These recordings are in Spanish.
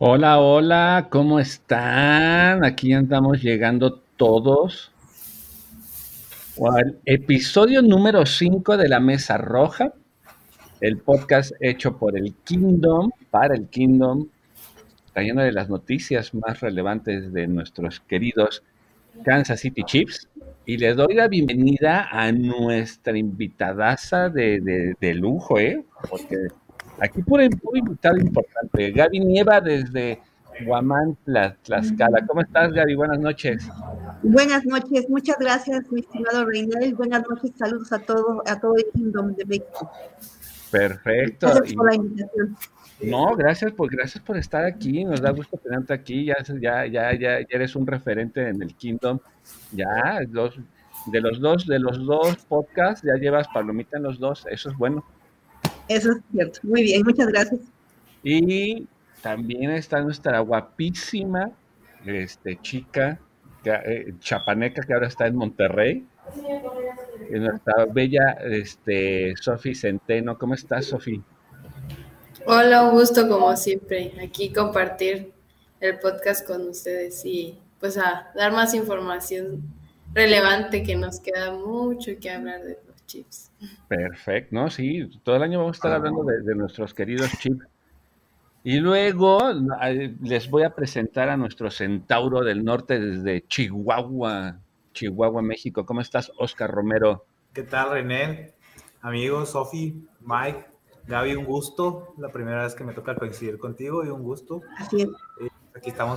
Hola, hola, ¿cómo están? Aquí andamos llegando todos al episodio número 5 de La Mesa Roja, el podcast hecho por el Kingdom, para el Kingdom, trayendo de las noticias más relevantes de nuestros queridos Kansas City Chiefs. Y les doy la bienvenida a nuestra invitadaza de lujo, porque aquí puro invitado importante. Gaby Nieva desde Huamán, Tlaxcala. ¿Cómo estás, Gaby? Buenas noches. Buenas noches, muchas gracias, mi estimado Reinel. Buenas noches, saludos a todo el Kingdom de México. Perfecto. Gracias por la invitación. No, gracias por estar aquí. Nos da gusto tenerte aquí. Ya eres un referente en el Kingdom. Ya, de los dos podcasts, ya llevas palomita en los dos. Eso es bueno. Eso es cierto. Muy bien, muchas gracias. Y también está nuestra guapísima chica chapaneca que ahora está en Monterrey, nuestra bella Sofi Centeno. ¿Cómo estás, Sofi? Hola, un gusto como siempre, aquí compartir el podcast con ustedes y pues a dar más información relevante que nos queda mucho que hablar de los chips. Perfecto, ¿no? Sí, todo el año vamos a estar hablando de nuestros queridos chips. Y luego les voy a presentar a nuestro centauro del norte desde Chihuahua, México. ¿Cómo estás, Oscar Romero? ¿Qué tal, René? Amigos, Sofi, Mike, Gaby, un gusto. La primera vez que me toca coincidir contigo y un gusto. Así es. Aquí estamos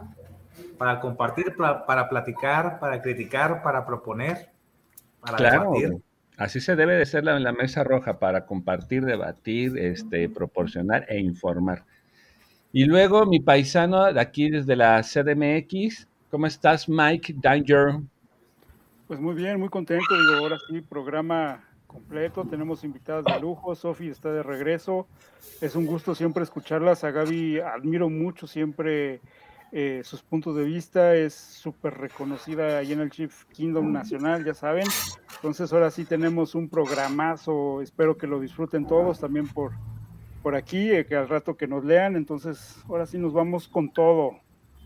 para compartir, para platicar, para criticar, para proponer, para debatir. Claro, así se debe de ser la mesa roja, para compartir, debatir, proporcionar e informar. Y luego mi paisano de aquí desde la CDMX, ¿cómo estás, Mike Danger? Pues muy bien, muy contento. Digo, ahora sí, programa completo. Tenemos invitadas de lujo. Sofi está de regreso. Es un gusto siempre escucharlas. A Gaby admiro mucho siempre sus puntos de vista. Es súper reconocida ahí en el Chief Kingdom Nacional, ya saben. Entonces ahora sí tenemos un programazo. Espero que lo disfruten todos también por aquí, que al rato que nos lean. Entonces ahora sí nos vamos con todo.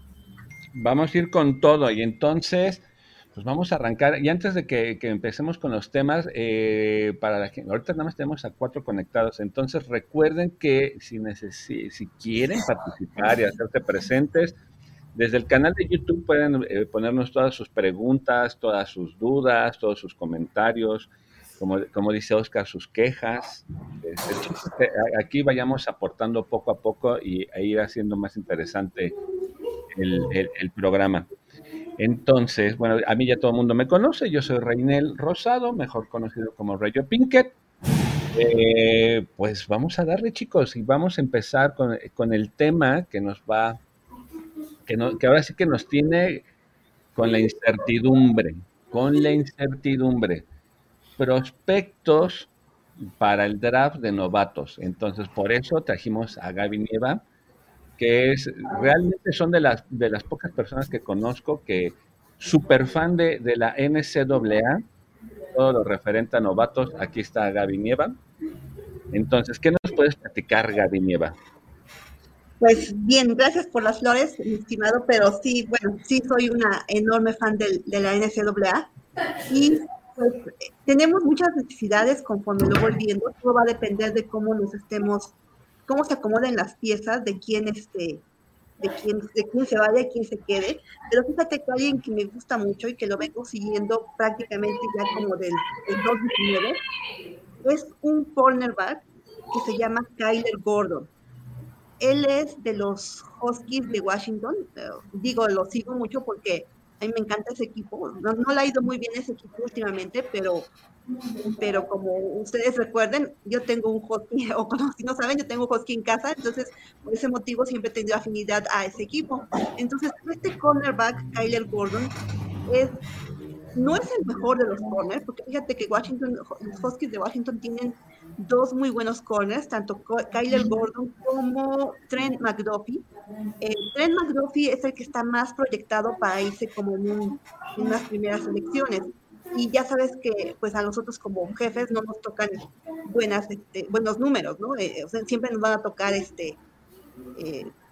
Vamos a ir con todo y entonces, pues vamos a arrancar. Y antes de que empecemos con los temas, ahorita nada más tenemos a 4 conectados, entonces recuerden que si quieren participar y hacerse presentes, desde el canal de YouTube pueden ponernos todas sus preguntas, todas sus dudas, todos sus comentarios, como dice Oscar, sus quejas. El chiste es que aquí vayamos aportando poco a poco e ir haciendo más interesante el programa. Entonces, bueno, a mí ya todo el mundo me conoce, yo soy Reinel Rosado, mejor conocido como Rayo Pinkett. Pues vamos a darle, chicos, y vamos a empezar con el tema que nos va, que ahora sí que nos tiene con la incertidumbre, prospectos para el draft de novatos. Entonces, por eso trajimos a Gaby Nieva, que realmente son de las pocas personas que conozco que súper fan de la NCAA, todo lo referente a novatos. Aquí está Gaby Nieva. Entonces, ¿qué nos puedes platicar, Gaby Nieva? Pues bien, gracias por las flores, mi estimado, pero sí, bueno, sí soy una enorme fan de la NCAA y pues tenemos muchas necesidades conforme lo voy viendo. Todo va a depender de cómo cómo se acomoden las piezas, de quién se vaya y quién se quede. Pero fíjate que alguien que me gusta mucho y que lo vengo siguiendo prácticamente ya como del 2019 es un cornerback que se llama Kyler Gordon. Él es de los Huskies de Washington. Digo, lo sigo mucho porque a mí me encanta ese equipo. No le ha ido muy bien ese equipo últimamente, pero como ustedes recuerden, yo tengo un husky, o como si no saben, yo tengo un husky en casa, entonces por ese motivo siempre he tenido afinidad a ese equipo. Entonces, este cornerback, Kyler Gordon, no es el mejor de los corners, porque fíjate que los Huskies de Washington tienen dos muy buenos corners, tanto Kyler Gordon como Trent McDuffie. Trent McDuffie es el que está más proyectado para irse como en unas primeras elecciones. Y ya sabes que pues a nosotros como jefes no nos tocan buenos números, ¿no? O sea, siempre nos van a tocar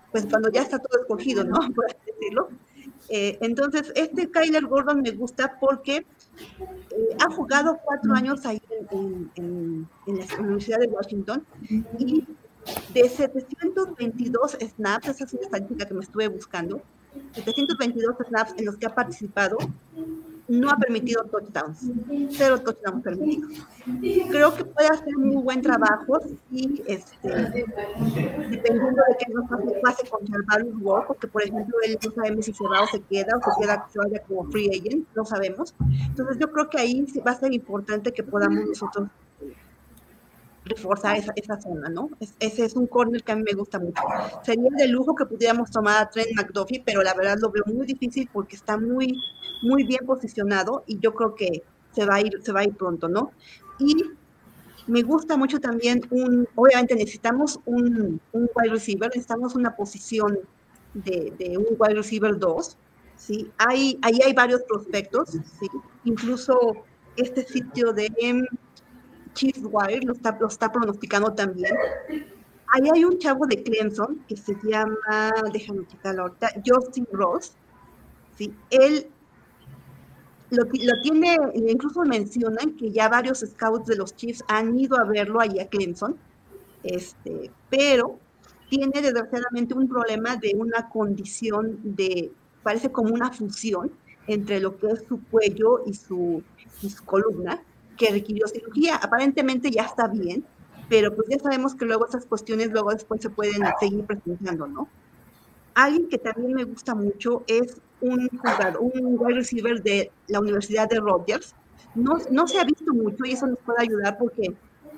pues cuando ya está todo escogido, ¿no? Por así decirlo. Entonces, Kyler Gordon me gusta porque ha jugado 4 años ahí en la Universidad de Washington y de 722 snaps, esa es una estadística que me estuve buscando, 722 snaps en los que ha participado, no ha permitido touchdowns, 0 touchdowns permitidos. Creo que puede hacer muy buen trabajo y dependiendo de qué nos pase con Jarvis Ward, porque por ejemplo él no sabemos si se va o se queda, se vaya como free agent, no sabemos. Entonces yo creo que ahí va a ser importante que podamos nosotros reforzar esa zona, ¿no? Ese es un corner que a mí me gusta mucho. Sería de lujo que pudiéramos tomar a Trent McDuffie, pero la verdad lo veo muy difícil porque está muy, muy bien posicionado y yo creo que se va a ir pronto, ¿no? Y me gusta mucho también obviamente necesitamos un wide receiver, necesitamos una posición de un wide receiver 2, ¿sí? Ahí hay varios prospectos, ¿sí? Incluso este sitio de Chiefwire lo está pronosticando también. Ahí hay un chavo de Clemson que se llama, déjame checarlo ahorita, Justin Ross, ¿sí? Él lo tiene, incluso mencionan que ya varios scouts de los Chiefs han ido a verlo allá a Clemson, pero tiene desgraciadamente un problema de una condición parece como una fusión entre lo que es su cuello y su columna, que requirió cirugía. Aparentemente ya está bien, pero pues ya sabemos que luego esas cuestiones después se pueden seguir presentando, ¿no? Alguien que también me gusta mucho es un wide receiver de la Universidad de Rutgers. No se ha visto mucho y eso nos puede ayudar porque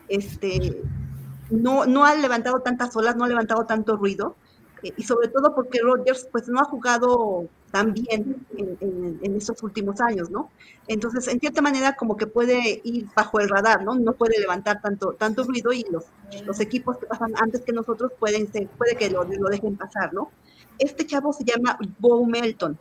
no ha levantado tantas olas, no ha levantado tanto ruido, y sobre todo porque Rutgers pues no ha jugado tan bien en estos últimos años, ¿no? Entonces, en cierta manera, como que puede ir bajo el radar, ¿no? No puede levantar tanto ruido y los equipos que pasan antes que nosotros puede que lo dejen pasar, ¿no? Este chavo se llama Bo Melton.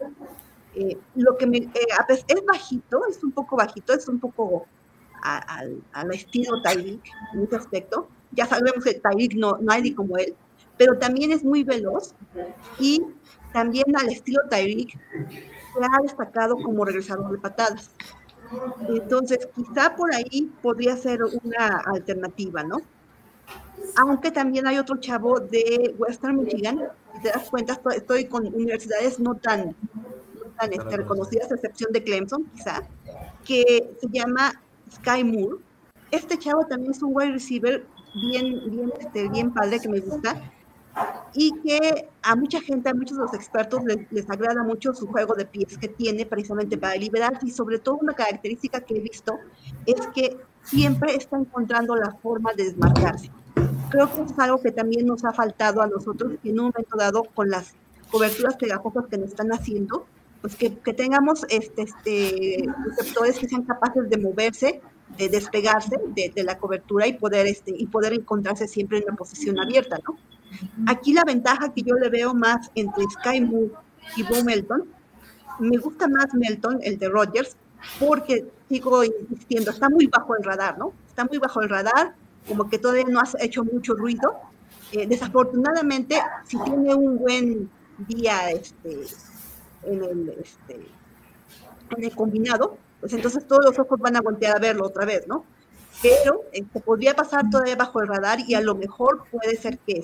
Es bajito, es un poco bajito, es un poco al estilo Tyreek en ese aspecto. Ya sabemos que Tyreek no hay como él, pero también es muy veloz y también al estilo Tyreek se ha destacado como regresador de patadas. Entonces, quizá por ahí podría ser una alternativa, ¿no? Aunque también hay otro chavo de Western Michigan, si te das cuenta, estoy con universidades no tan reconocidas, a excepción de Clemson, quizá, que se llama Sky Moore. Este chavo también es un wide receiver bien padre, que me gusta, y que a mucha gente, a muchos de los expertos les agrada mucho su juego de pies que tiene precisamente para liberarse, y sobre todo una característica que he visto es que siempre está encontrando la forma de desmarcarse. Creo que es algo que también nos ha faltado a nosotros, que en un momento dado, con las coberturas pegajosas que nos están haciendo, pues que tengamos receptores que sean capaces de moverse, de despegarse de la cobertura y poder encontrarse siempre en una posición abierta, ¿no? Aquí la ventaja que yo le veo más entre Sky Moore y Bo Melton, me gusta más Melton, el de Rutgers, porque sigo insistiendo, está muy bajo el radar, ¿no? Está muy bajo el radar, como que todavía no ha hecho mucho ruido. Desafortunadamente, si tiene un buen día en el combinado, pues entonces todos los ojos van a voltear a verlo otra vez, ¿no? Pero podría pasar todavía bajo el radar y a lo mejor puede ser que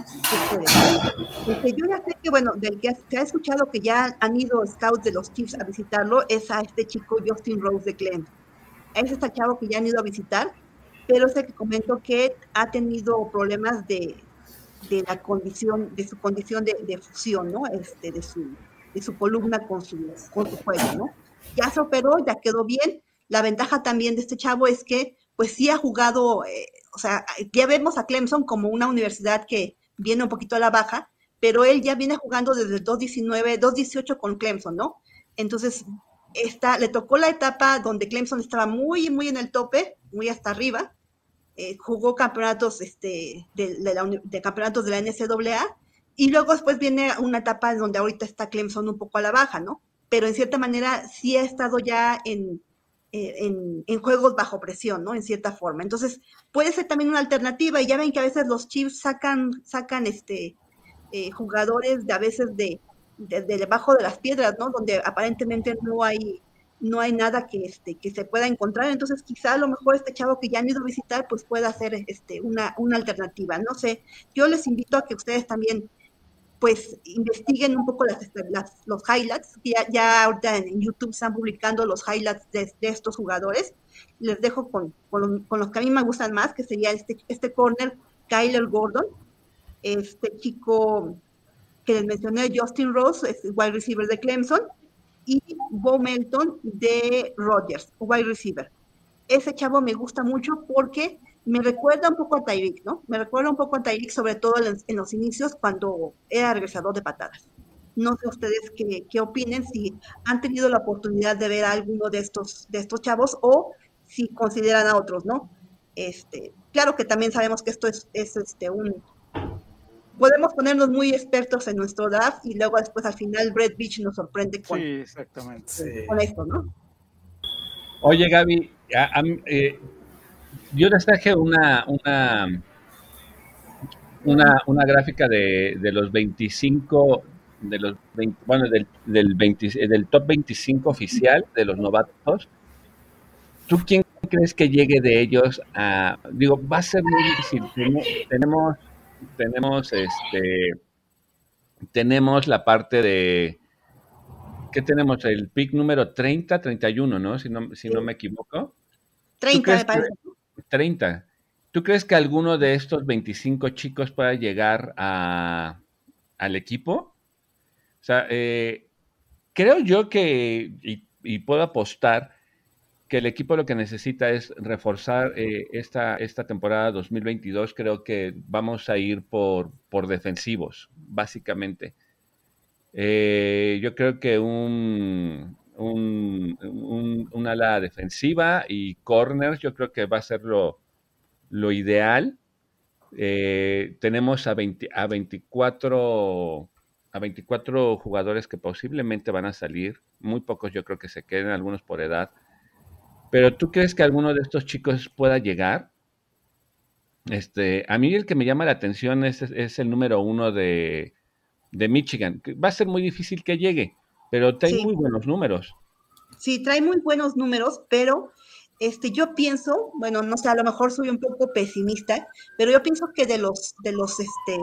yo ya sé que, bueno, del que se ha escuchado que ya han ido scouts de los Chiefs a visitarlo, es a este chico Justin Rose de Clemson. Es este chavo que ya han ido a visitar, pero sé que comento que ha tenido problemas de la condición, de su condición de fusión, ¿no? De su columna con su cuello, ¿no? Ya se operó, ya quedó bien. La ventaja también de este chavo es que pues sí ha jugado, o sea, ya vemos a Clemson como una universidad que viene un poquito a la baja, pero él ya viene jugando desde el 2019, 2018 con Clemson, ¿no? Entonces, le tocó la etapa donde Clemson estaba muy, muy en el tope, muy hasta arriba, jugó campeonatos de campeonatos de la NCAA, y luego después viene una etapa en donde ahorita está Clemson un poco a la baja, ¿no? Pero en cierta manera sí ha estado ya en juegos bajo presión, ¿no? En cierta forma. Entonces, puede ser también una alternativa, y ya ven que a veces los Chiefs sacan jugadores de a veces de debajo de las piedras, ¿no? Donde aparentemente no hay nada que se pueda encontrar. Entonces quizá a lo mejor este chavo que ya han ido a visitar pues pueda ser una alternativa. No sé, yo les invito a que ustedes también pues investiguen un poco los highlights. Ya ahorita en YouTube están publicando los highlights de estos jugadores. Les dejo con los que a mí me gustan más, que sería este corner, Kyler Gordon, este chico que les mencioné, Justin Rose, es wide receiver de Clemson, y Bo Melton de Rodgers, wide receiver. Ese chavo me gusta mucho porque me recuerda un poco a Tyreek, ¿no? Me recuerda un poco a Tyreek, sobre todo en los inicios, cuando era regresador de patadas. No sé ustedes qué opinen, si han tenido la oportunidad de ver a alguno de estos chavos o si consideran a otros, ¿no? Claro que también sabemos que esto es podemos ponernos muy expertos en nuestro draft y luego después al final Brett Beach nos sorprende con, sí, exactamente. Con esto, ¿no? Oye, Gaby, yo les traje una gráfica de los 25, de los 20, bueno, del top 25 oficial de los novatos. ¿Tú quién crees que llegue de ellos a, digo, va a ser muy difícil? Tenemos la parte de, ¿qué tenemos? El pick número 30, 31, ¿no? Si no me equivoco. 30, me parece. 30. ¿Tú crees que alguno de estos 25 chicos pueda llegar al equipo? O sea, creo yo que, y puedo apostar, que el equipo lo que necesita es reforzar esta temporada 2022. Creo que vamos a ir por defensivos, básicamente. Yo creo que un ala defensiva y corners, yo creo que va a ser lo ideal. Tenemos a 24 jugadores que posiblemente van a salir. Muy pocos yo creo que se queden, algunos por edad. Pero ¿tú crees que alguno de estos chicos pueda llegar? A mí el que me llama la atención es el número 1 de Michigan. Va a ser muy difícil que llegue, pero trae muy buenos números. Sí, trae muy buenos números, pero yo pienso, bueno, no sé, a lo mejor soy un poco pesimista, pero yo pienso que de los equipos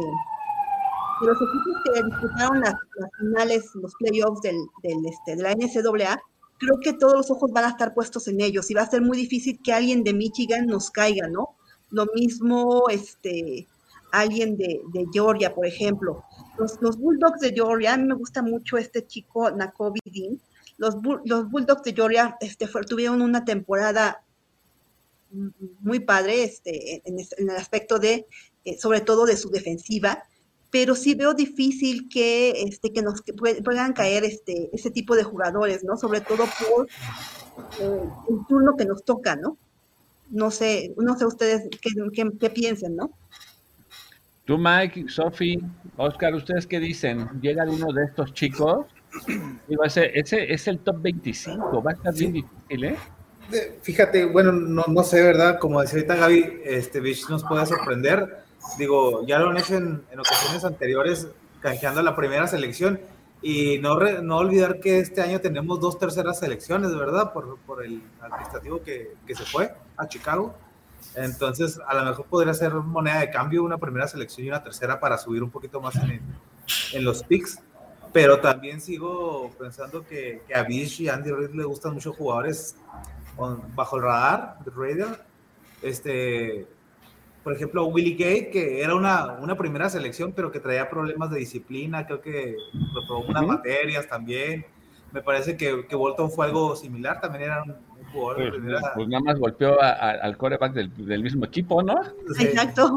que disputaron las finales, los playoffs de la NCAA, creo que todos los ojos van a estar puestos en ellos y va a ser muy difícil que alguien de Michigan nos caiga, ¿no? Lo mismo, alguien de Georgia, por ejemplo. Los Bulldogs de Georgia, a mí me gusta mucho este chico, Nakobe Dean. Los Bulldogs de Georgia tuvieron una temporada muy padre en el aspecto de, sobre todo de su defensiva, pero sí veo difícil que puedan caer ese tipo de jugadores, ¿no? Sobre todo por el turno que nos toca, ¿no? No sé ustedes qué piensan, ¿no? Tú, Mike, Sophie, Oscar, ¿ustedes qué dicen? ¿Llega alguno de estos chicos? Ese es el top 25, va a estar bien difícil, ¿eh? Fíjate, bueno, no sé, ¿verdad? Como decía ahorita Gaby, Bish nos puede sorprender. Digo, ya lo han hecho en ocasiones anteriores, canjeando la primera selección. Y no olvidar que este año tenemos 2 terceras selecciones, ¿verdad? Por el administrativo que se fue a Chicago. Entonces, a lo mejor podría ser moneda de cambio una primera selección y una tercera para subir un poquito más en los picks. Pero también sigo pensando que a Bish y Andy Reid le gustan muchos jugadores bajo el radar de Raider. Por ejemplo, Willie Gay, que era una primera selección, pero que traía problemas de disciplina, creo que reprobó unas materias también. Me parece que Bolton fue algo similar, también era un jugador de primera. Pues nada más golpeó al quarterback del mismo equipo, ¿no? Sí. Exacto.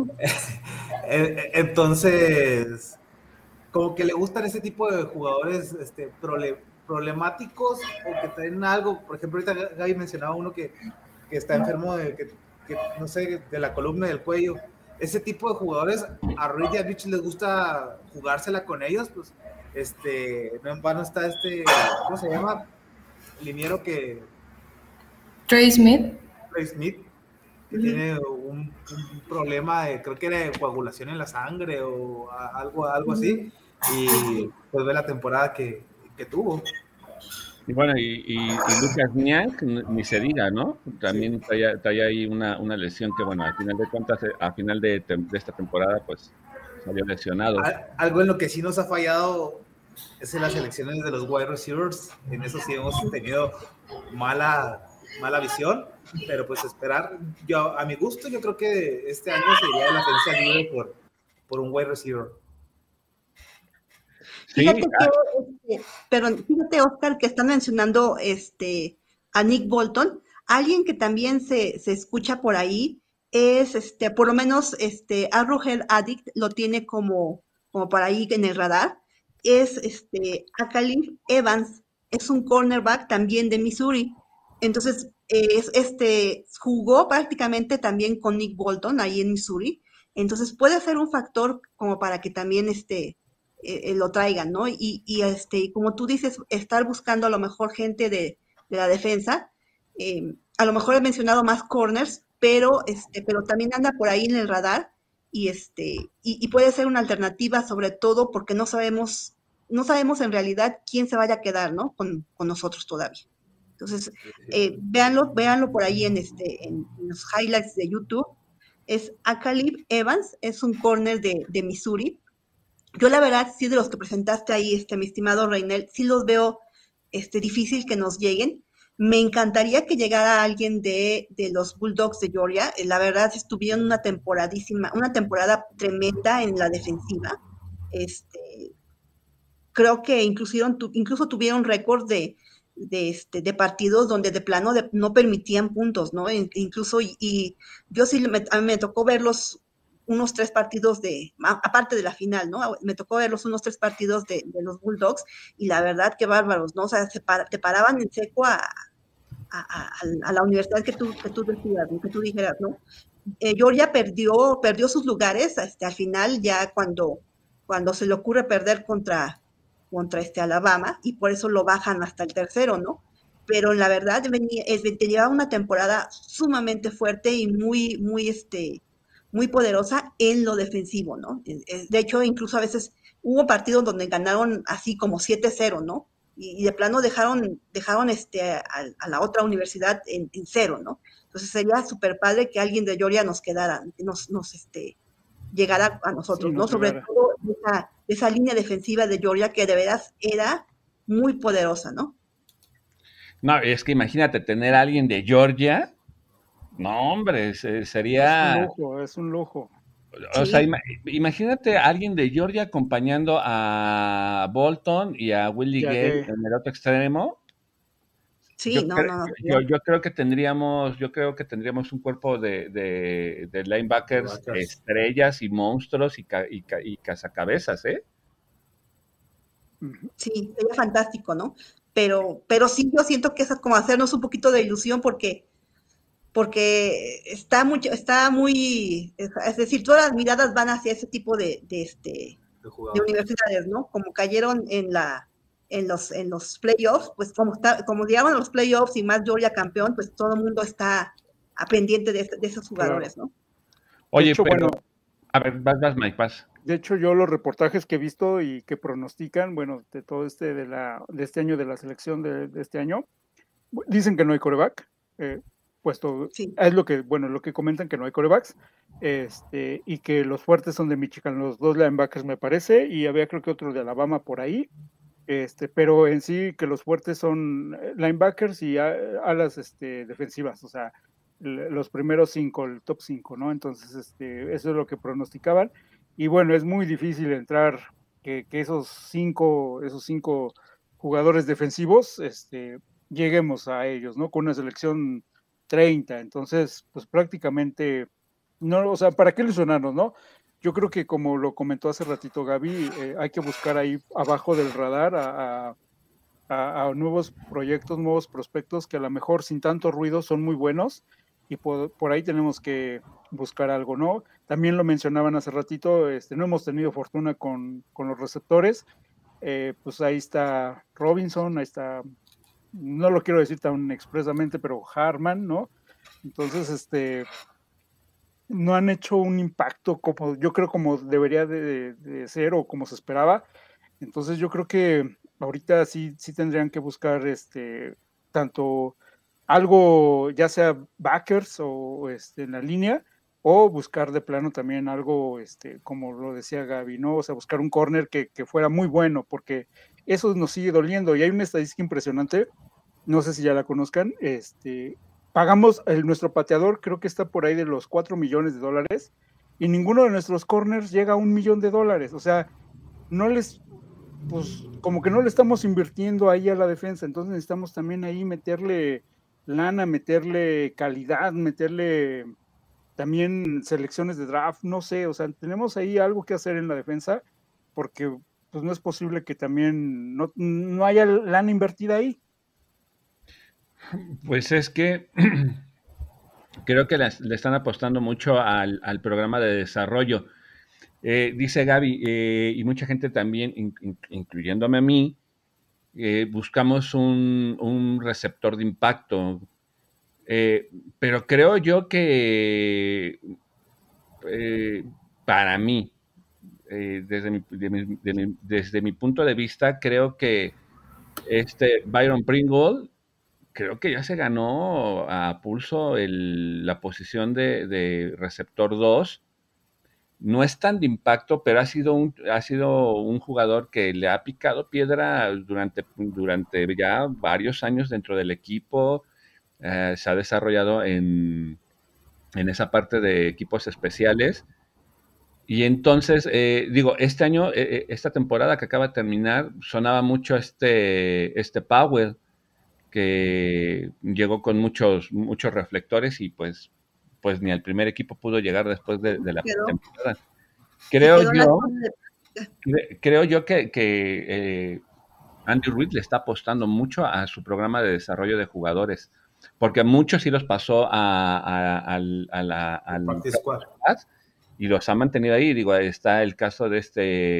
Entonces, como que le gustan ese tipo de jugadores problemáticos o que traen algo. Por ejemplo, ahorita Gaby mencionaba uno que está enfermo que no sé, de la columna del cuello. Ese tipo de jugadores, a Reid y a Beach les gusta jugársela con ellos, pues, no en vano está ¿cómo se llama? Liniero que... Trey Smith. que tiene un problema de, creo que era de coagulación en la sangre o algo así, y pues ve la temporada que tuvo. Y bueno, y Lucas Niang, ni se diga, ¿no? También traía ahí una lesión que, bueno, al final de cuentas, a final de esta temporada, pues salió lesionado. Algo en lo que sí nos ha fallado es en las selecciones de los wide receivers. En eso sí hemos tenido mala visión, pero pues esperar. Yo, a mi gusto, yo creo que este año sería la agencia libre por un wide receiver. Fíjate que, fíjate, Oscar, que están mencionando a Nick Bolton. Alguien que también se escucha por ahí es, por lo menos, Arrowhead Addict lo tiene como para ahí en el radar. Es Akalif Evans, es un cornerback también de Missouri. Entonces, jugó prácticamente también con Nick Bolton ahí en Missouri. Entonces, puede ser un factor como para que también lo traigan, ¿no? Y como tú dices, estar buscando a lo mejor gente de la defensa, a lo mejor he mencionado más corners, pero también anda por ahí en el radar y puede ser una alternativa, sobre todo porque no sabemos en realidad quién se vaya a quedar, ¿no? Con nosotros todavía. Entonces, véanlo por ahí en los highlights de YouTube. Es Akalif Evans, es un corner de Missouri. Yo la verdad, sí, de los que presentaste ahí, mi estimado Reinel, sí los veo difícil que nos lleguen. Me encantaría que llegara alguien de los Bulldogs de Georgia. La verdad, estuvieron una temporada tremenda en la defensiva. Creo que incluso tuvieron récord de partidos donde de plano no permitían puntos, ¿no? Incluso, y yo sí a mí me tocó verlos unos 3 partidos aparte de la final, ¿no? Me tocó verlos unos 3 partidos de los Bulldogs, y la verdad, qué bárbaros, ¿no? O sea, te paraban en seco a la universidad que tú decías, que tú dijeras, ¿no? Georgia perdió sus lugares al final, ya cuando se le ocurre perder contra Alabama, y por eso lo bajan hasta el tercero, ¿no? Pero la verdad llevaba una temporada sumamente fuerte y muy, muy, muy poderosa en lo defensivo, ¿no? De hecho, incluso a veces hubo partidos donde ganaron así como 7-0, ¿no? Y de plano dejaron a la otra universidad en 0, ¿no? Entonces sería súper padre que alguien de Georgia nos quedara, nos llegara a nosotros, sí, ¿no? Sobre todo esa línea defensiva de Georgia, que de veras era muy poderosa, ¿no? No, es que imagínate tener a alguien de Georgia. No, hombre, sería... Es un lujo. O sea, imagínate a alguien de Georgia acompañando a Bolton y a Willie Gay en el otro extremo. Sí, yo creo que tendríamos un cuerpo de linebackers estrellas y monstruos y cazacabezas, ¿eh? Sí, sería fantástico, ¿no? Pero sí, yo siento que es como hacernos un poquito de ilusión porque está muy, es decir, todas las miradas van hacia ese tipo de universidades, ¿no? Como cayeron en los playoffs, pues como llegaron a los playoffs y más Georgia campeón, pues todo el mundo está pendiente de esos jugadores, claro, ¿no? Oye, hecho, pero, bueno, a ver, vas, Mike, vas. De hecho, yo los reportajes que he visto y que pronostican, bueno, de todo de este año, de la selección de este año, dicen que no hay quarterback, puesto, sí, es lo que comentan, que no hay quarterbacks, y que los fuertes son de Michigan, los 2 linebackers me parece, y había creo que otro de Alabama por ahí, pero en sí que los fuertes son linebackers y alas defensivas, o sea, los primeros 5, el top 5, ¿no? Entonces, eso es lo que pronosticaban, y bueno, es muy difícil entrar, que esos cinco jugadores defensivos, lleguemos a ellos, ¿no? Con una selección 30, entonces, pues prácticamente, no, o sea, ¿para qué ilusionarnos, no? Yo creo que como lo comentó hace ratito Gaby, hay que buscar ahí abajo del radar a nuevos proyectos, nuevos prospectos que a lo mejor sin tanto ruido son muy buenos, y por ahí tenemos que buscar algo, ¿no? También lo mencionaban hace ratito, no hemos tenido fortuna con los receptores, pues ahí está Robinson, ahí está, no lo quiero decir tan expresamente, pero Harman, ¿no? Entonces, no han hecho un impacto como yo creo como debería de ser o como se esperaba. Entonces yo creo que ahorita sí tendrían que buscar tanto algo, ya sea backers o en la línea, o buscar de plano también algo, como lo decía Gaby, ¿no? O sea, buscar un corner que fuera muy bueno, porque eso nos sigue doliendo. Y hay una estadística impresionante, no sé si ya la conozcan, pagamos, nuestro pateador creo que está por ahí de los $4 millones, y ninguno de nuestros corners llega a $1 millón. O sea, no les, pues como que no le estamos invirtiendo ahí a la defensa, entonces necesitamos también ahí meterle lana, meterle calidad, meterle también selecciones de draft, no sé, o sea, tenemos ahí algo que hacer en la defensa, porque pues no es posible que también no haya lana invertida ahí. Pues es que creo que le están apostando mucho al programa de desarrollo. Dice Gaby, y mucha gente también, incluyéndome a mí, buscamos un receptor de impacto. Pero creo yo que para mí, desde mi punto de vista, creo que Byron Pringle, creo que ya se ganó a pulso la posición de receptor 2. No es tan de impacto, pero ha sido un jugador que le ha picado piedra durante ya varios años dentro del equipo. Se ha desarrollado en esa parte de equipos especiales. Y entonces, este año, esta temporada que acaba de terminar, sonaba mucho este Powell, que llegó con muchos reflectores y pues ni al primer equipo pudo llegar después de la temporada. Creo yo que Andy Reid le está apostando mucho a su programa de desarrollo de jugadores, porque muchos sí los pasó al y los ha mantenido ahí. Digo, está el caso de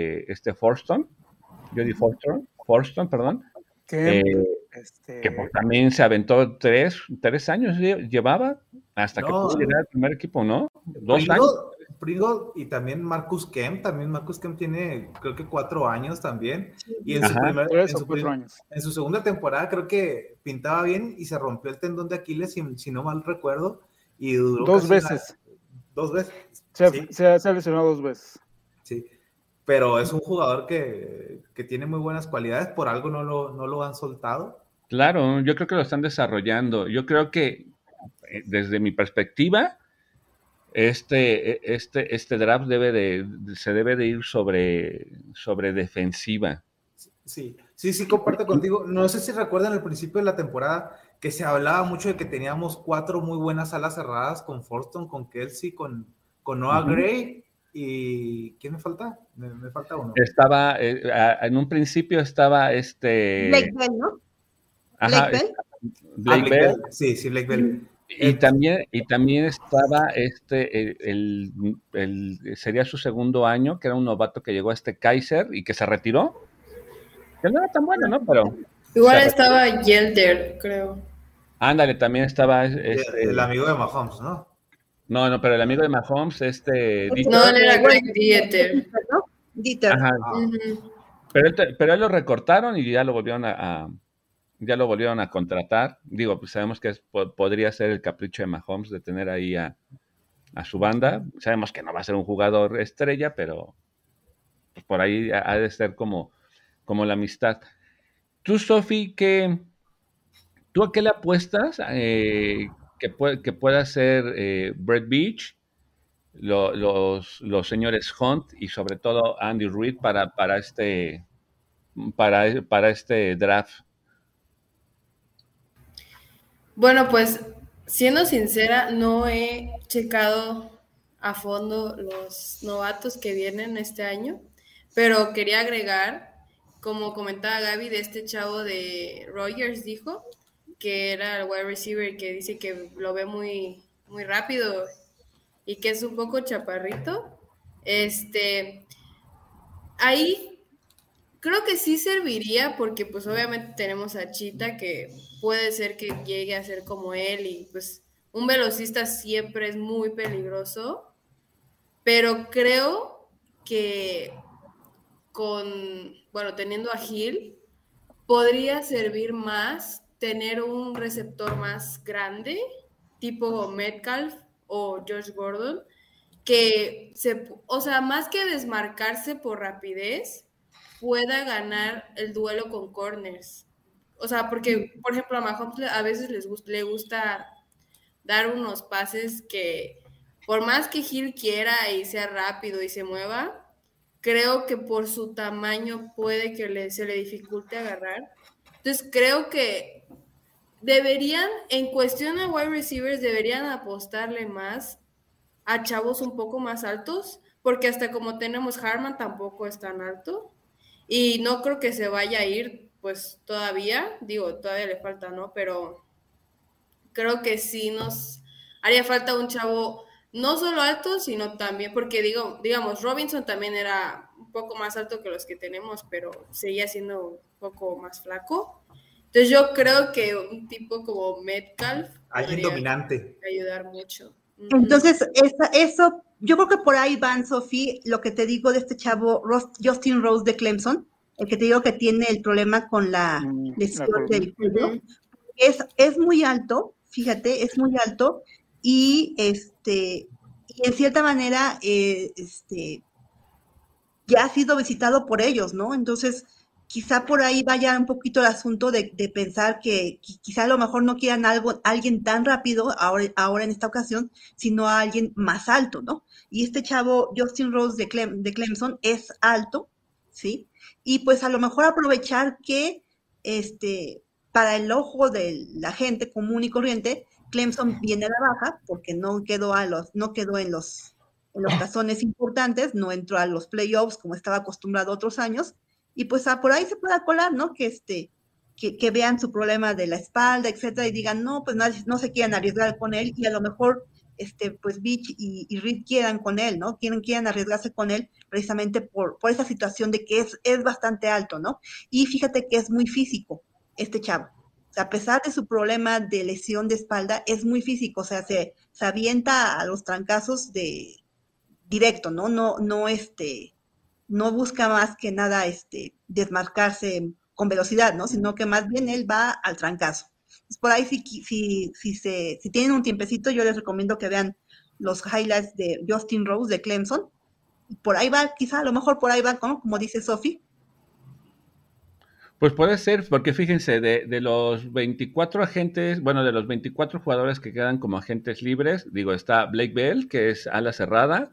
Jody Forston, perdón, que pues también se aventó 3 años llevaba hasta que pudo llegar al primer equipo, ¿no? 2 años. Pringle y también Marcus Kemp tiene creo que 4 años también, y en su segunda temporada creo que pintaba bien y se rompió el tendón de Aquiles, si no mal recuerdo, y duró 2 veces. 2 veces. Se ha lesionado 2 veces. Sí, pero es un jugador que tiene muy buenas cualidades, por algo no lo han soltado. Claro, yo creo que lo están desarrollando. Yo creo que desde mi perspectiva, este draft se debe de ir sobre defensiva. Sí, comparto contigo. No sé si recuerdan al principio de la temporada que se hablaba mucho de que teníamos 4 muy buenas alas cerradas, con Forston, con Kelsey, con Noah Gray, y ¿quién me falta? Me falta uno. Estaba, en un principio estaba Blake Bell, ¿no? Ajá, Blake Bell. Sí, Blake Bell. Y también estaba sería su segundo año, que era un novato que llegó a Kaiser y que se retiró. Que no era tan bueno, ¿no? Pero igual estaba Yelder, creo. Ándale, también estaba el amigo de Mahomes, ¿no? No, pero el amigo de Mahomes, No, él era Greg Dieter. ¿no? Dieter. Ajá. Pero él lo recortaron y ya lo volvieron a contratar. Digo, pues sabemos que podría ser el capricho de Mahomes de tener ahí a su banda. Sabemos que no va a ser un jugador estrella, pero pues por ahí ha de ser como la amistad. Tú, Sofi, ¿tú a qué le apuestas que pueda ser Brett Veach, los señores Hunt y sobre todo Andy Reid para este draft? Bueno, pues siendo sincera, no he checado a fondo los novatos que vienen este año, pero quería agregar, como comentaba Gaby, de este chavo de Rogers, dijo que era el wide receiver, que dice que lo ve muy, muy rápido y que es un poco chaparrito. Ahí creo que sí serviría, porque pues obviamente tenemos a Cheetah, que puede ser que llegue a ser como él y pues un velocista siempre es muy peligroso, pero creo que teniendo a Hill, podría servir más tener un receptor más grande, tipo Metcalf o Josh Gordon, que más que desmarcarse por rapidez, pueda ganar el duelo con corners. O sea, porque, por ejemplo, a Mahomes a veces le gusta dar unos pases que, por más que Hill quiera y sea rápido y se mueva, creo que por su tamaño puede que se le dificulte agarrar. Entonces, creo que en cuestión a wide receivers, deberían apostarle más a chavos un poco más altos, porque hasta como tenemos Harman tampoco es tan alto, y no creo que se vaya a ir, pues todavía le falta, ¿no? Pero creo que sí nos haría falta un chavo no solo alto, sino también, porque digamos, Robinson también era un poco más alto que los que tenemos, pero seguía siendo un poco más flaco. Entonces yo creo que un tipo como Metcalf alguien dominante ayudar mucho. Entonces, eso, yo creo que por ahí van, Sofía, lo que te digo de este chavo, Justin Rose de Clemson, el que te digo que tiene el problema con la lesión del cuello. Es muy alto, fíjate, es muy alto, y en cierta manera, ya ha sido visitado por ellos, ¿no? Entonces, quizá por ahí vaya un poquito el asunto de pensar que quizá a lo mejor no quieran alguien tan rápido ahora en esta ocasión, sino a alguien más alto, ¿no? Y este chavo, Justin Rose de Clemson, es alto, ¿sí? Y pues a lo mejor aprovechar que, para el ojo de la gente común y corriente, Clemson viene a la baja, porque no quedó en los tazones importantes, no entró a los playoffs como estaba acostumbrado otros años, y pues por ahí se pueda colar, ¿no? Que vean su problema de la espalda, etcétera, y digan, no, pues no se quieran arriesgar con él, y a lo mejor, pues Beach y Reed quieran con él, ¿no? Quieran arriesgarse con él precisamente por esa situación de que es bastante alto, ¿no? Y fíjate que es muy físico este chavo. O sea, a pesar de su problema de lesión de espalda, es muy físico, o sea, se avienta a los trancazos directo, ¿no? No busca más que nada desmarcarse con velocidad, ¿no? Sino que más bien él va al trancazo. Entonces, por ahí si tienen un tiempecito, yo les recomiendo que vean los highlights de Justin Rose de Clemson. Por ahí va, quizá a lo mejor por ahí va, ¿no? Como dice Sophie. Pues puede ser, porque fíjense, de los 24 agentes, bueno, de los 24 jugadores que quedan como agentes libres, está Blake Bell, que es ala cerrada,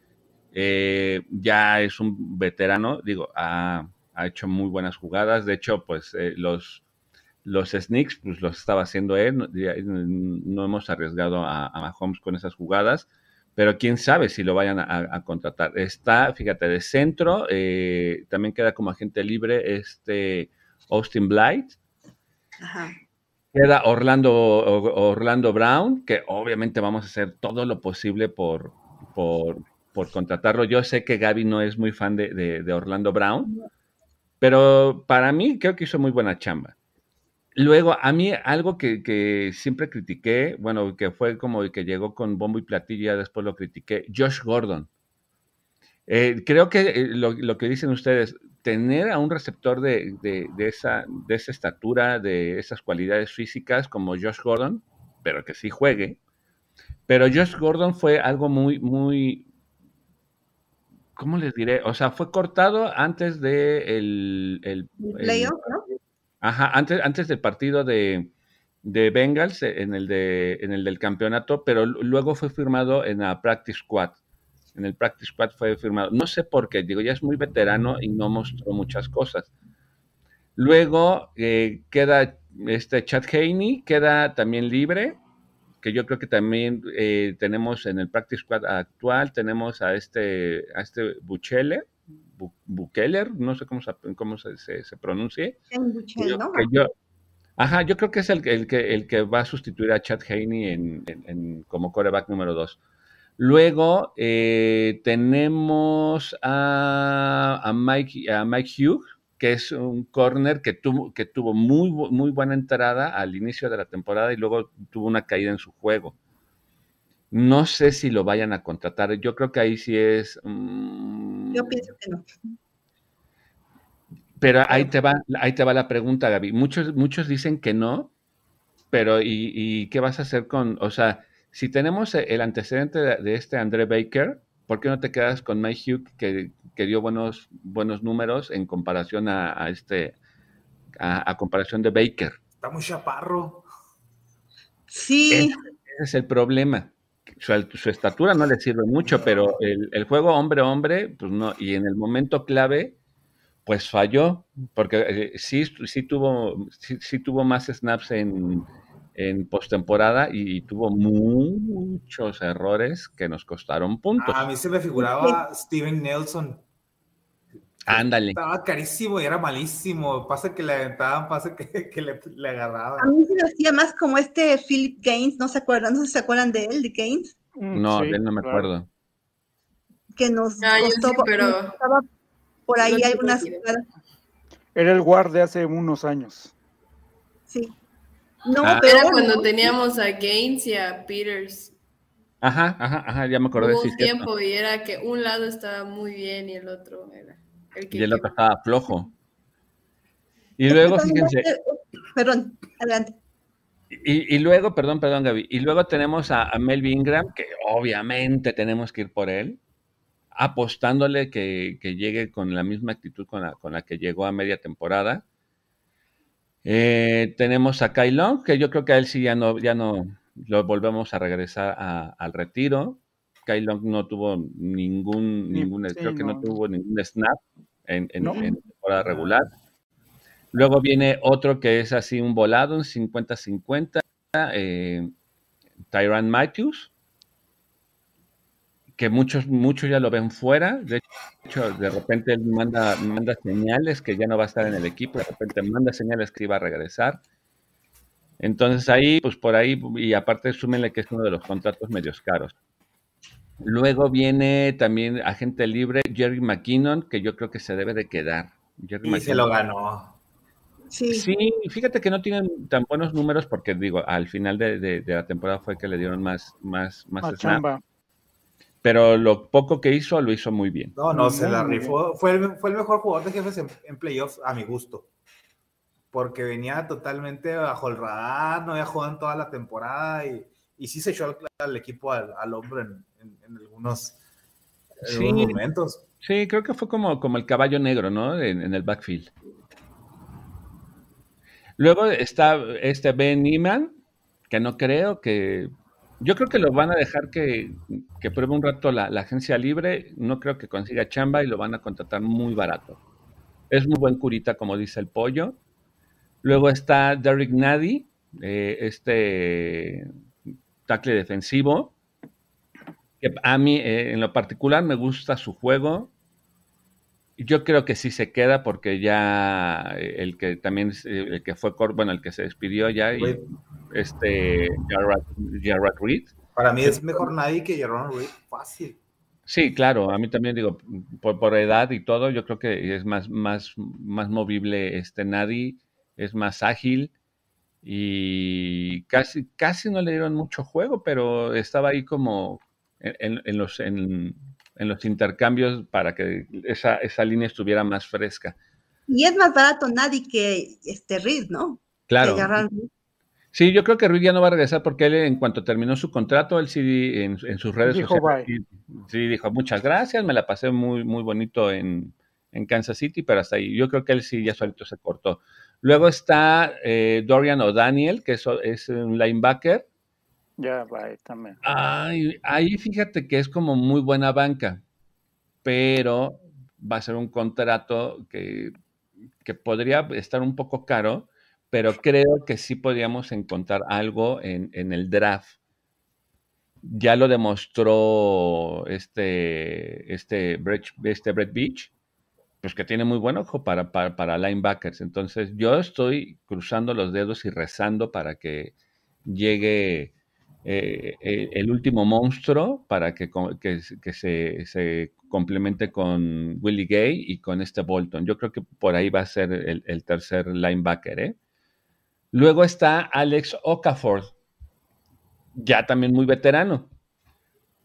ya es un veterano, ha hecho muy buenas jugadas, de hecho, pues los sneaks, pues los estaba haciendo él, no hemos arriesgado a Mahomes con esas jugadas, pero quién sabe si lo vayan a contratar. Fíjate, de centro, también queda como agente libre Austin Blythe. Ajá. Queda Orlando Brown, que obviamente vamos a hacer todo lo posible por contratarlo. Yo sé que Gaby no es muy fan de Orlando Brown, pero para mí creo que hizo muy buena chamba. Luego, a mí algo que siempre critiqué, bueno, que fue como que llegó con bombo y platillo, después lo critiqué, Josh Gordon. Creo que lo que dicen ustedes, tener a un receptor de esa estatura, de esas cualidades físicas como Josh Gordon, pero que sí juegue, pero Josh Gordon fue algo muy, muy, ¿cómo les diré? O sea, fue cortado antes de el playoff, ¿no? Ajá, antes del partido de Bengals, en el del campeonato, pero luego fue firmado en la Practice Squad. En el Practice Squad fue firmado. No sé por qué, ya es muy veterano y no mostró muchas cosas. Luego queda Chad Henne, queda también libre, que yo creo que también tenemos en el Practice Squad actual, tenemos a Bucheller, Bukeller, no sé cómo se pronuncie. Buchel, ¿no? Yo creo que es el que va a sustituir a Chad Henne como quarterback número 2. Luego tenemos a Mike Hughes, que es un corner que tuvo muy, muy buena entrada al inicio de la temporada y luego tuvo una caída en su juego. No sé si lo vayan a contratar. Yo creo que ahí sí es... Yo pienso que no. Pero ahí te va la pregunta, Gaby. Muchos dicen que no, pero ¿y qué vas a hacer con, o sea, si tenemos el antecedente de este André Baker, ¿por qué no te quedas con Mike Hugh que dio buenos números en comparación a comparación de Baker? Está muy chaparro. Sí. Ese es el problema. Su estatura no le sirve mucho, pero el juego hombre-hombre, pues no, y en el momento clave, pues falló, porque sí tuvo más snaps en postemporada y tuvo muchos errores que nos costaron puntos. A mí se me figuraba Steven Nelson. Ándale. Estaba carísimo y era malísimo. Pasa que le aventaban, pasa que le agarraban. A mí se me hacía más como Philip Gaines, ¿no se acuerdan? No sé si se acuerdan de él, de Gaines. No, Sí, de él no me acuerdo. Que nos yo costó, sí, pero estaba por ahí no algunas tengo idea. jugadas. Era el guard de hace unos años. Sí. No, Ah. pero Era cuando teníamos a Gaines y a Peters. Ajá, ya me acordé. Hubo Sí, un tiempo y era que un lado estaba muy bien y el otro era el que y el otro estaba flojo. Y luego, fíjense. Perdón, adelante. Y luego, perdón, Gaby. Y luego tenemos a Melvin Ingram, que obviamente tenemos que ir por él, apostándole que llegue con la misma actitud con la que llegó a media temporada. Tenemos a Kyle Long, que yo creo que a él sí ya no lo volvemos a regresar al retiro. Kyle Long no tuvo creo que no tuvo ningún snap en temporada regular. Luego viene otro que es así un volado, un 50-50, Tyrann Matthews, que muchos ya lo ven fuera. De hecho, de repente él manda señales que ya no va a estar en el equipo, de repente manda señales que iba a regresar. Entonces ahí, pues por ahí, y aparte súmenle que es uno de los contratos medios caros. Luego viene también agente libre, Jerry McKinnon, que yo creo que se debe de quedar. Se lo ganó. Sí, fíjate que no tienen tan buenos números porque, digo, al final de la temporada fue que le dieron más chamba. Pero lo poco que hizo, lo hizo muy bien. No, se la rifó. Fue el mejor jugador de Jefes en playoffs, a mi gusto. Porque venía totalmente bajo el radar, no había jugado en toda la temporada y sí se echó al equipo al hombro en algunos momentos. Sí, creo que fue como el caballo negro, ¿no? En el backfield. Luego está Ben Niemann, que no creo que... Yo creo que lo van a dejar que pruebe un rato la agencia libre. No creo que consiga chamba y lo van a contratar muy barato. Es muy buen curita, como dice el pollo. Luego está Derrick Nnadi, tackle defensivo, que a mí en lo particular me gusta su juego. Yo creo que sí se queda porque ya el que también el que fue el que se despidió ya y Jarrett Reed. Para mí es mejor Nnadi que Jarrett Reed, fácil. Sí, claro, a mí también digo por edad y todo, yo creo que es más movible Nnadi, es más ágil y casi no le dieron mucho juego, pero estaba ahí como en los intercambios para que esa línea estuviera más fresca. Y es más barato Nnadi que Reed, ¿no? Claro. Sí, yo creo que Reed ya no va a regresar porque él, en cuanto terminó su contrato, él sí en sus redes sociales sí dijo muchas gracias, me la pasé muy, muy bonito en Kansas City, pero hasta ahí. Yo creo que él sí ya solito se cortó. Luego está Dorian O'Daniel, que es un linebacker. Ya, va, también. Ahí fíjate que es como muy buena banca, pero va a ser un contrato que podría estar un poco caro, pero creo que sí podríamos encontrar algo en el draft. Ya lo demostró Brett Beach, pues que tiene muy buen ojo para linebackers. Entonces yo estoy cruzando los dedos y rezando para que llegue el último monstruo para que se complemente con Willie Gay y con Bolton. Yo creo que por ahí va a ser el tercer linebacker, ¿eh? Luego está Alex Okafor, ya también muy veterano.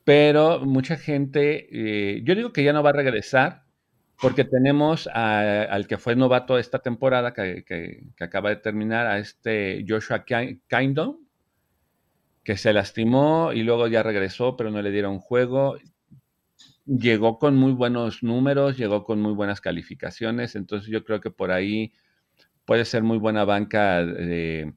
pero mucha gente, yo digo que ya no va a regresar, porque tenemos al que fue novato esta temporada, que acaba de terminar, a Joshua Kindle, que se lastimó y luego ya regresó, pero no le dieron juego. Llegó con muy buenos números, llegó con muy buenas calificaciones, entonces yo creo que por ahí puede ser muy buena banca de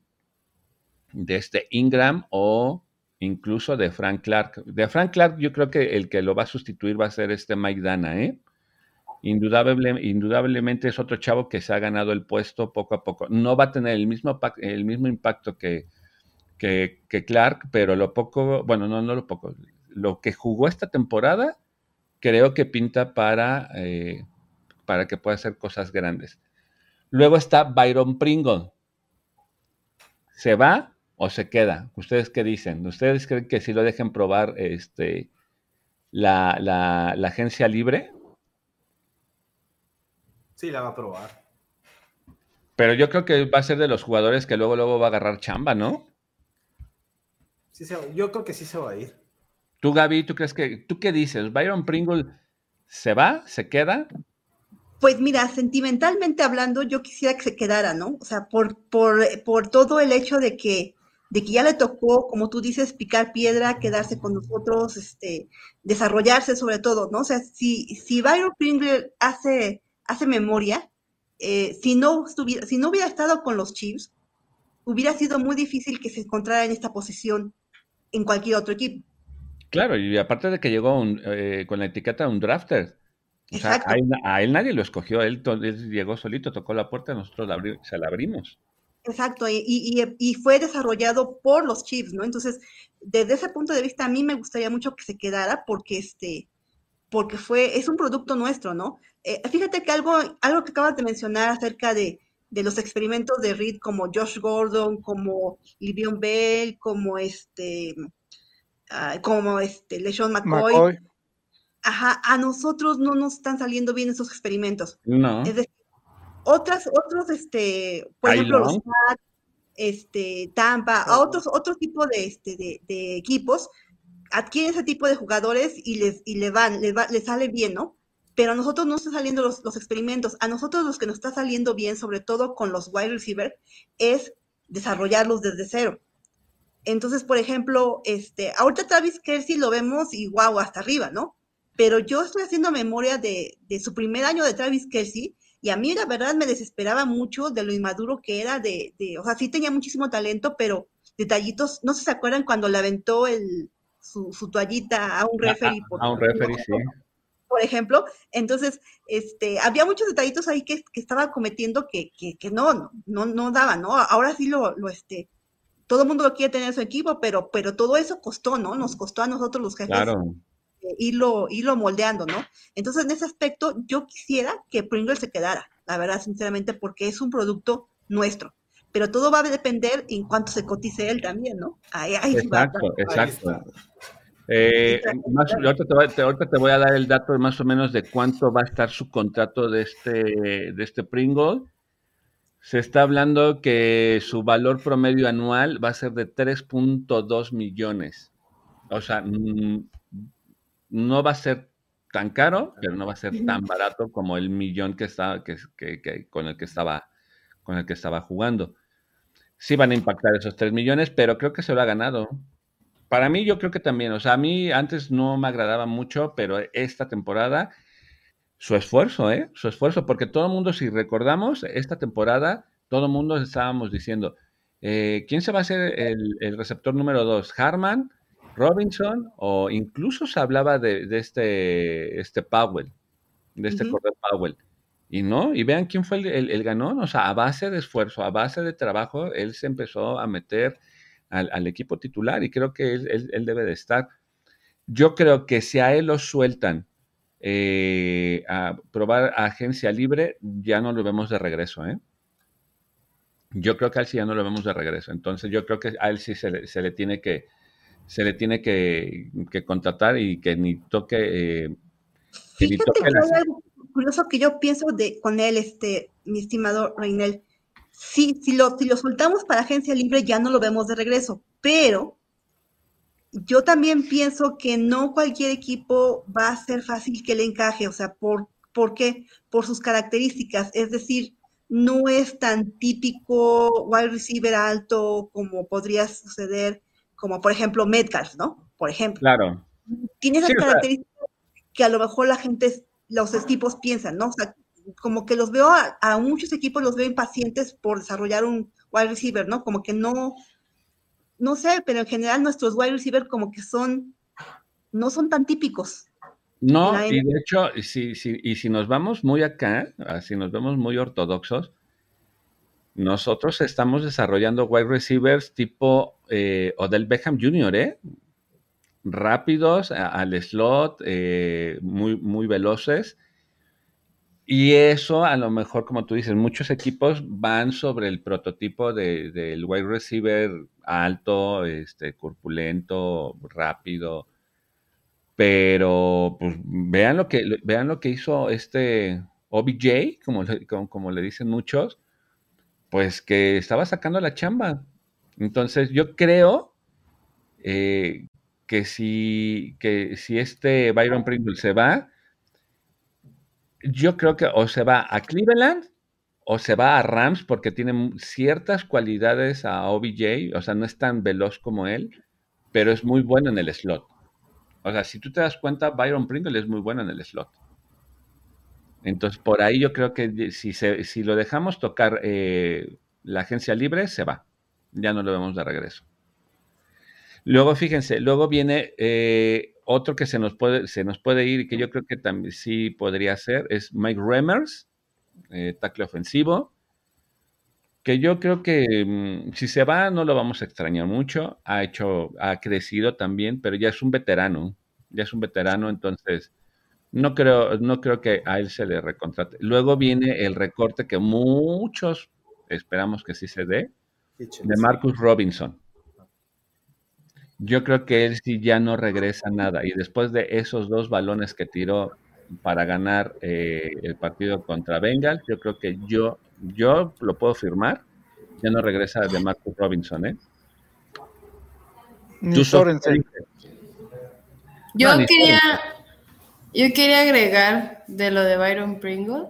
Ingram o incluso de Frank Clark. De Frank Clark yo creo que el que lo va a sustituir va a ser Mike Dana, ¿eh? Indudablemente es otro chavo que se ha ganado el puesto poco a poco. No va a tener el mismo impacto que Clark, pero lo poco, bueno, no lo poco, lo que jugó esta temporada, creo que pinta para que pueda hacer cosas grandes. Luego está Byron Pringle. ¿Se va o se queda? ¿Ustedes qué dicen? ¿Ustedes creen que si lo dejen probar la agencia libre? Sí, la va a probar. Pero yo creo que va a ser de los jugadores que luego va a agarrar chamba, ¿no? Sí, yo creo que sí se va a ir. Tú, Gaby, ¿tú qué dices? ¿Byron Pringle se va? ¿Se queda? Pues mira, sentimentalmente hablando, yo quisiera que se quedara, ¿no? O sea, por todo el hecho de que ya le tocó, como tú dices, picar piedra, quedarse con nosotros, desarrollarse sobre todo, ¿no? O sea, si Byron Pringle hace memoria, si no hubiera estado con los Chiefs, hubiera sido muy difícil que se encontrara en esta posición en cualquier otro equipo. Claro, y aparte de que llegó con la etiqueta de un drafter. O sea, a él nadie lo escogió, él llegó solito, tocó la puerta, nosotros se la abrimos. Exacto, y fue desarrollado por los Chiefs, ¿no? Entonces, desde ese punto de vista, a mí me gustaría mucho que se quedara porque es un producto nuestro, ¿no? Fíjate que algo que acabas de mencionar acerca de los experimentos de Reed, como Josh Gordon, como Le'Veon Bell, como LeSean McCoy. Ajá, a nosotros no nos están saliendo bien esos experimentos. No. Es decir, otros, por ejemplo, los Tampa, a otro tipo de equipos adquieren ese tipo de jugadores y les sale bien, ¿no? Pero a nosotros no están saliendo los experimentos. A nosotros los que nos está saliendo bien, sobre todo con los wide receiver, es desarrollarlos desde cero. Entonces, por ejemplo, ahorita Travis Kelce lo vemos y wow, hasta arriba, ¿no? Pero yo estoy haciendo memoria de su primer año de Travis Kelce y a mí la verdad me desesperaba mucho de lo inmaduro que era o sea, sí tenía muchísimo talento, pero detallitos, no sé si se acuerdan cuando le aventó su toallita a un referee. A un referee, sí. Por ejemplo, entonces, había muchos detallitos ahí que estaba cometiendo que no daban, ¿no? Ahora sí todo el mundo lo quiere tener en su equipo, pero todo eso costó, ¿no? Nos costó a nosotros los jefes. Claro. Irlo moldeando, ¿no? Entonces, en ese aspecto, yo quisiera que Pringle se quedara, la verdad, sinceramente, porque es un producto nuestro. Pero todo va a depender en cuánto se cotice él también, ¿no? Exacto. Ahorita te voy a dar el dato más o menos de cuánto va a estar su contrato de este Pringle. Se está hablando que su valor promedio anual va a ser de 3.2 millones. O sea, no va a ser tan caro, pero no va a ser tan barato como el millón con el que estaba jugando. Sí van a impactar esos 3 millones, pero creo que se lo ha ganado. Para mí, yo creo que también. O sea, a mí antes no me agradaba mucho, pero esta temporada, su esfuerzo, porque todo el mundo, si recordamos, esta temporada, todo el mundo estábamos diciendo, ¿quién se va a hacer el receptor número 2? ¿Harman? ¿Robinson? O incluso se hablaba de este Powell, de este corredor Powell. Y no, y vean quién fue el ganón. O sea, a base de esfuerzo, a base de trabajo, él se empezó a meter al equipo titular y creo que él debe de estar. Yo creo que si a él lo sueltan a probar a agencia libre, ya no lo vemos de regreso, ¿eh? Yo creo que a él sí ya no lo vemos de regreso. Entonces yo creo que a él sí se le tiene que contratar y que ni toque. Fíjate que hay algo curioso que yo pienso con él, mi estimado Reinel. Si lo soltamos para agencia libre, ya no lo vemos de regreso, pero yo también pienso que no cualquier equipo va a ser fácil que le encaje, o sea, ¿por qué? Por sus características, es decir, no es tan típico wide receiver alto como podría suceder, como por ejemplo Metcalf, ¿no? Por ejemplo. Claro. Tiene Sí, esas o sea, características que a lo mejor los equipos piensan, ¿no? O sea, como que los veo a muchos equipos los veo impacientes por desarrollar un wide receiver, ¿no? Como que no sé, pero en general nuestros wide receiver como que no son tan típicos en no, la y NFL. de hecho, si nos vamos muy acá, si nos vemos muy ortodoxos, nosotros estamos desarrollando wide receivers tipo Odell Beckham Jr., rápidos al slot, muy, muy veloces. Y eso, a lo mejor, como tú dices, muchos equipos van sobre el prototipo del wide receiver alto, corpulento, rápido. Pero pues vean lo que hizo OBJ, como le dicen muchos, pues que estaba sacando la chamba. Entonces yo creo eh, que si Byron Pringle se va, yo creo que o se va a Cleveland o se va a Rams porque tiene ciertas cualidades a OBJ, o sea, no es tan veloz como él, pero es muy bueno en el slot. O sea, si tú te das cuenta, Byron Pringle es muy bueno en el slot. Entonces, por ahí yo creo que si lo dejamos tocar la agencia libre, se va. Ya no lo vemos de regreso. Luego, fíjense, luego viene otro que se nos puede ir y que yo creo que también sí podría ser, es Mike Remmers, tackle ofensivo, que yo creo que si se va no lo vamos a extrañar mucho, ha crecido también, pero ya es un veterano, entonces no creo que a él se le recontrate. Luego viene el recorte que muchos esperamos que sí se dé, de Marcus Robinson. Yo creo que él sí ya no regresa nada. Y después de esos 2 balones que tiró para ganar el partido contra Bengals, yo creo que yo lo puedo firmar. Ya no regresa de Marcus Robinson, ¿eh? Ni ¿Tú, Sofía, qué Sorensen. dices? Yo No, ni quería, Sorensen. yo quería agregar de lo de Byron Pringle,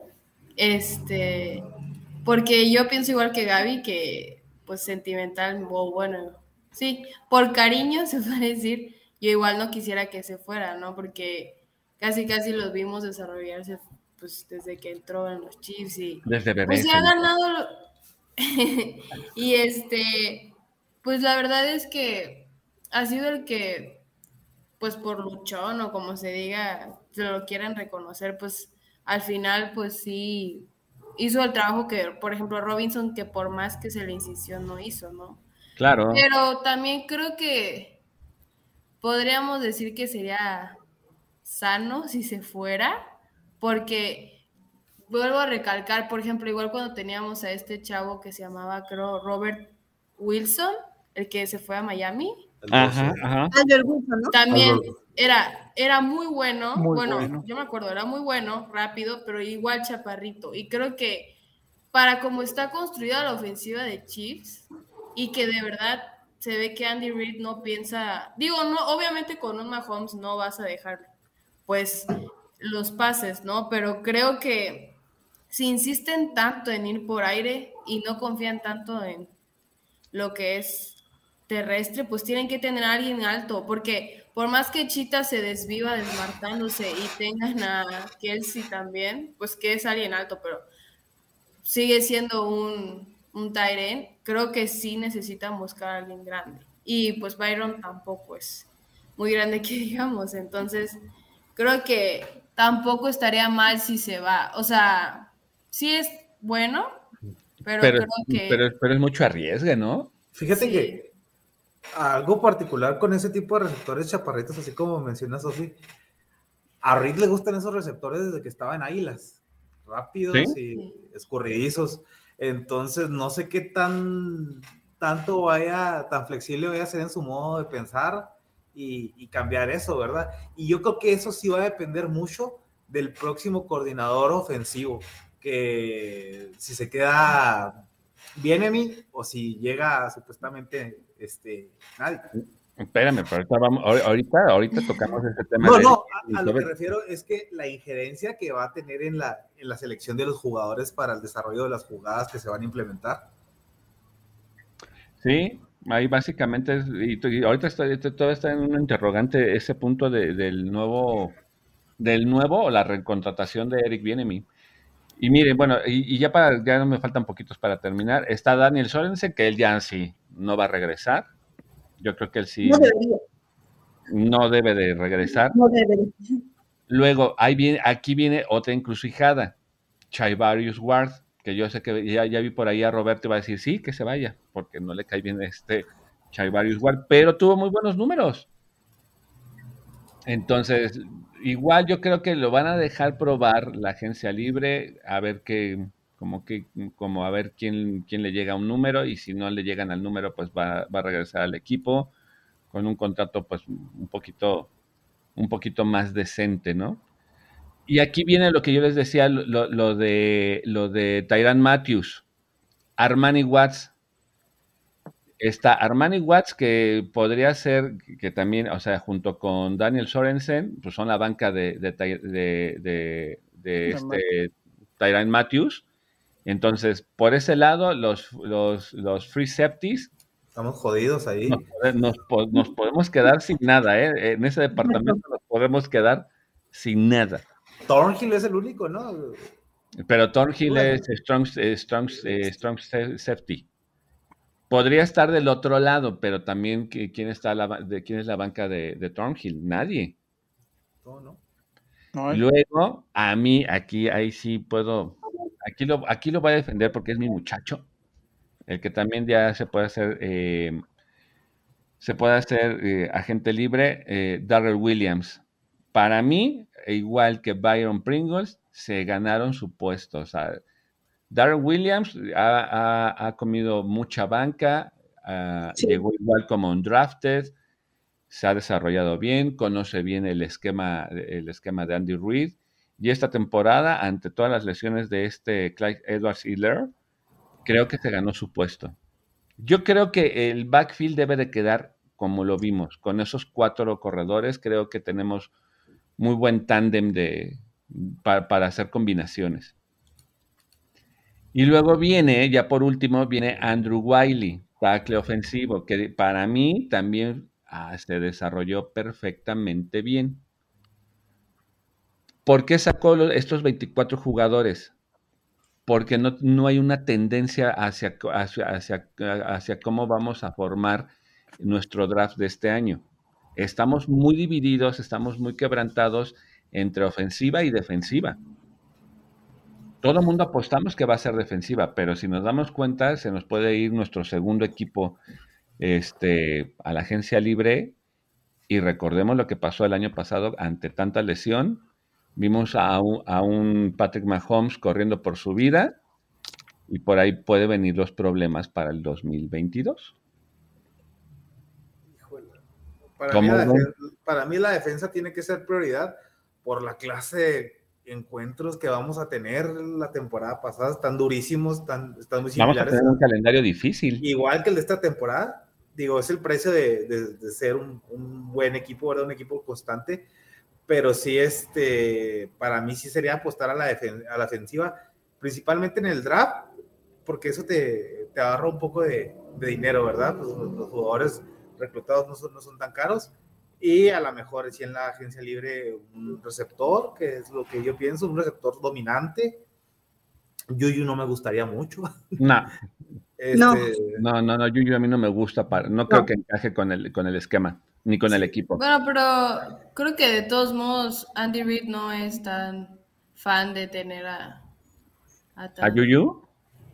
porque yo pienso igual que Gaby, que pues sentimental, o bueno, sí, por cariño se puede decir, yo igual no quisiera que se fuera, ¿no? Porque casi los vimos desarrollarse pues desde que entró en los Chiefs y Desde pues bebé se se ha dice. ganado y pues la verdad es que ha sido el que pues por luchón o como se diga, se lo quieren reconocer, pues al final pues sí hizo el trabajo que, por ejemplo, Robinson, que por más que se le insistió, no hizo, ¿no? Claro, Pero también creo que podríamos decir que sería sano si se fuera, porque vuelvo a recalcar, por ejemplo, igual cuando teníamos a este chavo que se llamaba, creo, Robert Wilson, el que se fue a Miami, ajá, ajá. Albert Wilson, ¿no? también era muy bueno, Muy bueno, bueno. yo me acuerdo, era muy bueno, rápido, pero igual chaparrito. Y creo que para cómo está construida la ofensiva de Chiefs y que de verdad se ve que Andy Reid no piensa, digo, no, obviamente con un Mahomes no vas a dejar pues los pases, ¿no? Pero creo que si insisten tanto en ir por aire y no confían tanto en lo que es terrestre, pues tienen que tener a alguien alto, porque por más que Chita se desviva desmarcándose y tengan a Kelsey también, pues que es alguien alto, pero sigue siendo un tight end, creo que sí necesitan buscar a alguien grande. Y pues Byron tampoco es muy grande que digamos, entonces creo que tampoco estaría mal si se va. O sea, sí es bueno, pero Pero, creo que pero es mucho arriesgue, ¿no? Fíjate sí. que algo particular con ese tipo de receptores chaparritos, así como menciona Sofi, a Reed le gustan esos receptores desde que estaba en Águilas, ¿Sí? rápidos y escurridizos. Entonces, no sé qué tanto tan flexible vaya a ser en su modo de pensar y cambiar eso, ¿verdad? Y yo creo que eso sí va a depender mucho del próximo coordinador ofensivo, que si se queda Bieniemy o si llega supuestamente nadie. Espérame, pero ahorita tocamos ese tema. No, a lo que refiero es que la injerencia que va a tener en la selección de los jugadores para el desarrollo de las jugadas que se van a implementar. Sí, ahí básicamente y ahorita todo está en un interrogante ese punto del nuevo o la recontratación de Eric Bieniemy. Y miren, bueno, y ya no me faltan poquitos para terminar. Está Daniel Sorensen, que él ya sí no va a regresar. Yo creo que él sí no debe de regresar. No debería. Luego, aquí viene otra encrucijada. Charvarius Ward, que yo sé que ya vi por ahí a Roberto y va a decir sí, que se vaya, porque no le cae bien Charvarius Ward, pero tuvo muy buenos números. Entonces, igual yo creo que lo van a dejar probar la agencia libre, a ver como a ver quién le llega a un número, y si no le llegan al número, pues va a regresar al equipo con un contrato pues un poquito más decente, ¿no? Y aquí viene lo que yo les decía, lo de Tyrann Matthew, Armani Watts. Está Armani Watts, que podría ser que también, o sea, junto con Daniel Sorensen, pues son la banca de Tyrann Matthew. Entonces, por ese lado, los free safeties. Estamos jodidos ahí. Nos podemos quedar sin nada, ¿eh? En ese departamento nos podemos quedar sin nada. Thornhill es el único, ¿no? Pero Thornhill es strong safety. Podría estar del otro lado, pero también ¿quién es la banca de Thornhill? Nadie. No. Luego, a mí, ahí sí puedo, aquí lo voy a defender porque es mi muchacho, el que también ya se puede hacer agente libre, Darrell Williams. Para mí, igual que Byron Pringles, se ganaron su puesto. O sea, Darrell Williams ha comido mucha banca, Sí. llegó igual como undrafted, se ha desarrollado bien, conoce bien el esquema de Andy Reid, y esta temporada, ante todas las lesiones de Clyde Edwards-Helaire, creo que se ganó su puesto. Yo creo que el backfield debe de quedar como lo vimos, con esos 4 corredores. Creo que tenemos muy buen tándem para hacer combinaciones. Y luego ya por último, viene Andrew Wiley, tackle ofensivo, que para mí también se desarrolló perfectamente bien. ¿Por qué sacó estos 24 jugadores? Porque no hay una tendencia hacia cómo vamos a formar nuestro draft de este año. Estamos muy divididos, estamos muy quebrantados entre ofensiva y defensiva. Todo el mundo apostamos que va a ser defensiva, pero si nos damos cuenta, se nos puede ir nuestro segundo equipo a la agencia libre, y recordemos lo que pasó el año pasado ante tanta lesión. Vimos a un Patrick Mahomes corriendo por su vida, y por ahí puede venir los problemas para el 2022. Para mí la defensa tiene que ser prioridad por la clase de encuentros que vamos a tener la temporada pasada. Están durísimos, están muy similares. Vamos a tener un calendario difícil. Igual que el de esta temporada. Digo, es el precio de ser un buen equipo, ¿verdad? Un equipo constante. Pero sí, para mí sí sería apostar a la ofensiva, principalmente en el draft, porque eso te ahorra un poco de dinero, ¿verdad? Pues los jugadores reclutados no son tan caros, y a lo mejor si en la agencia libre un receptor, que es lo que yo pienso, un receptor dominante. Yuyu no me gustaría mucho. No. No, Yuyu a mí no me gusta, no creo que encaje con el esquema, ni con el equipo. Bueno, pero creo que de todos modos Andy Reid no es tan fan de tener a Yuyu,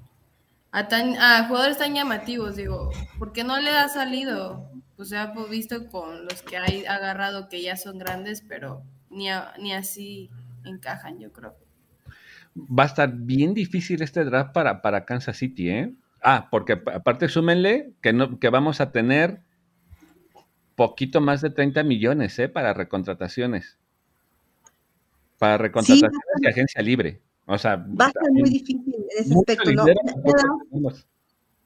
a jugadores tan llamativos, digo, porque no le ha salido. Pues se ha visto con los que ha agarrado que ya son grandes, pero ni así encajan, yo creo. Va a estar bien difícil este draft para Kansas City, ¿eh? Porque aparte súmenle que vamos a tener poquito más de 30 millones, para recontrataciones. Para recontrataciones y agencia libre. O sea, va a ser muy difícil en ese aspecto, ¿no?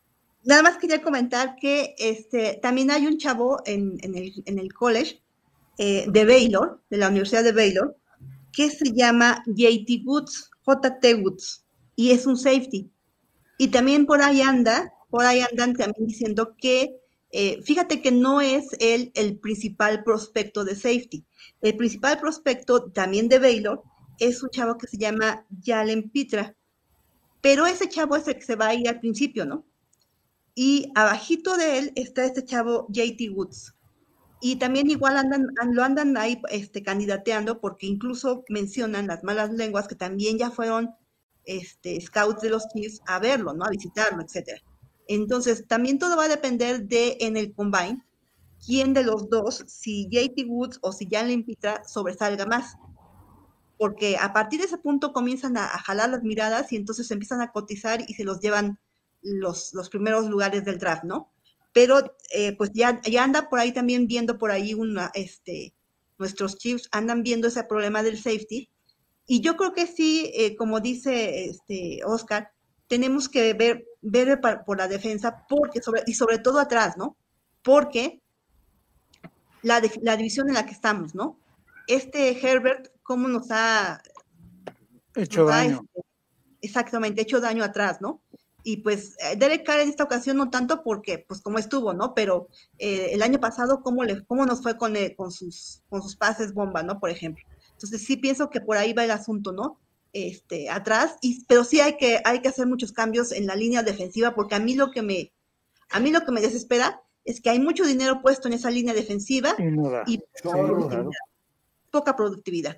Nada más quería comentar que también hay un chavo en el college de Baylor, de la Universidad de Baylor, que se llama JT Woods, y es un safety. Y también por ahí andan también diciendo que, fíjate que no es él el principal prospecto de safety. El principal prospecto también de Baylor es un chavo que se llama Jalen Pitra, pero ese chavo es el que se va a ir al principio, ¿no? Y abajito de él está este chavo JT Woods. Y también igual lo andan ahí candidateando, porque incluso mencionan las malas lenguas que también ya fueron scouts de los Chiefs a verlo, ¿no? A visitarlo, etcétera. Entonces, también todo va a depender de en el combine quién de los dos, si JT Woods o si Jalen Pitra, sobresalga más. Porque a partir de ese punto comienzan a jalar las miradas y entonces empiezan a cotizar y se los llevan los primeros lugares del draft, ¿no? Pero pues ya anda por ahí también viendo por ahí nuestros Chiefs andan viendo ese problema del safety. Y yo creo que sí, como dice Oscar, tenemos que ver por la defensa, porque sobre todo atrás, ¿no? Porque la división en la que estamos, ¿no? Herbert, ¿cómo nos ha hecho daño? Exactamente, hecho daño atrás, ¿no? Y pues Derek Carr en esta ocasión no tanto porque, pues como estuvo, ¿no? Pero el año pasado, ¿cómo nos fue con sus pases bomba, ¿no? Por ejemplo. Entonces sí pienso que por ahí va el asunto, ¿no? Atrás, pero sí hay que hacer muchos cambios en la línea defensiva, porque a mí lo que me desespera es que hay mucho dinero puesto en esa línea defensiva y poca productividad.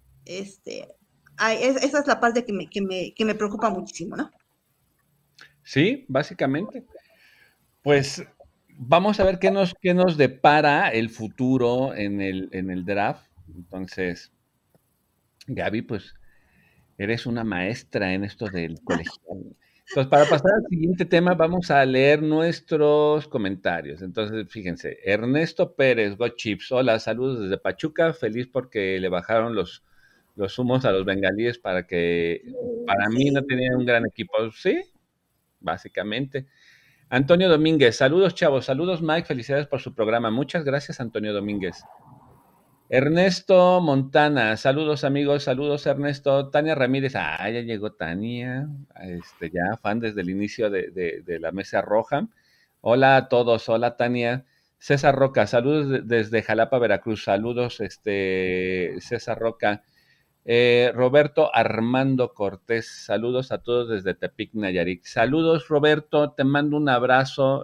Esa es la parte que me preocupa muchísimo, ¿no? Sí, básicamente. Pues vamos a ver qué nos depara el futuro en el draft. Entonces, Gaby, pues eres una maestra en esto del colegial. Entonces, para pasar al siguiente tema, vamos a leer nuestros comentarios. Entonces, fíjense, Ernesto Pérez, Go Chips, hola, saludos desde Pachuca, feliz porque le bajaron los humos a los bengalíes para mí no tenían un gran equipo. Sí, básicamente. Antonio Domínguez, saludos chavos, saludos Mike, felicidades por su programa. Muchas gracias, Antonio Domínguez. Ernesto Montana, saludos amigos, saludos Ernesto. Tania Ramírez, ya llegó Tania, ya fan desde el inicio de la mesa roja. Hola a todos, hola Tania. César Roca, saludos desde Jalapa, Veracruz, saludos César Roca. Roberto Armando Cortés, saludos a todos desde Tepic, Nayarit. Saludos Roberto, te mando un abrazo.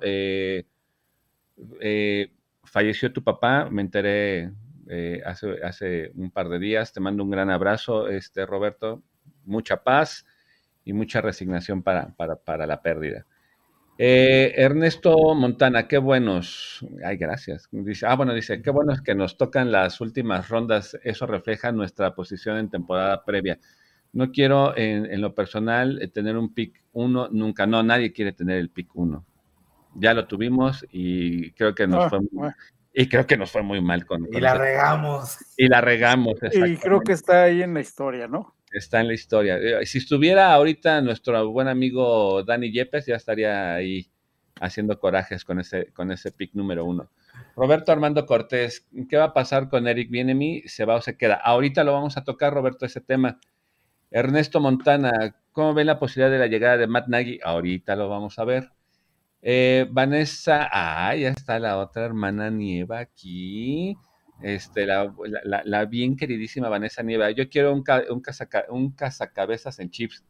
Falleció tu papá, me enteré hace un par de días. Te mando un gran abrazo, Roberto. Mucha paz y mucha resignación para la pérdida. Ernesto Montana, qué buenos. Ay, gracias. Dice, qué bueno es que nos tocan las últimas rondas. Eso refleja nuestra posición en temporada previa. No quiero en lo personal tener un pick 1, nunca. No, nadie quiere tener el pick 1. Ya lo tuvimos y creo que nos fue muy mal con la regamos. Y la regamos. Y creo que está ahí en la historia, ¿no? Está en la historia. Si estuviera ahorita nuestro buen amigo Dani Yepes, ya estaría ahí haciendo corajes con ese pick número 1. Roberto Armando Cortés, ¿qué va a pasar con Eric Bieniemy? ¿Se va o se queda? Ahorita lo vamos a tocar, Roberto, ese tema. Ernesto Montana, ¿cómo ven la posibilidad de la llegada de Matt Nagy? Ahorita lo vamos a ver. Vanessa, ya está la otra hermana Nieva aquí. La bien queridísima Vanessa Nieva. Yo quiero un cazacabezas en chips.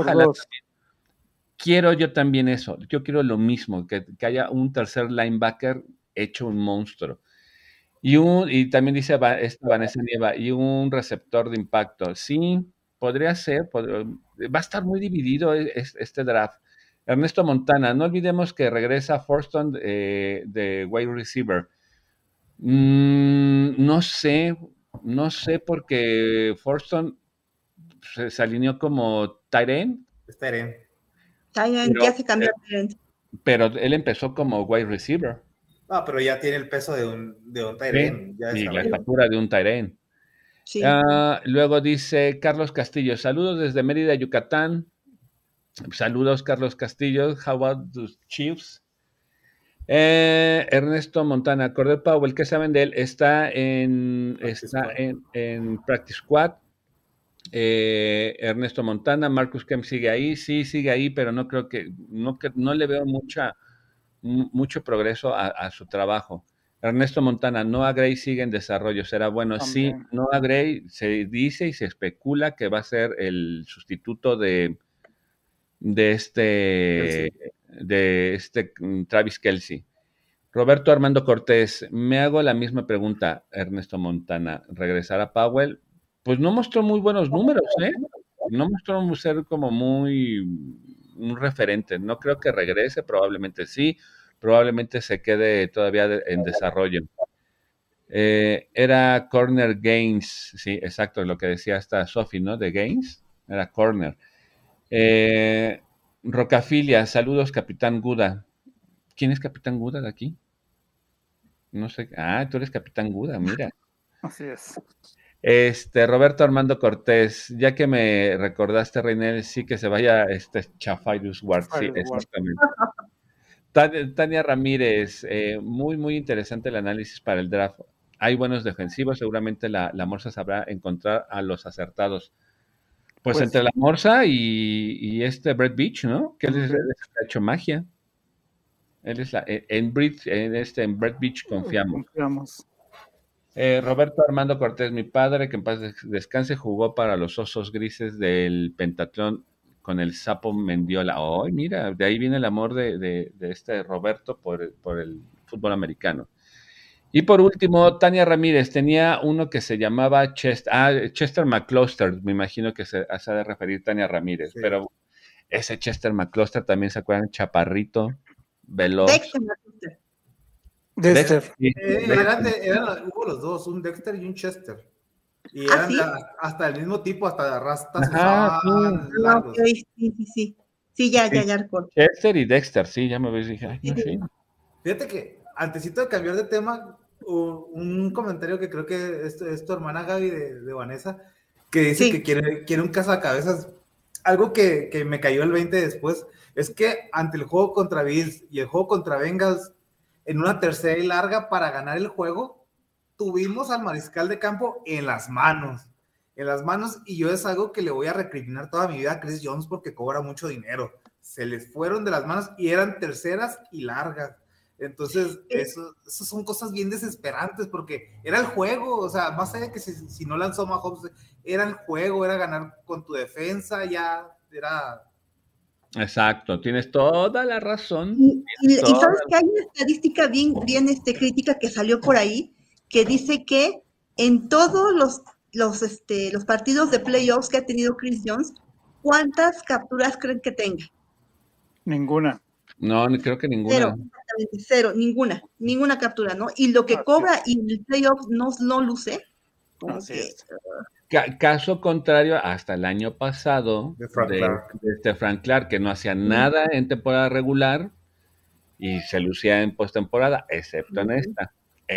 Quiero yo también eso. Yo quiero lo mismo, que haya un tercer linebacker hecho un monstruo. Y también dice Vanessa Nieva, y un receptor de impacto. Sí, podría ser. Va a estar muy dividido este draft. Ernesto Montana, no olvidemos que regresa Forston de wide receiver. No sé porque Forston se alineó como tight end. Ya se cambió a tight end. Pero él empezó como wide receiver. No, pero ya tiene el peso de un tight end. Y la estatura de un tight end. Sí. Luego dice Carlos Castillo, saludos desde Mérida, Yucatán. Saludos, Carlos Castillo. How about the Chiefs? Ernesto Montana, Cordell Powell, ¿qué saben de él? Está en Practice Squad. Ernesto Montana, Marcus Kemp sigue ahí, sí, sigue ahí, pero no creo que no le veo mucho progreso a su trabajo. Ernesto Montana, Noah Gray sigue en desarrollo, será bueno. También. Sí, Noah Gray se dice y se especula que va a ser el sustituto de Travis Kelce. Roberto Armando Cortés, me hago la misma pregunta, Ernesto Montana, ¿regresará Powell? Pues no mostró muy buenos números, ¿eh? No mostró ser como un referente. No creo que regrese, probablemente sí, probablemente se quede todavía en desarrollo. Era Corner Gaines, sí, exacto, lo que decía hasta Sophie, ¿no? De Gaines, era Corner. Rocafilia, saludos, Capitán Guda. ¿Quién es Capitán Guda de aquí? No sé. Ah, tú eres Capitán Guda, mira. Así es. Roberto Armando Cortés, ya que me recordaste, Reinel, sí que se vaya Chafairus Ward, sí, exactamente. Tania Ramírez, muy, muy interesante el análisis para el draft. Hay buenos defensivos, seguramente la Morsa sabrá encontrar a los acertados. Pues entre la Morsa y Brett Beach, ¿no? Que él ha hecho magia. Él es en Brett Beach confiamos. Roberto Armando Cortés, mi padre, que en paz descanse, jugó para los Osos Grises del Pentatlón con el Sapo Mendiola. Ay, mira, de ahí viene el amor de Roberto por el fútbol americano. Y por último, Tania Ramírez, tenía uno que se llamaba Chester McCloster, me imagino que se ha de referir Tania Ramírez, sí. Pero ese Chester McCloster también se acuerdan, chaparrito, veloz. Dexter. Hubo los dos, un Dexter y un Chester. Y eran hasta el mismo tipo, hasta de rastas usaban largos. Sí, ya recuerdo. Chester y Dexter, sí, ya me ves, dije, ay, no sé. Fíjate que, antesito de cambiar de tema, un comentario que creo que es tu hermana Gaby de Vanessa, que dice que quiere un cazacabezas. Algo que me cayó el 20 después, es que ante el juego contra Bills y el juego contra Bengals, en una tercera y larga para ganar el juego, tuvimos al mariscal de campo en las manos, y yo es algo que le voy a recriminar toda mi vida a Chris Jones porque cobra mucho dinero. Se les fueron de las manos y eran terceras y largas. Entonces, eso son cosas bien desesperantes porque era el juego, o sea, más allá de que si no lanzó Mahomes, era el juego, era ganar con tu defensa, ya era... Exacto, tienes toda la razón. Y sabes que hay una estadística bien crítica que salió por ahí, que dice que en todos los partidos de playoffs que ha tenido Chris Jones, ¿cuántas capturas creen que tenga? Ninguna. No, creo que ninguna. Cero, ninguna captura, ¿no? Y lo que cobra y el playoff no luce. Caso contrario, hasta el año pasado, de Frank Clark, que no hacía nada en temporada regular y se lucía en postemporada, excepto en esta.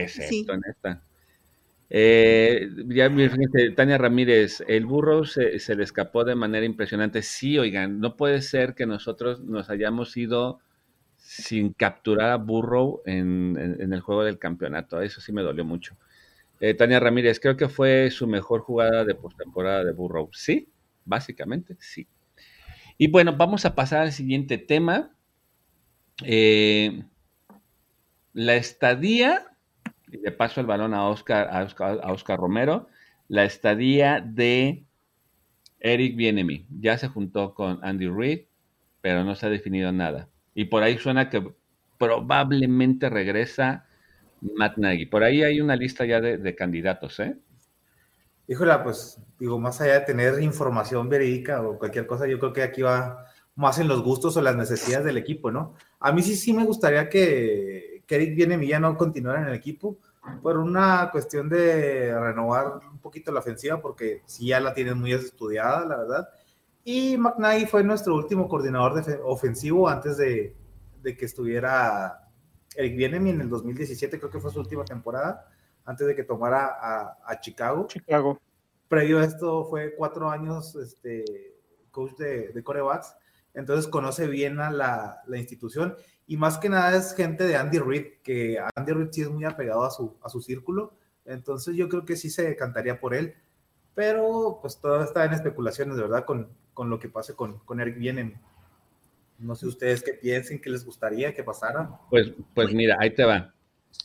Ya fíjense, Tania Ramírez, el burro se le escapó de manera impresionante. Sí, oigan, no puede ser que nosotros nos hayamos ido sin capturar a Burrow en el juego del campeonato. Eso sí me dolió mucho. Tania Ramírez, creo que fue su mejor jugada de postemporada de Burrow. Sí, básicamente sí. Y bueno, vamos a pasar al siguiente tema. La estadía, y le paso el balón a Oscar Romero, la estadía de Eric Bieniemy. Ya se juntó con Andy Reid, pero no se ha definido nada. Y por ahí suena que probablemente regresa Matt Nagy. Por ahí hay una lista ya de candidatos, ¿eh? Híjola, pues, digo, más allá de tener información verídica o cualquier cosa, yo creo que aquí va más en los gustos o las necesidades del equipo, ¿no? A mí sí me gustaría que Eric Bieniemy ya no continuara en el equipo por una cuestión de renovar un poquito la ofensiva, porque sí ya la tienen muy estudiada, la verdad. Y Matt Nagy fue nuestro último coordinador ofensivo antes de que estuviera Eric Bieniemy en el 2017, creo que fue su última temporada, antes de que tomara a Chicago. Previo a esto fue 4 años coach de quarterbacks, entonces conoce bien a la institución, y más que nada es gente de Andy Reid, que Andy Reid sí es muy apegado a su círculo, entonces yo creo que sí se decantaría por él, pero pues todo está en especulaciones, de verdad, con lo que pase con Eric Bieniemy. No sé ustedes qué piensen, qué les gustaría que pasara. Pues mira, ahí te va.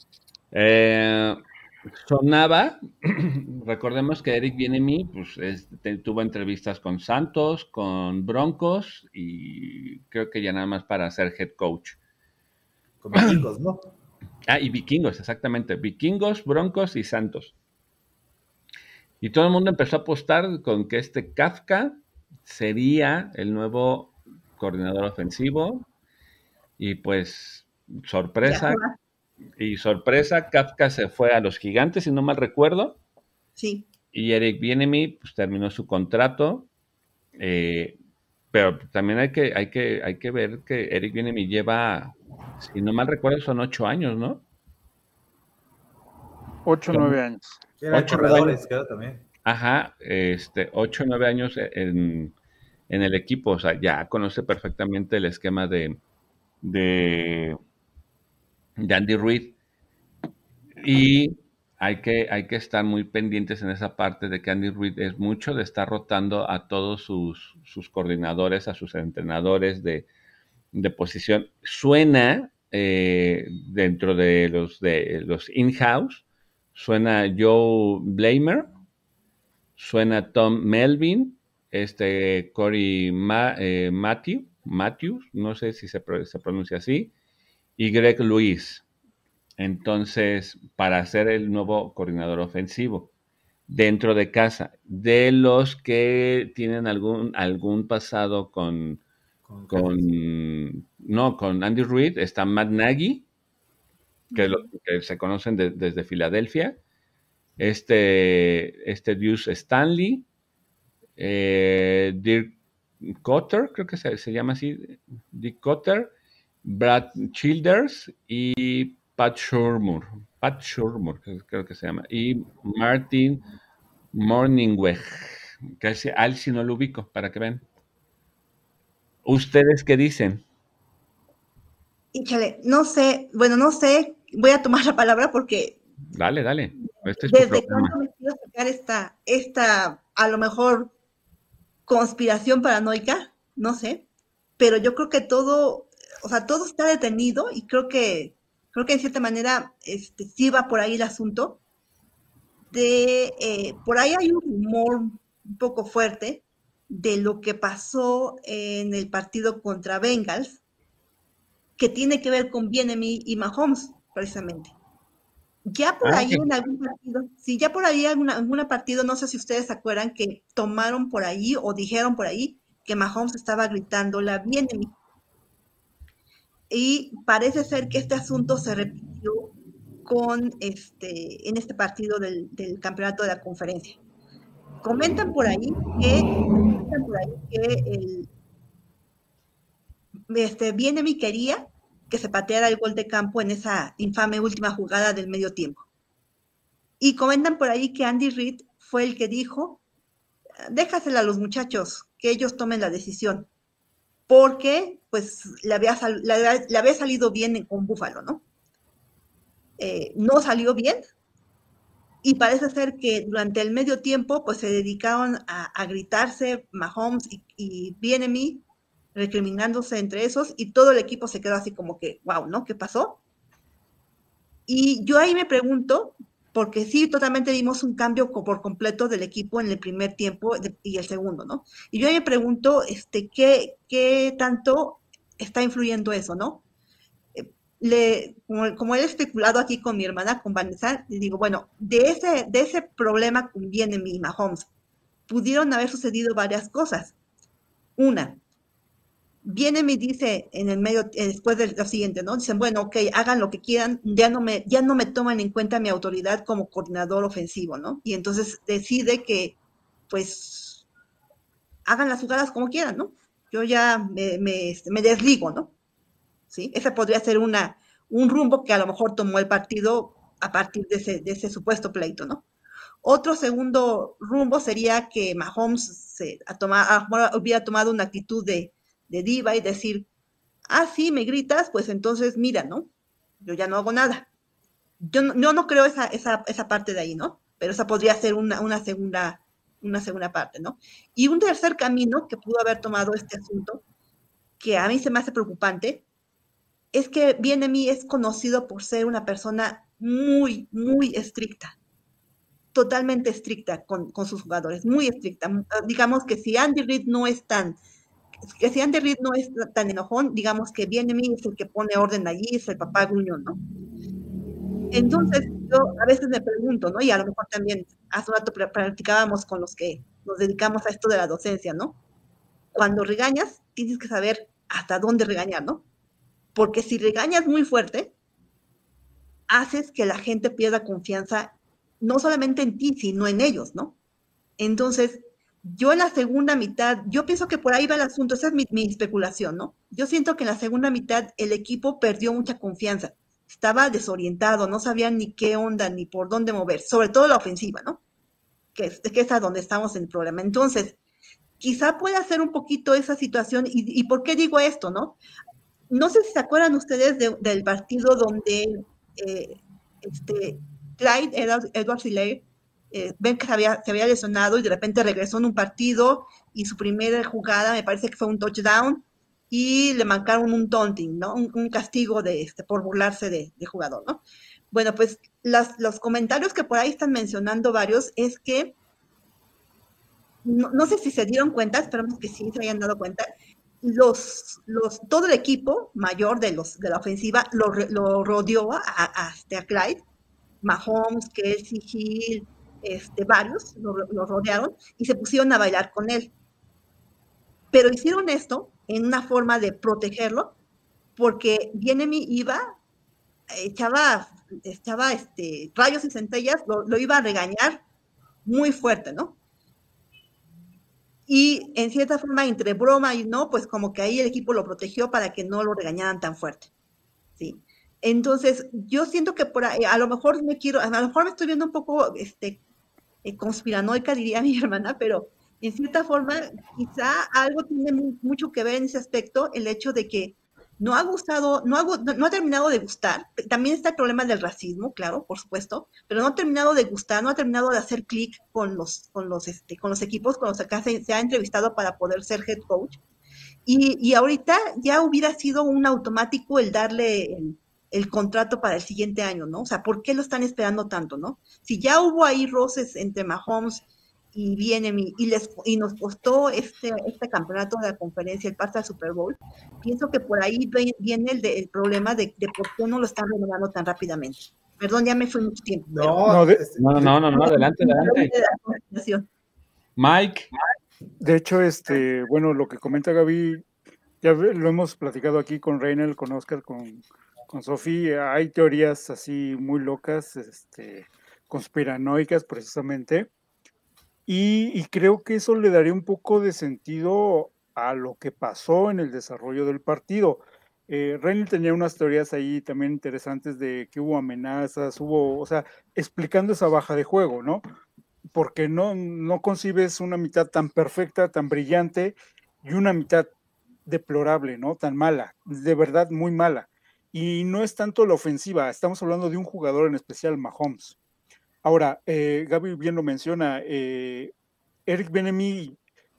Sonaba, recordemos que Eric Bieniemy pues, tuvo entrevistas con Santos, con Broncos y creo que ya nada más para ser head coach. Con Vikingos, ¿no? Y Vikingos, exactamente. Vikingos, Broncos y Santos. Y todo el mundo empezó a apostar con que Kafka sería el nuevo coordinador ofensivo. Y pues, sorpresa, Kafka se fue a los Gigantes, si no mal recuerdo. Sí. Y Eric Bieniemy pues, terminó su contrato. Pero también hay que ver que Eric Bieniemy lleva, si no mal recuerdo, son 8 años, ¿no? 8 o 9 años. Eran corredores, creo también. Ajá, 8 o 9 años en el equipo, o sea, ya conoce perfectamente el esquema de Andy Reid. Y hay que estar muy pendientes en esa parte de que Andy Reid es mucho de estar rotando a todos sus coordinadores, a sus entrenadores de posición. Suena dentro de los in-house, suena Joe Blamer, suena Tom Melvin, Corey Matthews, no sé si se pronuncia así, y Greg Lewis. Entonces, para ser el nuevo coordinador ofensivo dentro de casa, de los que tienen algún pasado con Andy Reid, está Matt Nagy, que se conocen desde Filadelfia, Deuce Stanley, Dirk Koetter, creo que se llama así, Dirk Koetter, Brad Childers y Pat Shurmur, creo que se llama, y Martin Morningweg, que a él sí no lo ubico, para que vean. ¿Ustedes qué dicen? Híjole, no sé, voy a tomar la palabra porque... Dale, este es ¿desde cuándo me quiero sacar esta, a lo mejor, conspiración paranoica? No sé, pero yo creo que todo está detenido y creo que en cierta manera sí va por ahí el asunto por ahí hay un rumor un poco fuerte de lo que pasó en el partido contra Bengals, que tiene que ver con Bieniemy y Mahomes, precisamente. Ya por ahí en algún partido, ya por ahí en algún partido, no sé si ustedes se acuerdan que tomaron por ahí o dijeron por ahí que Mahomes estaba gritando la Bieniemy. Y parece ser que este asunto se repitió en este partido del campeonato de la conferencia. Comentan por ahí que Bieniemy quería que se pateara el gol de campo en esa infame última jugada del medio tiempo. Y comentan por ahí que Andy Reid fue el que dijo, déjasela a los muchachos, que ellos tomen la decisión, porque pues le había salido bien con Buffalo, ¿no? No salió bien, y parece ser que durante el medio tiempo pues se dedicaron a gritarse Mahomes y Bieniemy, recriminándose entre esos, y todo el equipo se quedó así como que, wow, ¿no? ¿Qué pasó? Y yo ahí me pregunto, porque sí, totalmente vimos un cambio por completo del equipo en el primer tiempo y el segundo, ¿no? Y yo ahí me pregunto, ¿qué tanto está influyendo eso, ¿no? Como he especulado aquí con mi hermana, con Vanessa, le digo, bueno, de ese problema con Bieniemy y Mahomes, pudieron haber sucedido varias cosas. Una, Bieniemy dice en el medio, después de lo siguiente, ¿no? Dicen, bueno, ok, hagan lo que quieran, ya no me toman en cuenta mi autoridad como coordinador ofensivo, ¿no? Y entonces decide que, pues, hagan las jugadas como quieran, ¿no? Yo ya me desligo, ¿no? ¿Sí? Ese podría ser un rumbo que a lo mejor tomó el partido a partir de ese supuesto pleito, ¿no? Otro segundo rumbo sería que Mahomes hubiera tomado una actitud de diva y decir, sí, me gritas, pues entonces mira, ¿no? Yo ya no hago nada. Yo no creo esa parte de ahí, ¿no? Pero esa podría ser una segunda parte, ¿no? Y un tercer camino que pudo haber tomado este asunto, que a mí se me hace preocupante, es que Bieniemy es conocido por ser una persona muy, muy estricta, totalmente estricta con sus jugadores, muy estricta. Digamos que si Andy Reid no es tan enojón, digamos que Bieniemy es el que pone orden allí, es el papá gruñón, ¿no? Entonces, yo a veces me pregunto, ¿no? Y a lo mejor también hace un rato practicábamos con los que nos dedicamos a esto de la docencia, ¿no? Cuando regañas, tienes que saber hasta dónde regañar, ¿no? Porque si regañas muy fuerte, haces que la gente pierda confianza no solamente en ti, sino en ellos, ¿no? Entonces, yo en la segunda mitad, yo pienso que por ahí va el asunto, esa es mi especulación, ¿no? Yo siento que en la segunda mitad el equipo perdió mucha confianza, estaba desorientado, no sabían ni qué onda, ni por dónde mover, sobre todo la ofensiva, ¿no? Que es a donde estamos en el problema. Entonces, quizá pueda ser un poquito esa situación, y ¿por qué digo esto, no? No sé si se acuerdan ustedes del partido donde Clyde Edwards-Helaire ven que se había lesionado y de repente regresó en un partido y su primera jugada me parece que fue un touchdown y le marcaron un taunting, ¿no? Un castigo por burlarse de jugador, ¿no? Bueno, pues los comentarios que por ahí están mencionando varios es que no sé si se dieron cuenta, esperamos que sí se hayan dado cuenta, todo el equipo mayor de la ofensiva lo rodeó a Clyde, Mahomes, Kelsey, Hill, varios lo rodearon y se pusieron a bailar con él. Pero hicieron esto en una forma de protegerlo, porque Bieniemy echaba rayos y centellas, lo iba a regañar muy fuerte, ¿no? Y en cierta forma, entre broma y no, pues como que ahí el equipo lo protegió para que no lo regañaran tan fuerte, ¿sí? Entonces, yo siento que por ahí, a lo mejor me estoy viendo un poco conspiranoica, diría mi hermana, pero en cierta forma, quizá algo tiene mucho que ver en ese aspecto, el hecho de que no ha terminado de gustar. También está el problema del racismo, claro, por supuesto, pero no ha terminado de gustar, no ha terminado de hacer clic con los equipos con los que se ha entrevistado para poder ser head coach. Y ahorita ya hubiera sido un automático el darle el contrato para el siguiente año, ¿no? O sea, ¿por qué lo están esperando tanto, no? Si ya hubo ahí roces entre Mahomes y Bieniemy y nos costó este campeonato de la conferencia, el pase al Super Bowl, pienso que por ahí viene el problema de por qué no lo están renovando tan rápidamente. Perdón, ya me fui mucho tiempo. No, adelante. Mike. De hecho, bueno, lo que comenta Gaby, ya lo hemos platicado aquí con Reynel, con Oscar, con Sofi. Hay teorías así muy locas, conspiranoicas precisamente, y creo que eso le daría un poco de sentido a lo que pasó en el desarrollo del partido. Reynel tenía unas teorías ahí también interesantes de que hubo amenazas, o sea, explicando esa baja de juego, ¿no? Porque no concibes una mitad tan perfecta, tan brillante, y una mitad deplorable, ¿no? Tan mala, de verdad muy mala. Y no es tanto la ofensiva, estamos hablando de un jugador en especial, Mahomes. Ahora, Gaby bien lo menciona, Eric Bieniemy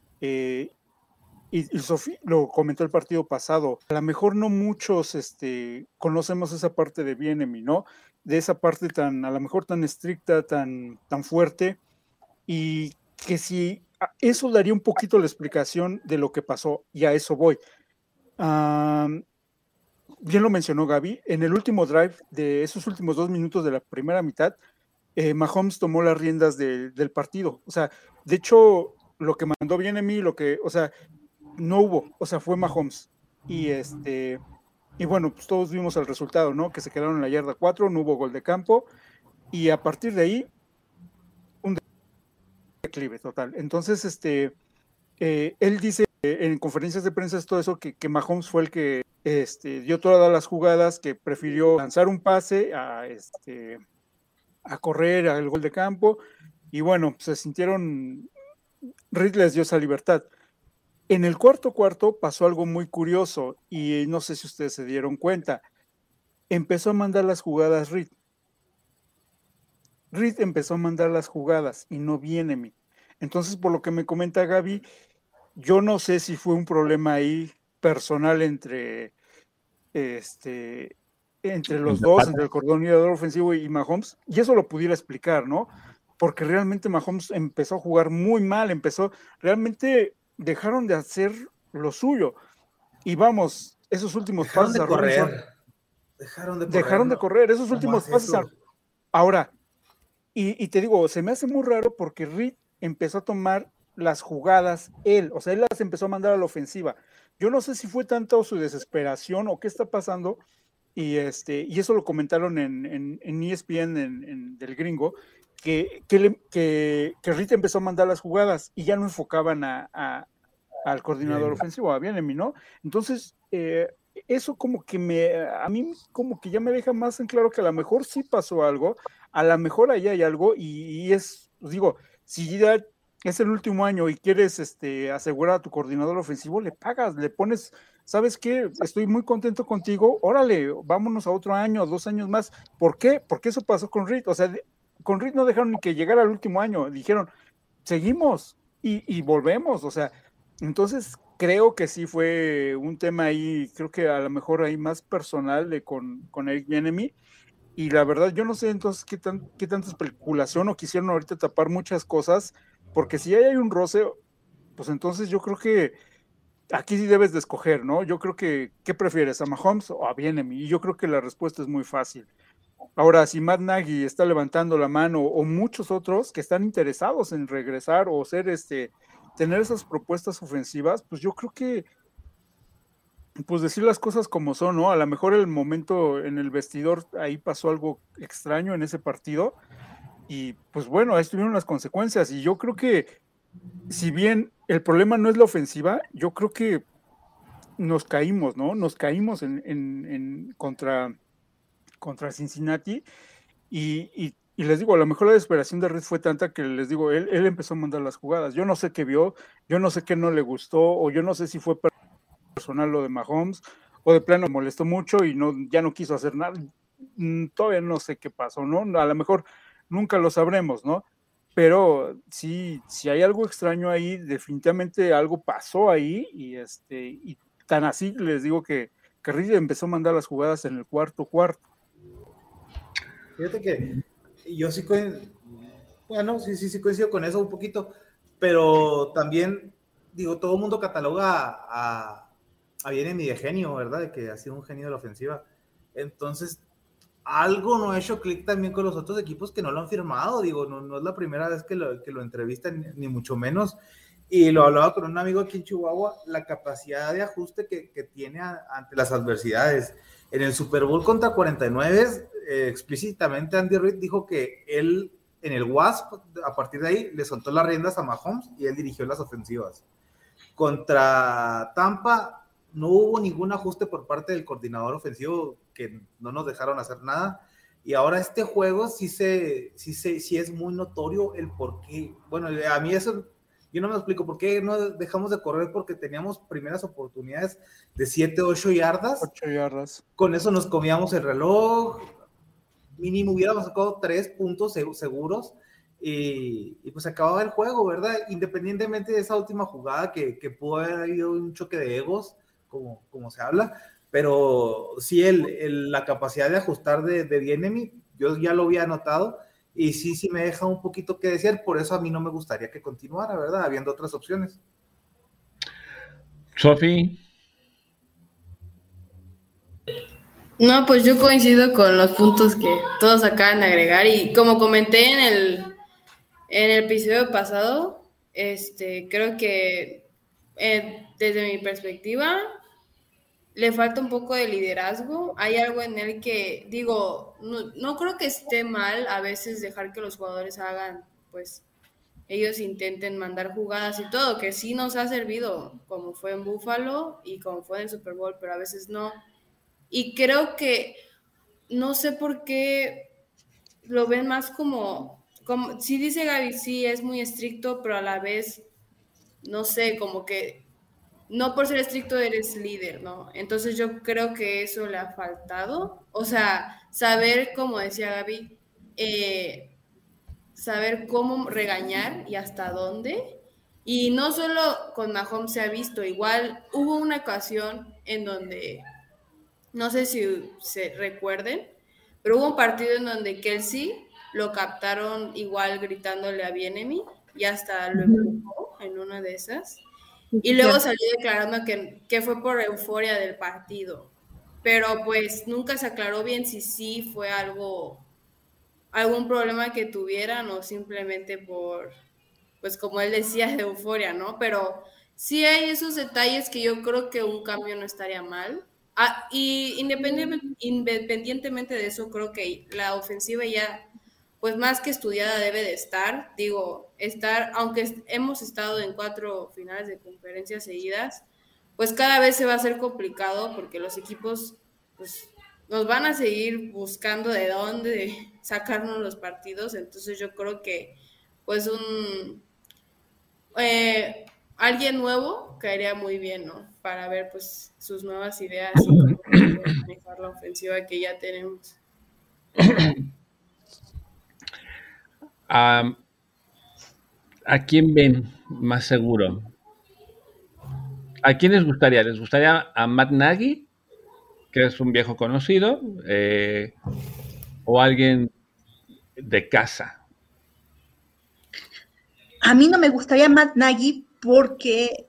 y Sofi lo comentó el partido pasado, a lo mejor no muchos conocemos esa parte de Bieniemy, ¿no? De esa parte a lo mejor tan estricta, tan fuerte, y que si eso daría un poquito la explicación de lo que pasó, y a eso voy. Bien lo mencionó Gaby, en el último drive de esos últimos 2 minutos de la primera mitad, Mahomes tomó las riendas del partido. O sea, de hecho, lo que mandó Bieniemy, o sea, no hubo, o sea, fue Mahomes. Y bueno, pues todos vimos el resultado, ¿no? Que se quedaron en la yarda 4, no hubo gol de campo, y a partir de ahí, un declive total. Entonces, él dice en conferencias de prensa todo eso, que Mahomes fue el que dio todas las jugadas, que prefirió lanzar un pase a correr al gol de campo, y bueno, se sintieron, Reid les dio esa libertad. En el cuarto pasó algo muy curioso y no sé si ustedes se dieron cuenta. Empezó a mandar las jugadas Reed. Reed empezó a mandar las jugadas y no Bieniemy. Entonces, por lo que me comenta Gaby, yo no sé si fue un problema ahí personal entre los dos, entre el coordinador ofensivo y Mahomes, y eso lo pudiera explicar, ¿no? Porque realmente Mahomes empezó a jugar muy mal, realmente dejaron de hacer lo suyo. Y vamos, esos últimos dejaron pases de correr. Dejaron de correr esos últimos pases. Ahora, y te digo, se me hace muy raro porque Reed empezó a tomar las jugadas él, o sea, él las empezó a mandar a la ofensiva. Yo no sé si fue tanto su desesperación o qué está pasando, y eso lo comentaron en ESPN del gringo, que Reed empezó a mandar las jugadas y ya no enfocaban al coordinador ofensivo, a Bieniemy, ¿no? Entonces, eso como que a mí como que ya me deja más en claro que a lo mejor sí pasó algo, a lo mejor ahí hay algo, y digo, si ya es el último año y quieres asegurar a tu coordinador ofensivo, le pagas, le pones, ¿sabes qué? Estoy muy contento contigo, órale, vámonos a otro año, 2 años más. ¿Por qué? Porque eso pasó con Reed, o sea, con Reed no dejaron ni que llegara al último año, dijeron, seguimos y volvemos, o sea, entonces creo que sí fue un tema ahí, creo que a lo mejor ahí más personal con Eric Bieniemy, y la verdad yo no sé entonces qué tanta especulación o quisieron ahorita tapar muchas cosas, porque si hay un roce, pues entonces yo creo que aquí sí debes de escoger, ¿no? Yo creo que, ¿qué prefieres, a Mahomes o a Bieniemy? Y yo creo que la respuesta es muy fácil. Ahora, si Matt Nagy está levantando la mano o muchos otros que están interesados en regresar o tener esas propuestas ofensivas, pues yo creo que, pues decir las cosas como son, ¿no? A lo mejor el momento en el vestidor ahí pasó algo extraño en ese partido y pues bueno, ahí estuvieron las consecuencias y yo creo que si bien el problema no es la ofensiva, yo creo que nos caímos, ¿no? Nos caímos contra Cincinnati y les digo, a lo mejor la desesperación de Reed fue tanta que les digo, él empezó a mandar las jugadas. Yo no sé qué vio, yo no sé qué no le gustó, o yo no sé si fue personal lo de Mahomes, o de plano molestó mucho y ya no quiso hacer nada. Todavía no sé qué pasó, ¿no? A lo mejor nunca lo sabremos, ¿no? Pero sí, si hay algo extraño ahí, definitivamente algo pasó ahí, y tan así les digo que Reed empezó a mandar las jugadas en el cuarto. Fíjate que yo sí coincido con eso un poquito, pero también, digo, todo el mundo cataloga a Bieniemy de genio, ¿verdad? De que ha sido un genio de la ofensiva. Entonces, algo no ha hecho clic también con los otros equipos que no lo han firmado. Digo, no es la primera vez que lo entrevistan, ni mucho menos. Y lo hablaba con un amigo aquí en Chihuahua, la capacidad de ajuste que tiene ante las adversidades. En el Super Bowl contra 49, explícitamente Andy Reid dijo que él, en el Wasp, a partir de ahí, le soltó las riendas a Mahomes y él dirigió las ofensivas. Contra Tampa, no hubo ningún ajuste por parte del coordinador ofensivo, que no nos dejaron hacer nada. Y ahora este juego sí es muy notorio el por qué. Bueno, a mí eso, yo no me explico por qué no dejamos de correr, porque teníamos primeras oportunidades de 7, 8 yardas. 8 yardas. Con eso nos comíamos el reloj. Mínimo hubiéramos sacado 3 puntos seguros. Y pues acababa el juego, ¿verdad? Independientemente de esa última jugada que pudo haber habido un choque de egos, como se habla, pero sí la capacidad de ajustar de Bieniemy, yo ya lo había notado, y sí me deja un poquito que desear. Por eso a mí no me gustaría que continuara, ¿verdad? Habiendo otras opciones. Sofi. No, pues yo coincido con los puntos que todos acaban de agregar, y como comenté en el episodio pasado, creo que desde mi perspectiva le falta un poco de liderazgo. Hay algo en él que, digo, no creo que esté mal a veces dejar que los jugadores hagan, pues ellos intenten mandar jugadas y todo, que sí nos ha servido, como fue en Buffalo y como fue en el Super Bowl, pero a veces no. Y creo que, no sé por qué lo ven más como sí dice Gaby, sí es muy estricto, pero a la vez, no sé, como que no por ser estricto eres líder, ¿no? Entonces yo creo que eso le ha faltado. O sea, saber, como decía Gaby, saber cómo regañar y hasta dónde. Y no solo con Mahomes se ha visto, igual hubo una ocasión en donde, no sé si se recuerden, pero hubo un partido en donde Kelsey lo captaron igual gritándole a Bieniemy y hasta lo empujó en una de esas. Y luego salió declarando que fue por euforia del partido. Pero pues nunca se aclaró bien si sí fue algún problema que tuvieran o simplemente por, pues como él decía, de euforia, ¿no? Pero sí hay esos detalles que yo creo que un cambio no estaría mal. Y independientemente de eso, creo que la ofensiva ya, pues más que estudiada debe de estar. Digo, aunque hemos estado en 4 finales de conferencias seguidas, pues cada vez se va a hacer complicado porque los equipos, pues nos van a seguir buscando de dónde sacarnos los partidos. Entonces yo creo que pues alguien nuevo caería muy bien, ¿no? Para ver pues sus nuevas ideas y cómo manejar la ofensiva que ya tenemos. ¿A quién ven más seguro? ¿A quién les gustaría? ¿Les gustaría a Matt Nagy, que es un viejo conocido, o alguien de casa? A mí no me gustaría Matt Nagy porque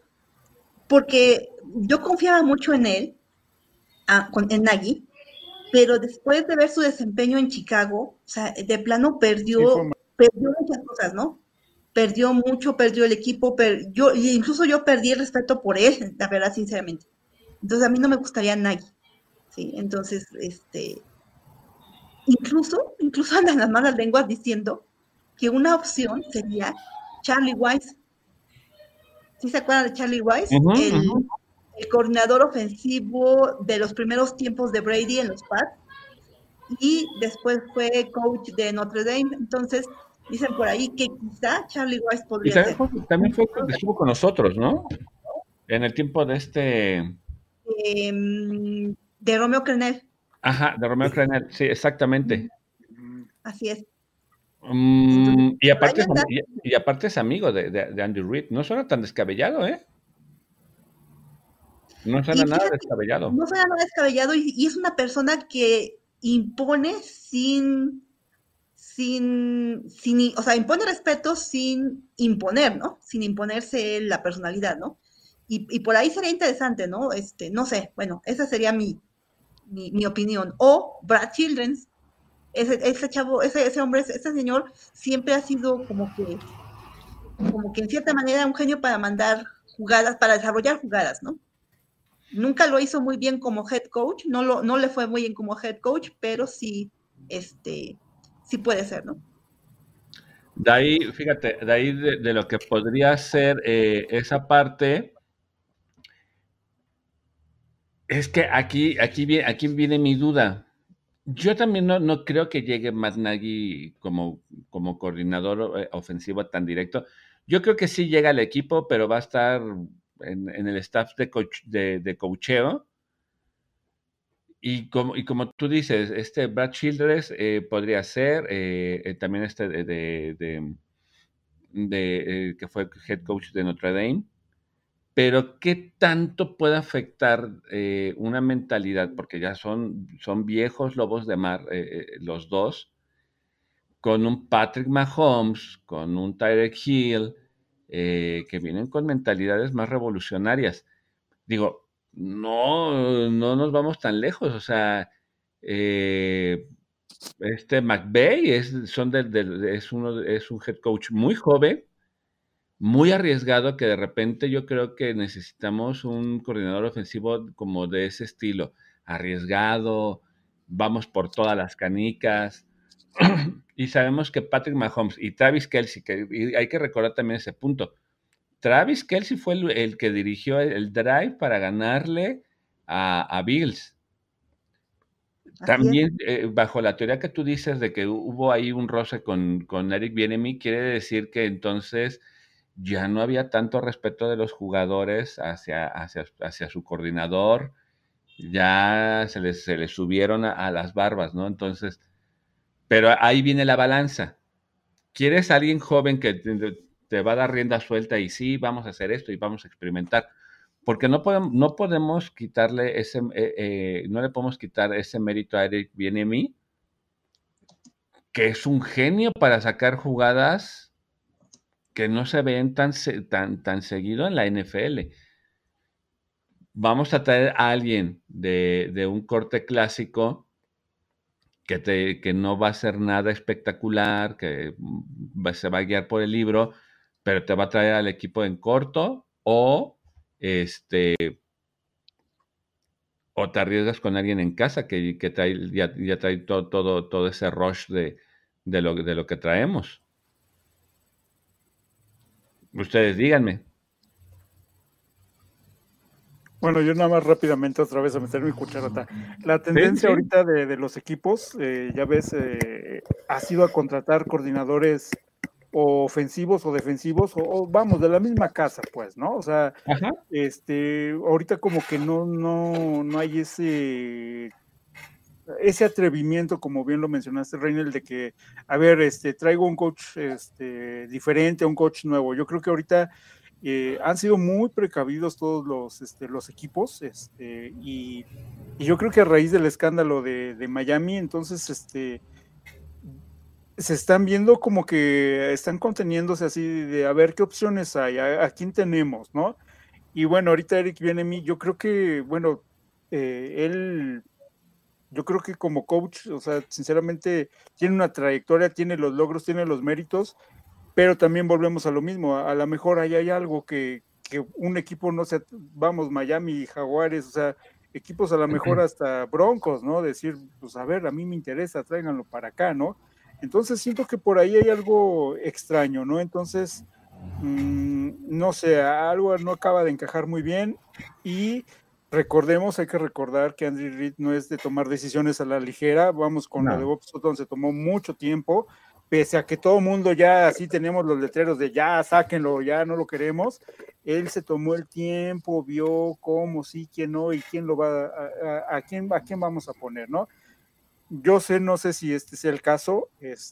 yo confiaba mucho en él, en Nagy, pero después de ver su desempeño en Chicago, o sea, de plano perdió muchas cosas, ¿no? Perdió mucho, perdió el equipo, incluso yo perdí el respeto por él, la verdad, sinceramente. Entonces a mí no me gustaría Nagy, ¿sí? Entonces, incluso andan las malas lenguas diciendo que una opción sería Charlie Weiss. ¿Sí se acuerdan de Charlie Weiss? El coordinador ofensivo de los primeros tiempos de Brady en los Pats, y después fue coach de Notre Dame. Entonces, dicen por ahí que quizá Charlie Weiss podría ser. También estuvo con nosotros, ¿no? En el tiempo de de Romeo Crennel. Ajá, de Romeo Crennel, sí, exactamente. Así es. Entonces, y aparte es amigo de Andy Reid. No suena tan descabellado, ¿eh? No suena nada descabellado. No suena nada descabellado y es una persona que impone o sea, impone respeto sin imponer, ¿no? Sin imponerse la personalidad, ¿no? Y por ahí sería interesante, ¿no? No sé, bueno, esa sería mi opinión. O Brad Childress, ese chavo, ese hombre, ese señor siempre ha sido como que en cierta manera un genio para mandar jugadas, para desarrollar jugadas, ¿no? Nunca lo hizo muy bien como head coach, no le fue muy bien como head coach, pero sí, sí puede ser, ¿no? De ahí, fíjate, de lo que podría ser esa parte, es que aquí viene mi duda. Yo también no creo que llegue Matt Nagy como coordinador ofensivo tan directo. Yo creo que sí llega al equipo, pero va a estar en el staff de coacheo. Y como tú dices, Brad Childress podría ser, también que fue head coach de Notre Dame, pero ¿qué tanto puede afectar una mentalidad? Porque ya son viejos lobos de mar los dos, con un Patrick Mahomes, con un Tyreek Hill, que vienen con mentalidades más revolucionarias. Digo, no nos vamos tan lejos, o sea, McVay es un head coach muy joven, muy arriesgado, que de repente yo creo que necesitamos un coordinador ofensivo como de ese estilo, arriesgado, vamos por todas las canicas. Y sabemos que Patrick Mahomes y Travis Kelce, y hay que recordar también ese punto, Travis Kelce fue el que dirigió el drive para ganarle a Bills. También, bajo la teoría que tú dices de que hubo ahí un roce con Eric Bieniemy, quiere decir que entonces ya no había tanto respeto de los jugadores hacia su coordinador, ya se les subieron a las barbas, ¿no? Entonces, pero ahí viene la balanza. ¿Quieres a alguien joven que te va a dar rienda suelta y sí, vamos a hacer esto y vamos a experimentar? Porque no podemos quitarle no le podemos quitar ese mérito a Eric Bieniemy, que es un genio para sacar jugadas que no se ven tan seguido en la NFL. Vamos a traer a alguien de un corte clásico que no va a ser nada espectacular, que se va a guiar por el libro, pero te va a traer al equipo en corto o te arriesgas con alguien en casa que trae, ya trae todo ese rush de lo que traemos. Ustedes díganme. Bueno, yo nada más rápidamente otra vez a meter mi cucharota. La tendencia ahorita de los equipos, ya ves, ha sido a contratar coordinadores o ofensivos o defensivos, o vamos, de la misma casa, pues, ¿no? O sea, ajá, ahorita como que no hay ese atrevimiento, como bien lo mencionaste, Reynel, de que, a ver, traigo un coach diferente, un coach nuevo. Yo creo que ahorita han sido muy precavidos todos los equipos, y yo creo que a raíz del escándalo de Miami, entonces, se están viendo como que están conteniéndose así de a ver qué opciones hay, a quién tenemos, ¿no? Y bueno, ahorita Eric Bieniemy, yo creo que, bueno, él, yo creo que como coach, o sea, sinceramente, tiene una trayectoria, tiene los logros, tiene los méritos, pero también volvemos a lo mismo, a lo mejor ahí hay algo que un equipo, no sé, vamos, Miami, Jaguares, o sea, equipos a lo mejor hasta Broncos, ¿no? Decir, pues a ver, a mí me interesa, tráiganlo para acá, ¿no? Entonces siento que por ahí hay algo extraño, ¿no? Entonces, no sé, algo no acaba de encajar muy bien y hay que recordar que Andy Reid no es de tomar decisiones a la ligera, vamos con lo de Bob Sutton, se tomó mucho tiempo, pese a que todo el mundo ya así tenemos los letreros de ya, sáquenlo, ya no lo queremos, él se tomó el tiempo, vio cómo sí, quién no, y quién lo va, a quién vamos a poner, ¿no? Yo no sé si este sea el caso,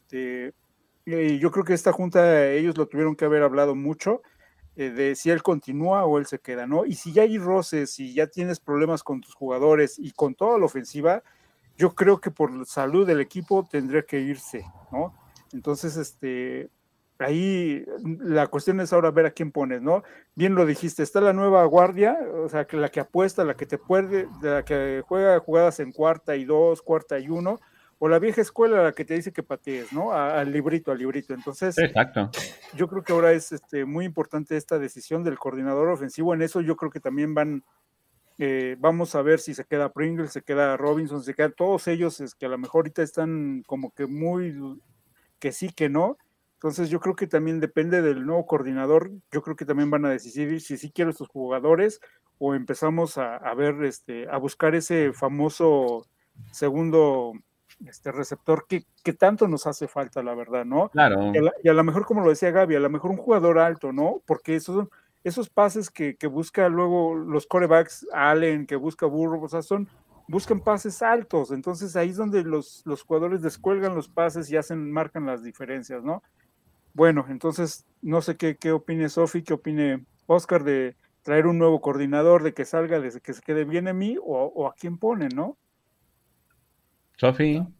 yo creo que esta junta ellos lo tuvieron que haber hablado mucho, de si él continúa o él se queda, ¿no? Y si ya hay roces, si ya tienes problemas con tus jugadores y con toda la ofensiva, yo creo que por salud del equipo tendría que irse, ¿no? Entonces, ahí la cuestión es ahora ver a quién pones, ¿no? Bien lo dijiste, está la nueva guardia, o sea, que la que apuesta, la que te puede, la que juega jugadas en 4ª y 2, 4ª y 1, o la vieja escuela, la que te dice que patees, ¿no? Al librito. Entonces, exacto. Yo creo que ahora es muy importante esta decisión del coordinador ofensivo. En eso yo creo que también vamos a ver si se queda Pringle, se queda Robinson, se quedan todos ellos, que a lo mejor ahorita están como que muy que sí, que no. Entonces yo creo que también depende del nuevo coordinador, yo creo que también van a decidir si sí quiero estos jugadores o empezamos a ver, a buscar ese famoso segundo receptor que tanto nos hace falta, la verdad, ¿no? Claro. Y a lo mejor, como lo decía Gaby, a lo mejor un jugador alto, ¿no? Porque esos pases que busca luego los quarterbacks, Allen, que busca Burrow, o sea, buscan pases altos, entonces ahí es donde los jugadores descuelgan los pases y marcan las diferencias, ¿no? Bueno, entonces, no sé qué opine Sofi, qué opine Oscar de traer un nuevo coordinador, de que salga, de que se quede bien en mí, o a quién pone, ¿no? Sofi.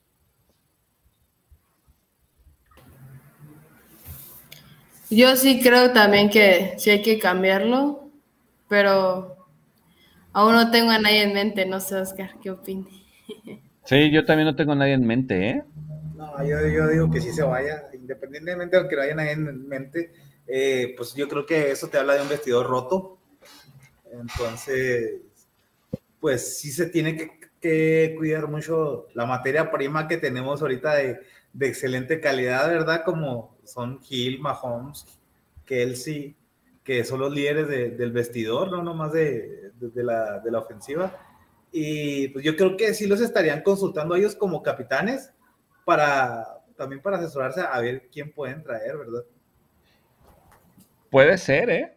Yo sí creo también que sí hay que cambiarlo, pero aún no tengo a nadie en mente, no sé, Oscar, ¿qué opine? Sí, yo también no tengo a nadie en mente, ¿eh? No, yo digo que sí se vaya, independientemente de que no haya nadie en mente, pues yo creo que eso te habla de un vestidor roto. Entonces, pues sí se tiene que cuidar mucho la materia prima que tenemos ahorita de excelente calidad, ¿verdad? Como son Hill, Mahomes, Kelsey, que son los líderes del vestidor, no nomás de la ofensiva. Y pues yo creo que sí los estarían consultando a ellos como capitanes también para asesorarse a ver quién pueden traer, ¿verdad? Puede ser, ¿eh?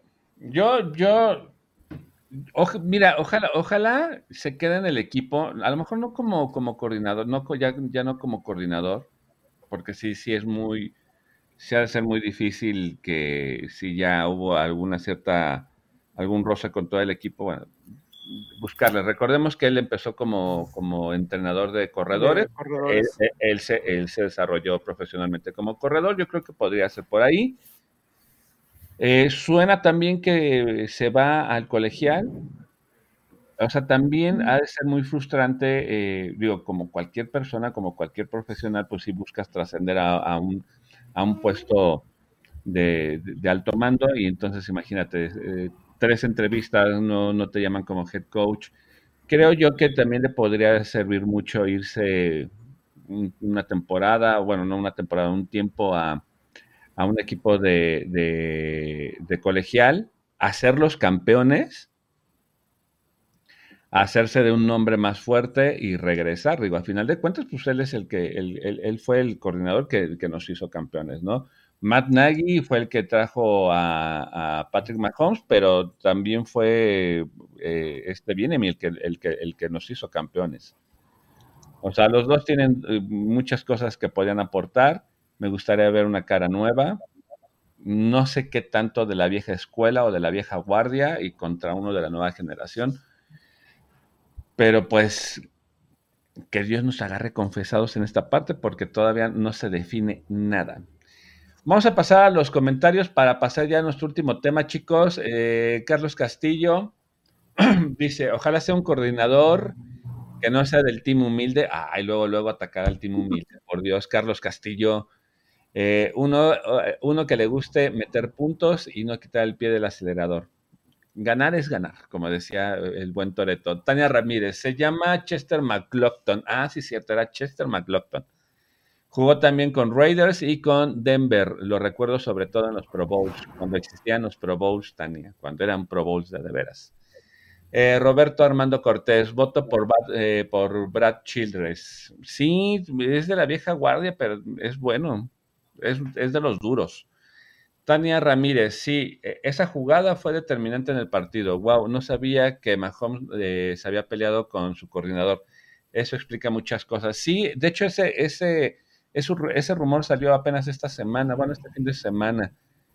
Mira, ojalá se quede en el equipo, a lo mejor no como coordinador, ya no como coordinador, porque sí ha de ser muy difícil que si ya hubo algún roce con todo el equipo, bueno, buscarle. Recordemos que él empezó como entrenador de corredores. Él se desarrolló profesionalmente como corredor. Yo creo que podría ser por ahí. Suena también que se va al colegial. O sea, también ha de ser muy frustrante, digo, como cualquier persona, como cualquier profesional, pues si buscas trascender a un puesto de alto mando y entonces imagínate, 3 entrevistas no te llaman como head coach. Creo yo que también le podría servir mucho irse una temporada, bueno, no una temporada, un tiempo a un equipo de colegial, hacerlos campeones, hacerse de un nombre más fuerte y regresar. Digo, al final de cuentas, pues él es él fue el coordinador que nos hizo campeones, ¿no? Matt Nagy fue el que trajo a Patrick Mahomes, pero también fue Bieniemy el que nos hizo campeones. O sea, los dos tienen muchas cosas que podían aportar. Me gustaría ver una cara nueva. No sé qué tanto de la vieja escuela o de la vieja guardia y contra uno de la nueva generación. Pero pues que Dios nos agarre confesados en esta parte porque todavía no se define nada. Vamos a pasar a los comentarios para pasar ya a nuestro último tema, chicos. Carlos Castillo dice, ojalá sea un coordinador que no sea del team humilde. Y luego atacar al team humilde. Por Dios, Carlos Castillo. Uno que le guste meter puntos y no quitar el pie del acelerador. Ganar es ganar, como decía el buen Toretto. Tania Ramírez, se llama Chester McLaughlin. Sí, cierto, era Chester McLaughlin. Jugó también con Raiders y con Denver. Lo recuerdo sobre todo en los Pro Bowls, cuando existían los Pro Bowls, Tania, cuando eran Pro Bowls de veras. Roberto Armando Cortés, voto por Brad Childress. Sí, es de la vieja guardia, pero es bueno. Es de los duros. Tania Ramírez, sí, esa jugada fue determinante en el partido. Wow, no sabía que Mahomes se había peleado con su coordinador. Eso explica muchas cosas. Sí, de hecho ese rumor salió apenas esta semana, bueno, este fin de semana.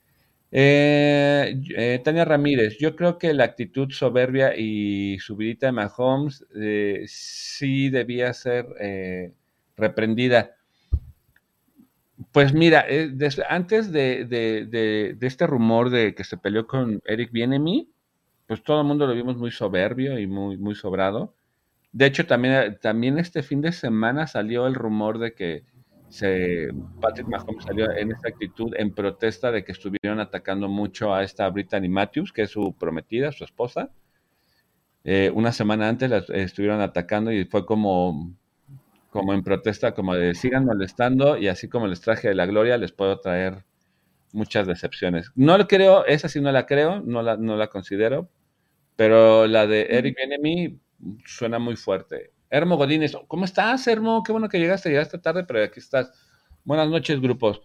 Tania Ramírez, yo creo que la actitud soberbia y subidita de Mahomes sí debía ser reprendida. Pues mira, antes de este rumor de que se peleó con Eric Bieniemy, pues todo el mundo lo vimos muy soberbio y muy sobrado. De hecho, también este fin de semana salió el rumor de que Patrick Mahomes salió en esta actitud en protesta de que estuvieron atacando mucho a esta Brittany Matthews, que es su prometida, su esposa. Una semana antes la estuvieron atacando y fue como en protesta, como de sigan molestando y así como les traje de la gloria, les puedo traer muchas decepciones. No lo creo, esa sí no la creo, no la considero, pero la de Eric Bieniemy suena muy fuerte. Hermo Godínez, ¿cómo estás, Hermo? Qué bueno que llegaste tarde, pero aquí estás. Buenas noches, grupos.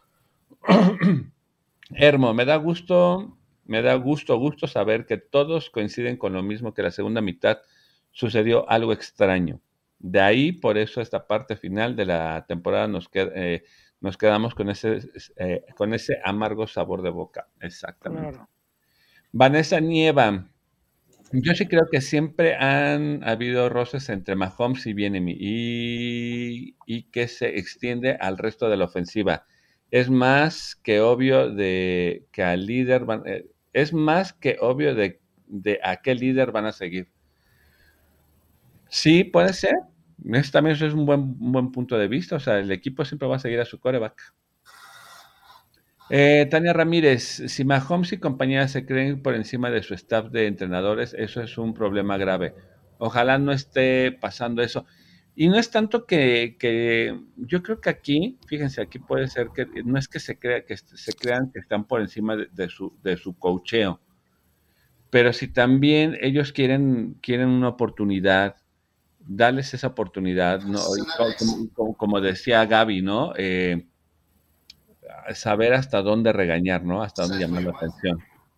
Hermo, me da gusto saber que todos coinciden con lo mismo, que la segunda mitad sucedió algo extraño. De ahí, por eso, esta parte final de la temporada nos quedamos con ese amargo sabor de boca. Exactamente. Claro. Vanessa Nieva, yo sí creo que siempre han habido roces entre Mahomes y Bieniemy y que se extiende al resto de la ofensiva. Es más que obvio de que al líder es más que obvio de a qué líder van a seguir. Sí, puede ser. También eso es un buen punto de vista. O sea, el equipo siempre va a seguir a su quarterback. Tania Ramírez, si Mahomes y compañía se creen por encima de su staff de entrenadores, eso es un problema grave. Ojalá no esté pasando eso. Y no es tanto que yo creo que aquí, fíjense, aquí puede ser que no es que se crean que están por encima de su coacheo, pero si también ellos quieren una oportunidad, darles esa oportunidad, ¿no? Como decía Gaby, ¿no? Saber hasta dónde regañar, ¿no? Hasta dónde llamar la atención.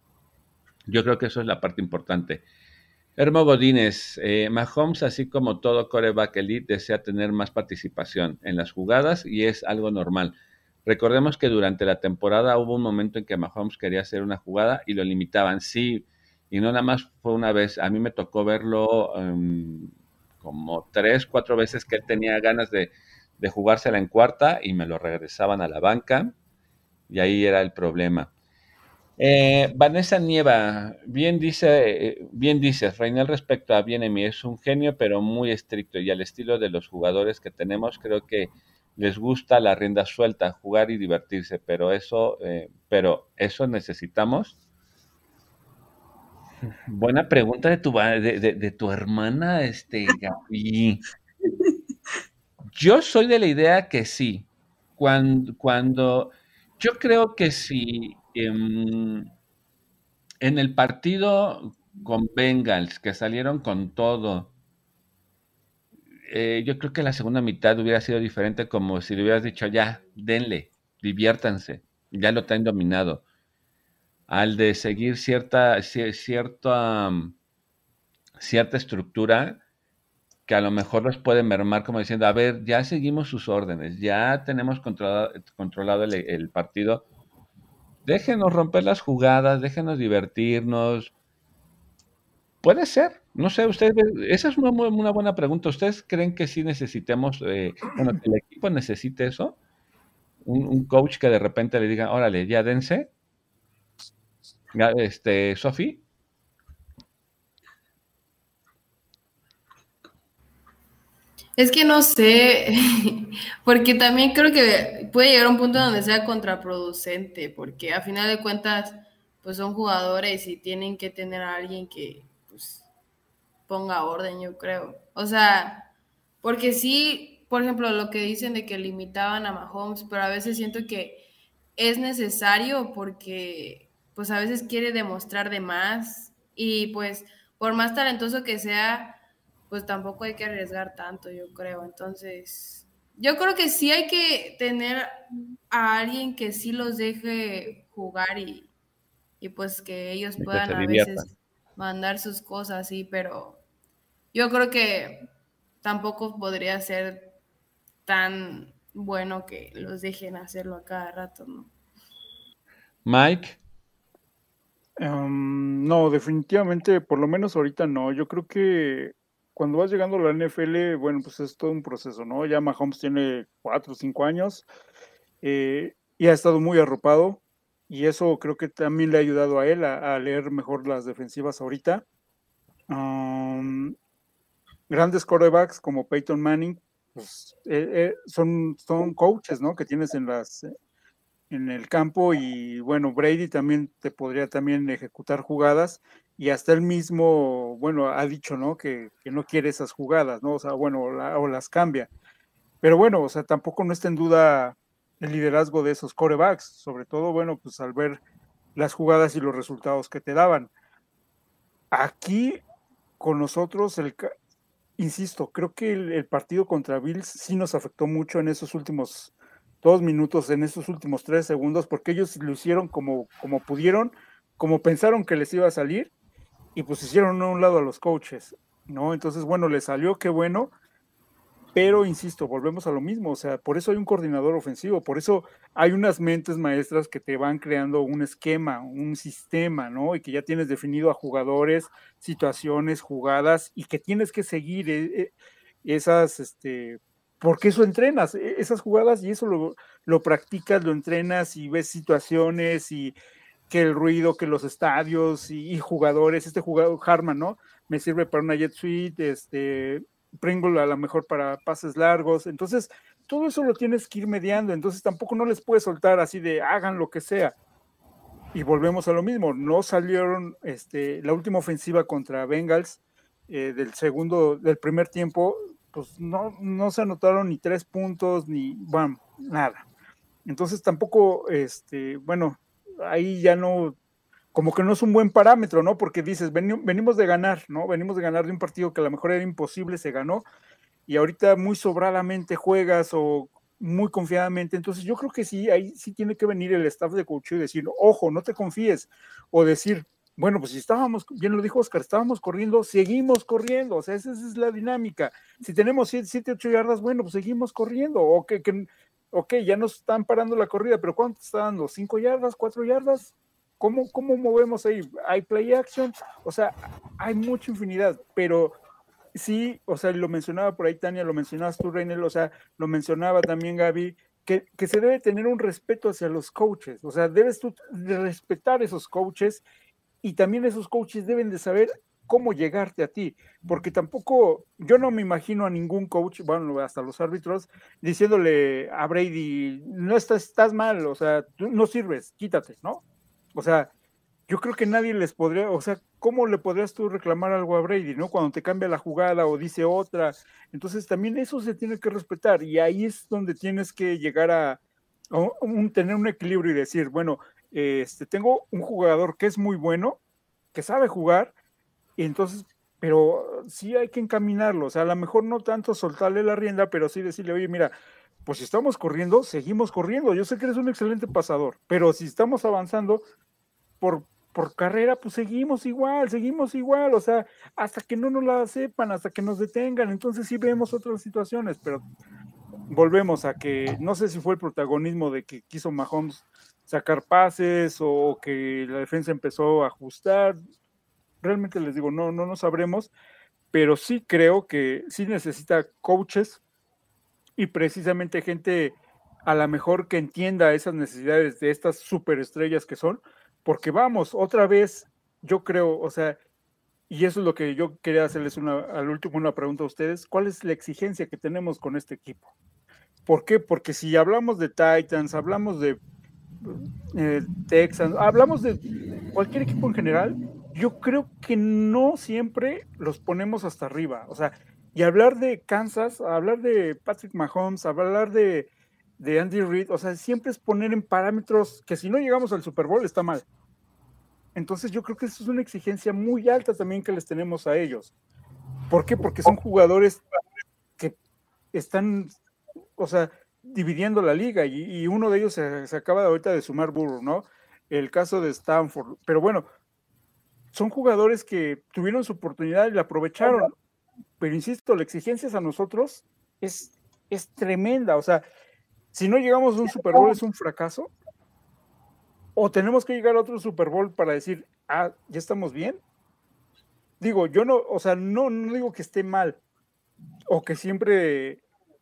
Yo creo que eso es la parte importante. Hermo Godínez, Mahomes, así como todo quarterback elite, desea tener más participación en las jugadas y es algo normal. Recordemos que durante la temporada hubo un momento en que Mahomes quería hacer una jugada y lo limitaban, sí, y no nada más fue una vez. A mí me tocó verlo como 3, 4 veces que él tenía ganas de jugársela en cuarta y me lo regresaban a la banca y ahí era el problema. Vanessa Nieva, bien dices, Reinel, respecto a Bienemi, es un genio pero muy estricto y al estilo de los jugadores que tenemos, creo que les gusta la rienda suelta, jugar y divertirse, pero eso necesitamos. Buena pregunta de tu hermana, Gaby. Yo soy de la idea que sí. Cuando yo creo que si en el partido con Bengals, que salieron con todo, yo creo que la segunda mitad hubiera sido diferente, como si le hubieras dicho, ya, denle, diviértanse, ya lo traen dominado. Al de seguir cierta estructura que a lo mejor los puede mermar, como diciendo, a ver, ya seguimos sus órdenes, ya tenemos controlado el partido, déjenos romper las jugadas, déjenos divertirnos. Puede ser, no sé, ustedes, esa es una buena pregunta. ¿Ustedes creen que sí necesitemos, que el equipo necesite eso? Un coach que de repente le diga, órale, ya dense. Sofi. Es que no sé, porque también creo que puede llegar a un punto donde sea contraproducente, porque a final de cuentas, pues son jugadores y tienen que tener a alguien que, pues, ponga orden, yo creo. O sea, porque sí, por ejemplo, lo que dicen de que limitaban a Mahomes, pero a veces siento que es necesario porque, pues, a veces quiere demostrar de más y, pues, por más talentoso que sea, pues tampoco hay que arriesgar tanto, yo creo. Entonces, yo creo que sí hay que tener a alguien que sí los deje jugar y pues que ellos Que puedan se a diviertan. veces mandar sus cosas, sí, pero yo creo que tampoco podría ser tan bueno que los dejen hacerlo a cada rato, ¿no? Mike. No, definitivamente, por lo menos ahorita no. Yo creo que cuando vas llegando a la NFL, bueno, pues es todo un proceso, ¿no? Ya Mahomes tiene 4 o 5 años y ha estado muy arropado y eso creo que también le ha ayudado a él a leer mejor las defensivas ahorita. Grandes quarterbacks como Peyton Manning, pues son coaches, ¿no? Que tienes en el campo y bueno, Brady también te podría también ejecutar jugadas y hasta él mismo, bueno, ha dicho, ¿no? Que no quiere esas jugadas, ¿no? O sea, bueno, o las cambia. Pero bueno, o sea, tampoco no está en duda el liderazgo de esos quarterbacks, sobre todo, bueno, pues al ver las jugadas y los resultados que te daban. Aquí con nosotros, insisto, creo que el partido contra Bills sí nos afectó mucho en esos últimos 2 minutos, en esos últimos 3 segundos, porque ellos lo hicieron como pudieron, como pensaron que les iba a salir, y pues hicieron a un lado a los coaches, ¿no? Entonces, bueno, les salió, qué bueno, pero insisto, volvemos a lo mismo, o sea, por eso hay un coordinador ofensivo, por eso hay unas mentes maestras que te van creando un esquema, un sistema, ¿no? Y que ya tienes definido a jugadores, situaciones, jugadas, y que tienes que seguir esas, porque eso entrenas, esas jugadas, y eso lo practicas, lo entrenas y ves situaciones y que el ruido, que los estadios y jugadores, este jugador Harman, ¿no? Me sirve para una jet suite, Pringle a lo mejor para pases largos, entonces todo eso lo tienes que ir mediando, entonces tampoco no les puedes soltar así de hagan lo que sea. Y volvemos a lo mismo, no salieron la última ofensiva contra Bengals del primer tiempo, pues no se anotaron ni 3 puntos, ni bueno, nada. Entonces tampoco, bueno, ahí ya no, como que no es un buen parámetro, ¿no? Porque dices, venimos de ganar, ¿no? Venimos de ganar de un partido que a lo mejor era imposible, se ganó, y ahorita muy sobradamente juegas o muy confiadamente. Entonces yo creo que sí, ahí sí tiene que venir el staff de coaching y decir, ojo, no te confíes, o decir, bueno, pues si estábamos, bien lo dijo Oscar, estábamos corriendo, seguimos corriendo, o sea, esa es la dinámica. Si tenemos 7, 8 yardas, bueno, pues seguimos corriendo, ok, ya nos están parando la corrida, pero ¿cuánto está dando? ¿5 yardas, 4 yardas? ¿Cómo movemos ahí? ¿Hay play action? O sea, hay mucha infinidad, pero sí, o sea, lo mencionaba por ahí Tania, lo mencionabas tú, Reynel, o sea, lo mencionaba también Gaby, que se debe tener un respeto hacia los coaches, o sea, debes tú respetar esos coaches y también esos coaches deben de saber cómo llegarte a ti, porque tampoco, yo no me imagino a ningún coach, bueno, hasta los árbitros, diciéndole a Brady, no estás mal, o sea, tú no sirves, quítate, ¿no? O sea, yo creo que nadie les podría, o sea, ¿cómo le podrías tú reclamar algo a Brady, ¿no? Cuando te cambia la jugada o dice otra. Entonces también eso se tiene que respetar y ahí es donde tienes que llegar a tener un equilibrio y decir, bueno, tengo un jugador que es muy bueno, que sabe jugar, y entonces, pero sí hay que encaminarlo, o sea, a lo mejor no tanto soltarle la rienda, pero sí decirle, oye, mira, pues si estamos corriendo, seguimos corriendo. Yo sé que eres un excelente pasador, pero si estamos avanzando por carrera, pues seguimos igual, o sea, hasta que no nos la sepan, hasta que nos detengan, entonces sí vemos otras situaciones, pero volvemos a que, no sé si fue el protagonismo de que quiso Mahomes sacar pases o que la defensa empezó a ajustar, realmente les digo, no sabremos, pero sí creo que sí necesita coaches y precisamente gente a lo mejor que entienda esas necesidades de estas superestrellas que son, porque vamos, otra vez, yo creo, o sea, y eso es lo que yo quería hacerles al último una pregunta a ustedes, ¿cuál es la exigencia que tenemos con este equipo? ¿Por qué? Porque si hablamos de Titans, hablamos de Texans, hablamos de cualquier equipo en general, yo creo que no siempre los ponemos hasta arriba, o sea, y hablar de Kansas, hablar de Patrick Mahomes, hablar de Andy Reid, o sea, siempre es poner en parámetros que si no llegamos al Super Bowl está mal. Entonces yo creo que eso es una exigencia muy alta también que les tenemos a ellos. ¿Por qué? Porque son jugadores que están, o sea, dividiendo la liga y uno de ellos se acaba de ahorita de sumar Burrow, ¿no? El caso de Stanford. Pero bueno, son jugadores que tuvieron su oportunidad y la aprovecharon. Pero insisto, la exigencia a nosotros es tremenda. O sea, si no llegamos a un Super Bowl es un fracaso. ¿O tenemos que llegar a otro Super Bowl para decir, ya estamos bien? Digo, yo no, o sea, no digo que esté mal o que siempre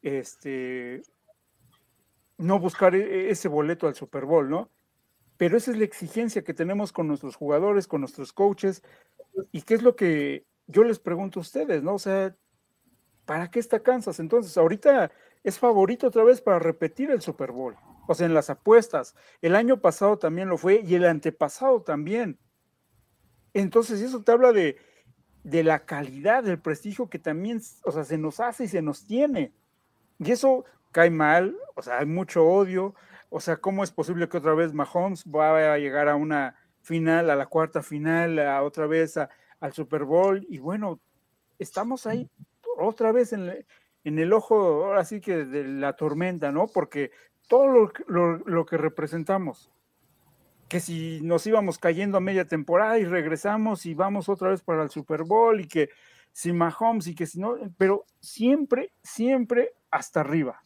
no buscar ese boleto al Super Bowl, ¿no? Pero esa es la exigencia que tenemos con nuestros jugadores, con nuestros coaches, y qué es lo que yo les pregunto a ustedes, ¿no? O sea, ¿para qué está Kansas? Entonces, ahorita es favorito otra vez para repetir el Super Bowl. O sea, en las apuestas. El año pasado también lo fue y el antepasado también. Entonces, eso te habla de la calidad, del prestigio que también, o sea, se nos hace y se nos tiene. Y eso cae mal, o sea, hay mucho odio. O sea, ¿cómo es posible que otra vez Mahomes vaya a llegar a una final, a la cuarta final, otra vez al Super Bowl? Y bueno, estamos ahí otra vez en el ojo, ahora sí que de la tormenta, ¿no? Porque todo lo que representamos, que si nos íbamos cayendo a media temporada y regresamos y vamos otra vez para el Super Bowl y que si Mahomes y que si no, pero siempre hasta arriba.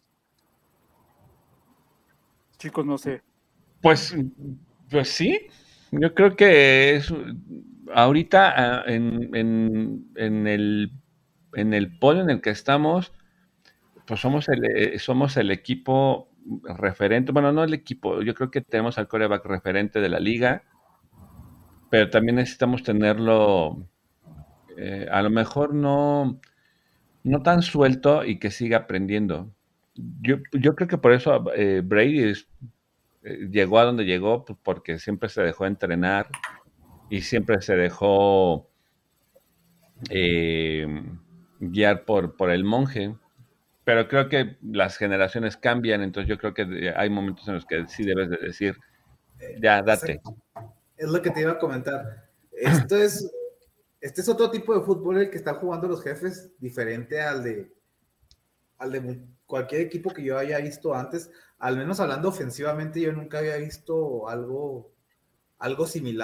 Chicos, no sé. Pues sí, yo creo que es ahorita en el podio en el que estamos, pues somos el equipo referente, bueno, no el equipo, yo creo que tenemos al quarterback referente de la liga, pero también necesitamos tenerlo a lo mejor no tan suelto y que siga aprendiendo. Yo creo que por eso Brady llegó a donde llegó, pues porque siempre se dejó entrenar y siempre se dejó guiar por el monje. Pero creo que las generaciones cambian, entonces yo creo que hay momentos en los que sí debes de decir, ya, date. Es lo que te iba a comentar. Este es otro tipo de fútbol el que están jugando los Jefes, diferente al de cualquier equipo que yo haya visto antes. Al menos hablando ofensivamente, yo nunca había visto algo similar.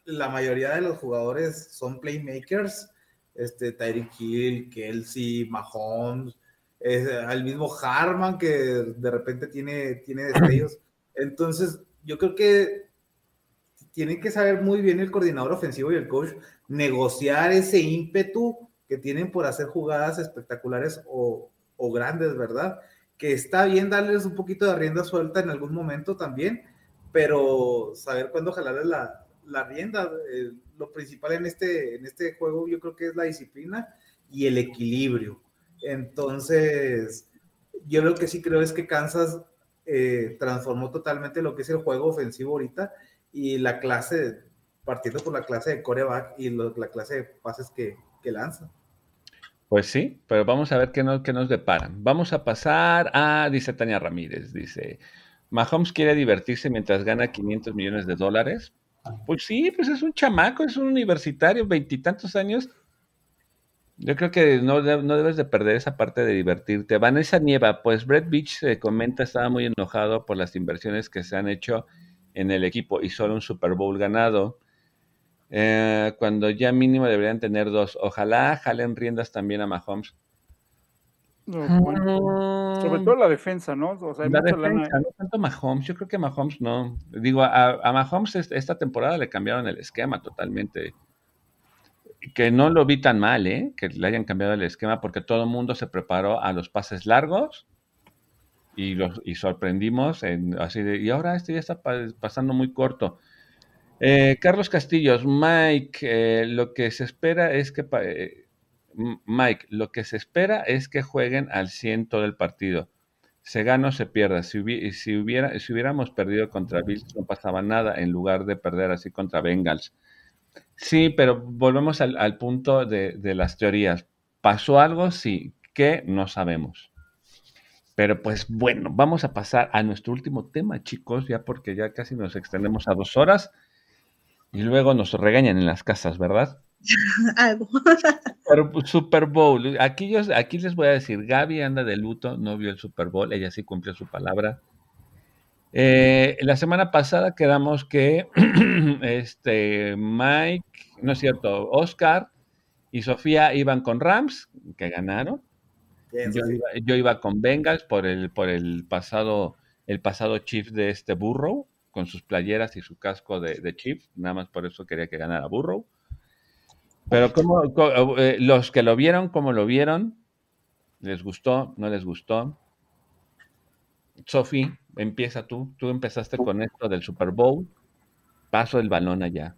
la mayoría de los jugadores son playmakers, Tyreek Hill, Kelsey, Mahomes, al mismo Harman que de repente tiene destellos. Entonces, yo creo que tiene que saber muy bien el coordinador ofensivo y el coach negociar ese ímpetu que tienen por hacer jugadas espectaculares o grandes, ¿verdad? Que está bien darles un poquito de rienda suelta en algún momento también, pero saber cuándo jalarles la rienda. Lo principal en este juego yo creo que es la disciplina y el equilibrio. Entonces, yo lo que sí creo es que Kansas transformó totalmente lo que es el juego ofensivo ahorita y la clase, partiendo por la clase de quarterback y la clase de pases que lanza. Pues sí, pero vamos a ver qué nos deparan. Vamos a pasar a, dice Tania Ramírez, dice, Mahomes quiere divertirse mientras gana $500 millones. Pues sí, pues es un chamaco, es un universitario, 20 y tantos años. Yo creo que no debes de perder esa parte de divertirte. Vanessa Nieva, pues Brett Beach comenta, estaba muy enojado por las inversiones que se han hecho en el equipo y solo un Super Bowl ganado. Cuando ya mínimo deberían tener 2. Ojalá jalen riendas también a Mahomes. No, bueno, sobre todo la defensa, ¿no? O sea, hay La mucha defensa, lana. no tanto Mahomes. Yo creo que Mahomes no. Digo, a Mahomes esta temporada le cambiaron el esquema totalmente. Que no lo vi tan mal, que le hayan cambiado el esquema porque todo el mundo se preparó a los pases largos y sorprendimos y ahora ya está pasando muy corto. Carlos Castillos, Mike, lo que se espera es que jueguen al 100 todo el partido. Se gana o se pierda. Si hubiéramos perdido contra Bills no pasaba nada en lugar de perder así contra Bengals. Sí, pero volvemos al punto de las teorías. ¿Pasó algo? Sí. ¿Qué? No sabemos. Pero pues bueno, vamos a pasar a nuestro último tema, chicos, ya porque ya casi nos extendemos a 2 horas y luego nos regañan en las casas, ¿verdad? Algo. Pero Super Bowl, aquí les voy a decir, Gaby anda de luto, no vio el Super Bowl, ella sí cumplió su palabra. La semana pasada quedamos que Mike, no es cierto, Oscar y Sofía iban con Rams, que ganaron. Yo iba con Bengals por el pasado Chief de Burrow, con sus playeras y su casco de Chief, nada más por eso quería que ganara Burrow. Pero los que lo vieron, ¿cómo lo vieron? ¿Les gustó? ¿No les gustó? Sofi, empieza tú. Tú empezaste con esto del Super Bowl. Paso el balón allá.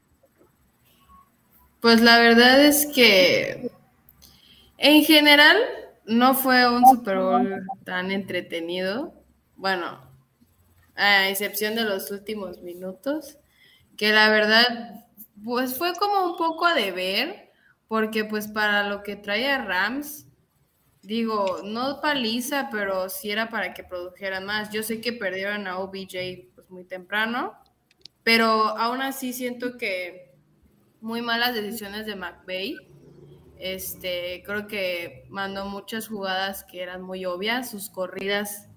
Pues la verdad es que en general no fue un Super Bowl tan entretenido. Bueno, a excepción de los últimos minutos, que la verdad pues fue como un poco a deber, porque pues para lo que traía Rams, digo, no paliza, pero sí era para que produjeran más. Yo sé que perdieron a OBJ pues muy temprano, pero aún así siento que muy malas decisiones de McVay. Creo que mandó muchas jugadas que eran muy obvias, sus corridas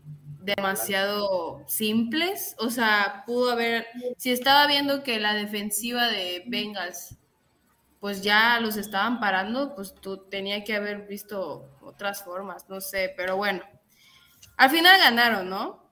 demasiado simples, o sea, pudo haber, si estaba viendo que la defensiva de Bengals pues ya los estaban parando, pues tú tenía que haber visto otras formas, no sé, pero bueno, al final ganaron, ¿no?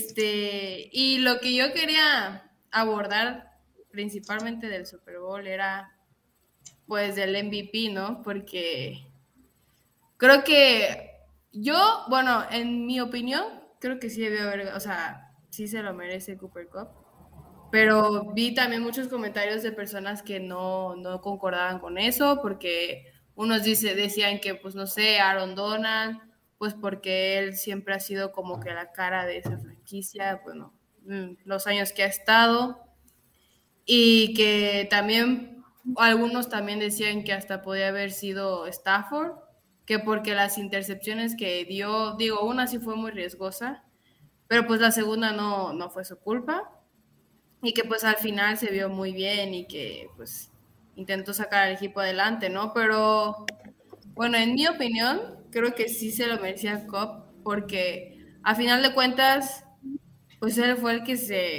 Y lo que yo quería abordar principalmente del Super Bowl era pues del MVP, ¿no? Porque creo que yo, bueno, en mi opinión, creo que sí debió haber, o sea, sí se lo merece Cooper Kupp, pero vi también muchos comentarios de personas que no concordaban con eso, porque unos decían que, pues no sé, Aaron Donald, pues porque él siempre ha sido como que la cara de esa franquicia, bueno, los años que ha estado, y que también algunos también decían que hasta podía haber sido Stafford, que porque las intercepciones que dio, digo, una sí fue muy riesgosa, pero pues la segunda no fue su culpa, y que pues al final se vio muy bien y que pues intentó sacar al equipo adelante, ¿no? Pero bueno, en mi opinión, creo que sí se lo merecía Kupp, porque a final de cuentas, pues él fue el que se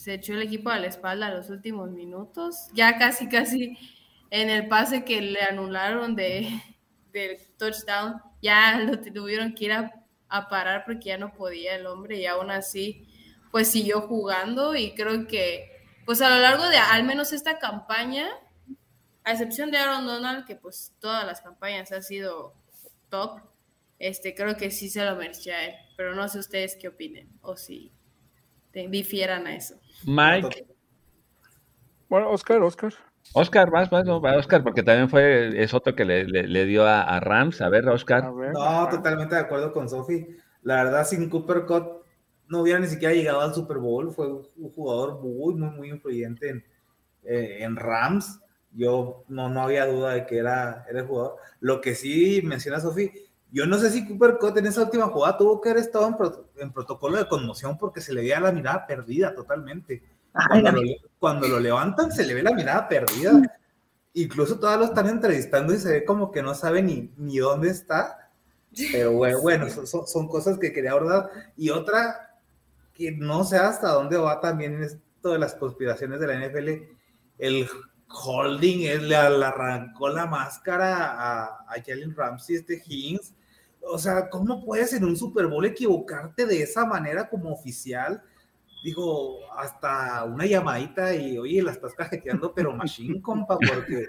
se echó el equipo a la espalda los últimos minutos, ya casi en el pase que le anularon del touchdown, ya lo tuvieron que ir a parar porque ya no podía el hombre, y aún así pues siguió jugando, y creo que pues a lo largo de al menos esta campaña, a excepción de Aaron Donald, que pues todas las campañas ha sido top, creo que sí se lo merecía él, pero no sé ustedes qué opinen, o si difieran a eso. Mike. Bueno, Oscar, vas, Oscar, porque también es otro que le dio a Rams. A ver, Oscar. A ver, No, totalmente de acuerdo con Sofi. La verdad, sin Cooper Kupp no hubiera ni siquiera llegado al Super Bowl. Fue un jugador muy influyente en Rams. Yo no había duda de que era el jugador. Lo que sí menciona Sofi, yo no sé si Cooper Kupp en esa última jugada tuvo que haber estado en protocolo de conmoción, porque se le veía la mirada perdida totalmente. Cuando lo levantan, se le ve la mirada perdida. Incluso todavía lo están entrevistando y se ve como que no sabe ni dónde está. Pero bueno, son cosas que quería abordar. Y otra que no sé hasta dónde va también esto de las conspiraciones de la NFL. El holding, le arrancó la máscara a Jalen Ramsey, Higgins. O sea, ¿cómo puedes en un Super Bowl equivocarte de esa manera como oficial? Digo, hasta una llamadita y, oye, la estás cajeteando, pero machine, compa, porque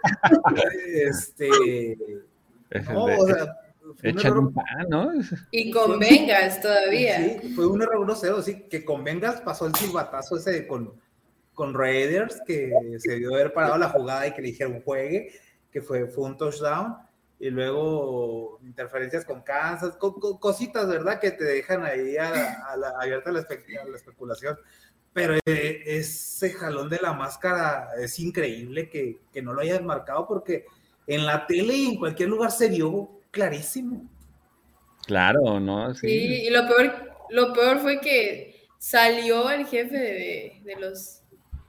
no, o sea, echan un pan, ¿no? Y con Bengals todavía. Sí, fue un error grosero, sí, que con Bengals pasó el silbatazo ese con Raiders, que se dio haber parado la jugada y que le dijeron juegue, que fue un touchdown, y luego interferencias con Kansas, cositas, ¿verdad? Que te dejan ahí abierta la especulación. Pero ese jalón de la máscara es increíble que no lo hayan marcado, porque en la tele y en cualquier lugar se vio clarísimo. Claro, ¿no? Sí, y lo peor fue que salió el jefe de los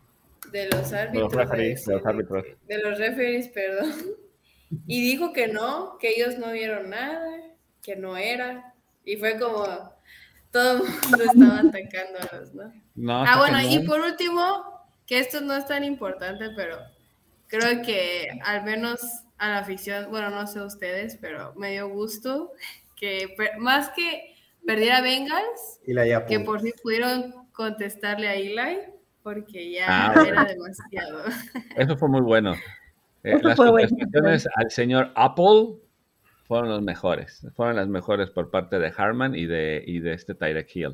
árbitros, de los referees, perdón, y dijo que no, que ellos no vieron nada, que no era, y fue como todo el mundo estaba atacándolos, ¿no? Bueno, y por último, que esto no es tan importante, pero creo que al menos a la afición, bueno, no sé ustedes, pero me dio gusto que más que perdiera Bengals, que por fin pudieron contestarle a Eli, porque ya era demasiado. Eso fue muy bueno. Las contestaciones al señor Apple fueron las mejores por parte de Harman y de Tyreek Hill.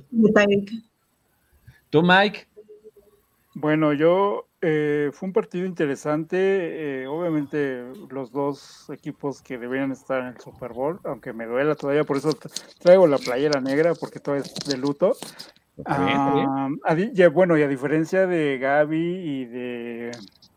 ¿Tú, Mike? Bueno, fue un partido interesante, obviamente los dos equipos que deberían estar en el Super Bowl, aunque me duela todavía, por eso traigo la playera negra, porque todavía es de luto. Bueno, y a diferencia de Gaby y de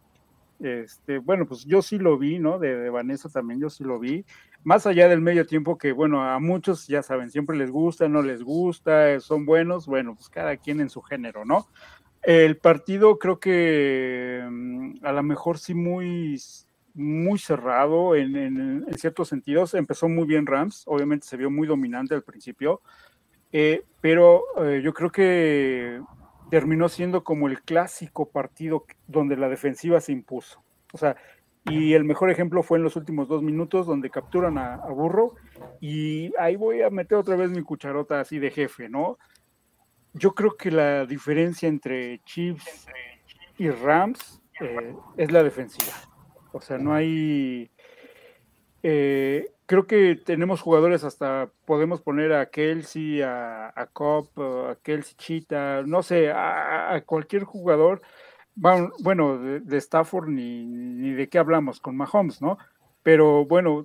bueno, pues yo sí lo vi, ¿no? De Vanessa también, yo sí lo vi. Más allá del medio tiempo, que bueno, a muchos ya saben, siempre les gusta, no les gusta, son buenos, bueno, pues cada quien en su género, ¿no? El partido creo que a lo mejor sí muy cerrado en ciertos sentidos. Empezó muy bien Rams, obviamente se vio muy dominante al principio, pero yo creo que terminó siendo como el clásico partido donde la defensiva se impuso. O sea, y el mejor ejemplo fue en los últimos 2 minutos, donde capturan a Burrow, y ahí voy a meter otra vez mi cucharota así de jefe, ¿no? Yo creo que la diferencia entre Chiefs y Rams es la defensiva. O sea, no hay... creo que tenemos jugadores, hasta podemos poner a Kelsey, a Cobb, a Kelsey Cheetah, no sé, a cualquier jugador. Bueno, de Stafford ni de qué hablamos con Mahomes, ¿no? Pero bueno,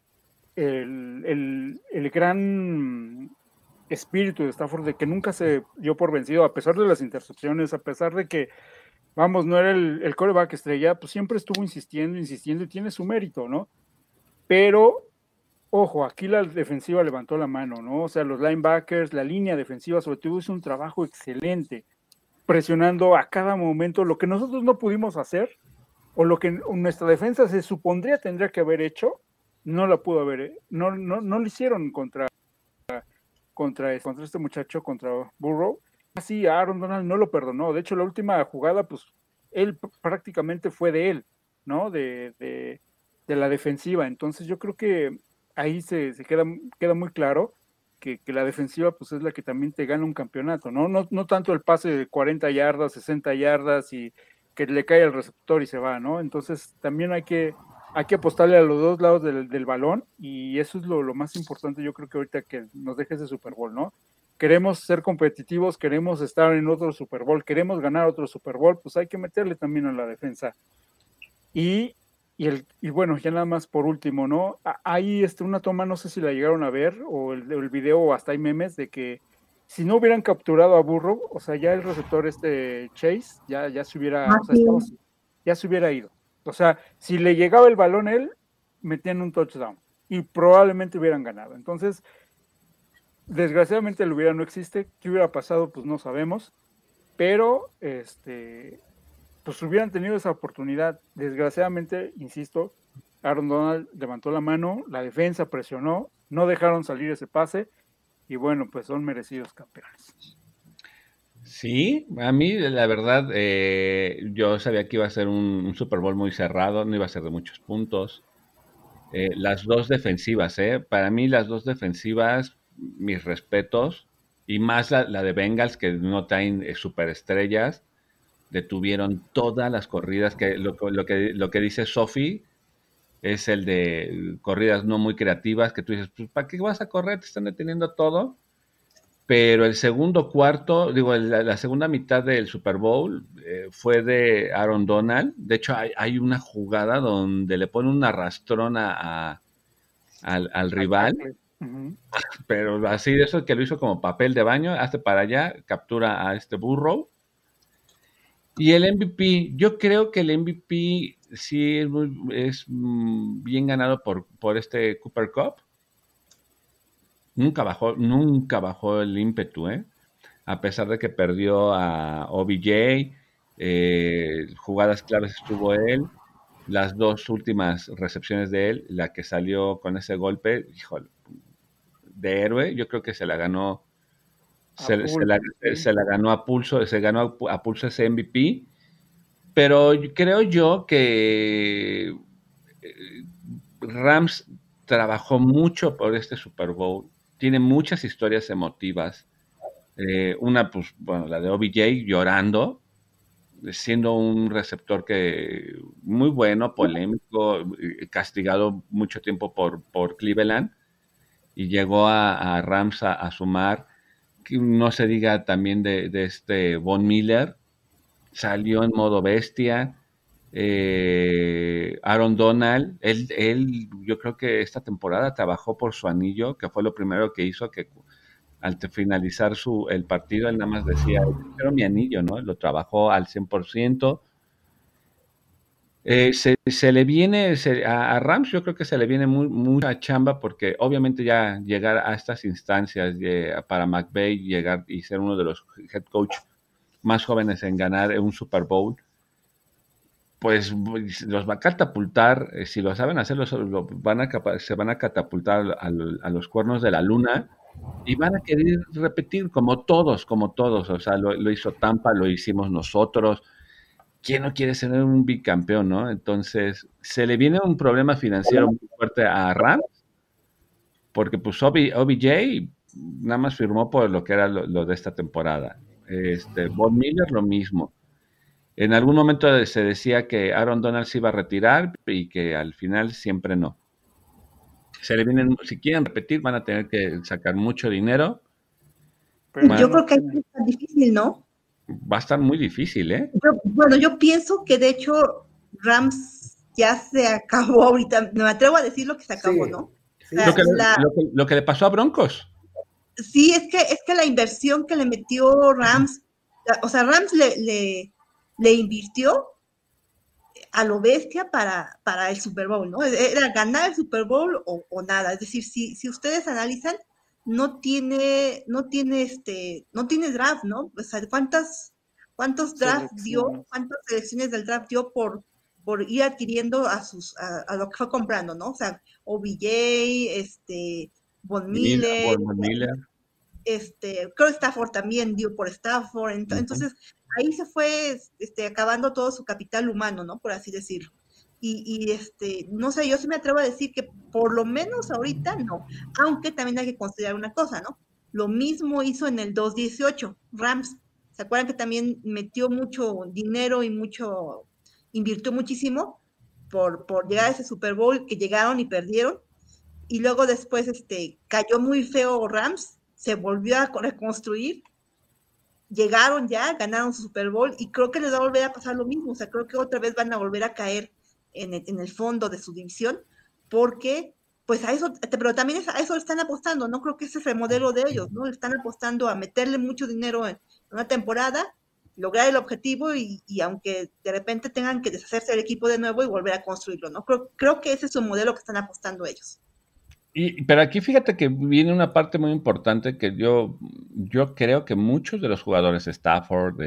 el gran espíritu de Stafford de que nunca se dio por vencido, a pesar de las intercepciones, a pesar de que, vamos, no era el quarterback estrella, pues siempre estuvo insistiendo y tiene su mérito, ¿no? Pero, ojo, aquí la defensiva levantó la mano, ¿no? O sea, los linebackers, la línea defensiva, sobre todo, hizo un trabajo excelente, presionando a cada momento lo que nosotros no pudimos hacer, o lo que nuestra defensa se supondría tendría que haber hecho, no la pudo haber, no lo hicieron contra este muchacho, contra Burrow, así a Aaron Donald no lo perdonó. De hecho, la última jugada, pues, él prácticamente fue de él, ¿no? De la defensiva. Entonces yo creo que ahí se queda muy claro que la defensiva pues es la que también te gana un campeonato, ¿no? No tanto el pase de 40 yardas, 60 yardas y que le cae al receptor y se va, ¿no? Entonces también hay que apostarle a los dos lados del balón, y eso es lo más importante, yo creo que ahorita que nos deje ese Super Bowl, ¿no? Queremos ser competitivos, queremos estar en otro Super Bowl, queremos ganar otro Super Bowl, pues hay que meterle también a la defensa. Y bueno, ya nada más por último, ¿no? Hay una toma, no sé si la llegaron a ver, o el video, o hasta hay memes de que si no hubieran capturado a Burrow, o sea, ya el receptor Chase, ya se hubiera, o sea, ya se hubiera ido. O sea, si le llegaba el balón a él, metían un touchdown y probablemente hubieran ganado. Entonces, desgraciadamente el hubiera no existe. ¿Qué hubiera pasado? Pues no sabemos. Pero, pues hubieran tenido esa oportunidad. Desgraciadamente, insisto, Aaron Donald levantó la mano, la defensa presionó, no dejaron salir ese pase, y bueno, pues son merecidos campeones. Sí, a mí la verdad, yo sabía que iba a ser un Super Bowl muy cerrado, no iba a ser de muchos puntos. Las dos defensivas, para mí las dos defensivas, mis respetos, y más la de Bengals, que no traen superestrellas, detuvieron todas las corridas, que lo que dice Sophie es el de corridas no muy creativas, que tú dices, pues, ¿para qué vas a correr? Te están deteniendo todo. Pero el segundo cuarto, digo, la segunda mitad del Super Bowl fue de Aaron Donald. De hecho, hay una jugada donde le pone un arrastrón al rival, Uh-huh. pero así de eso que lo hizo como papel de baño, hace para allá, captura a este Burrow. Y el MVP, yo creo que el MVP sí es bien ganado por este Cooper Kupp. Nunca bajó el ímpetu, a pesar de que perdió a OBJ, jugadas claves estuvo él, las dos últimas recepciones de él, la que salió con ese golpe, híjole, de héroe, yo creo que se la ganó, se la ganó a pulso, se ganó a pulso ese MVP, pero creo yo que Rams trabajó mucho por este Super Bowl, tiene muchas historias emotivas. Una, pues, bueno, la de OBJ llorando, siendo un receptor que muy bueno, polémico, castigado mucho tiempo por Cleveland, y llegó a Rams a sumar. Que no se diga también de este Von Miller, salió en modo bestia. Aaron Donald, él, yo creo que esta temporada trabajó por su anillo, que fue lo primero que hizo, que al finalizar el partido, él nada más decía, quiero mi anillo, ¿no? Lo trabajó al 100%. Se le viene, a Rams yo creo que se le viene mucha chamba, porque obviamente ya llegar a estas instancias para McVay, llegar y ser uno de los head coach más jóvenes en ganar un Super Bowl, pues los va a catapultar, si lo saben hacer, se van a catapultar a los cuernos de la luna, y van a querer repetir como todos, o sea, lo hizo Tampa, lo hicimos nosotros. ¿Quién no quiere ser un bicampeón, no? Entonces, se le viene un problema financiero muy fuerte a Rams, porque pues OBJ nada más firmó por lo que era lo de esta temporada. Von Miller lo mismo. En algún momento se decía que Aaron Donald se iba a retirar y que al final siempre no. Se le vienen, si quieren repetir, van a tener que sacar mucho dinero. Pero yo creo que es difícil, ¿no? Va a estar muy difícil, ¿eh? Yo pienso que de hecho Rams ya se acabó ahorita. Me atrevo a decir lo que se acabó, sí, ¿no? Sí. Lo que le pasó a Broncos. Sí, es que la inversión que le metió Rams, o sea, Rams le invirtió a lo bestia para el Super Bowl, ¿no? Era ganar el Super Bowl o nada. Es decir, si ustedes analizan, no tiene draft, ¿no? O sea, ¿cuántos drafts dio? ¿Cuántas selecciones del draft dio por ir adquiriendo a lo que fue comprando, ¿no? O sea, OBJ, Von Miller. creo que Stafford también dio por Stafford, entonces ahí se fue acabando todo su capital humano, ¿no? Por así decirlo. No sé, yo sí me atrevo a decir que por lo menos ahorita no, aunque también hay que considerar una cosa, ¿no? Lo mismo hizo en el 2018, Rams. ¿Se acuerdan que también metió mucho dinero y invirtió muchísimo por llegar a ese Super Bowl que llegaron y perdieron? Y luego después cayó muy feo Rams, se volvió a reconstruir, llegaron ya, ganaron su Super Bowl y creo que les va a volver a pasar lo mismo, o sea, creo que otra vez van a volver a caer en el fondo de su división, porque pues a eso, pero también a eso le están apostando, no creo que ese es el modelo de ellos, ¿no? Le están apostando a meterle mucho dinero en una temporada, lograr el objetivo y aunque de repente tengan que deshacerse del equipo de nuevo y volver a construirlo, ¿no? Creo que ese es un modelo que están apostando ellos. Pero aquí fíjate que viene una parte muy importante que yo creo que muchos de los jugadores, Stafford,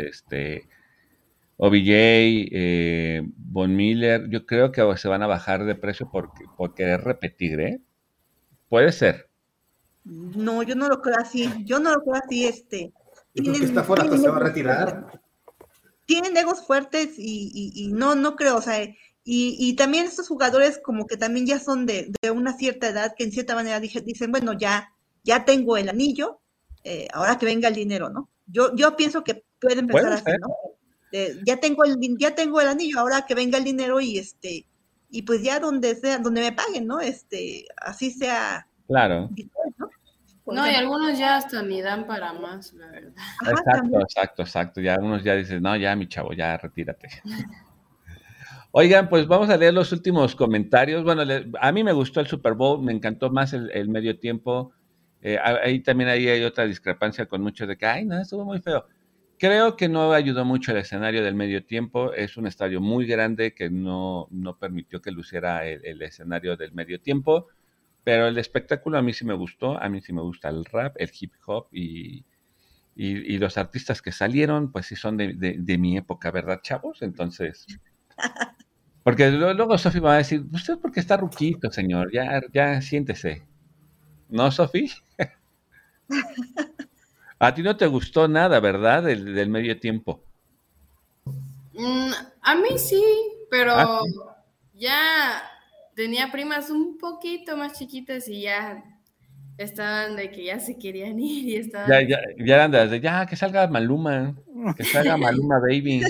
OBJ, Von Miller, yo creo que se van a bajar de precio por querer repetir, ¿eh? Puede ser. No, yo no lo creo así. Yo no lo creo así. Yo creo que Stafford hasta se va a retirar. Tienen egos fuertes y no creo, o sea, y también estos jugadores como que también ya son de una cierta edad que en cierta manera dicen, bueno, ya tengo el anillo, ahora que venga el dinero, ¿no? Yo pienso que pueden pensar así, ¿no? Ya tengo el anillo, ahora que venga el dinero y pues ya donde me paguen, ¿no? Así sea. Claro. ¿no? No, y algunos ya hasta ni dan para más, la verdad. Exacto. Ya algunos ya dicen, no, ya mi chavo, ya retírate. Oigan, pues vamos a leer los últimos comentarios. Bueno, a mí me gustó el Super Bowl, me encantó más el medio tiempo. Ahí también hay otra discrepancia con muchos de que, ay, no, estuvo muy feo. Creo que no ayudó mucho el escenario del medio tiempo. Es un estadio muy grande que no permitió que luciera el escenario del medio tiempo. Pero el espectáculo a mí sí me gustó. A mí sí me gusta el rap, el hip hop y los artistas que salieron, pues sí son de mi época, ¿verdad, chavos? Entonces, porque luego Sofi va a decir, usted porque está ruquito, señor, ya siéntese. ¿No, Sofi? A ti no te gustó nada, ¿verdad? Del medio tiempo. A mí sí, pero ¿Sí? ya tenía primas un poquito más chiquitas y ya estaban de que ya se querían ir y estaban... Ya eran de ya, que salga Maluma Baby.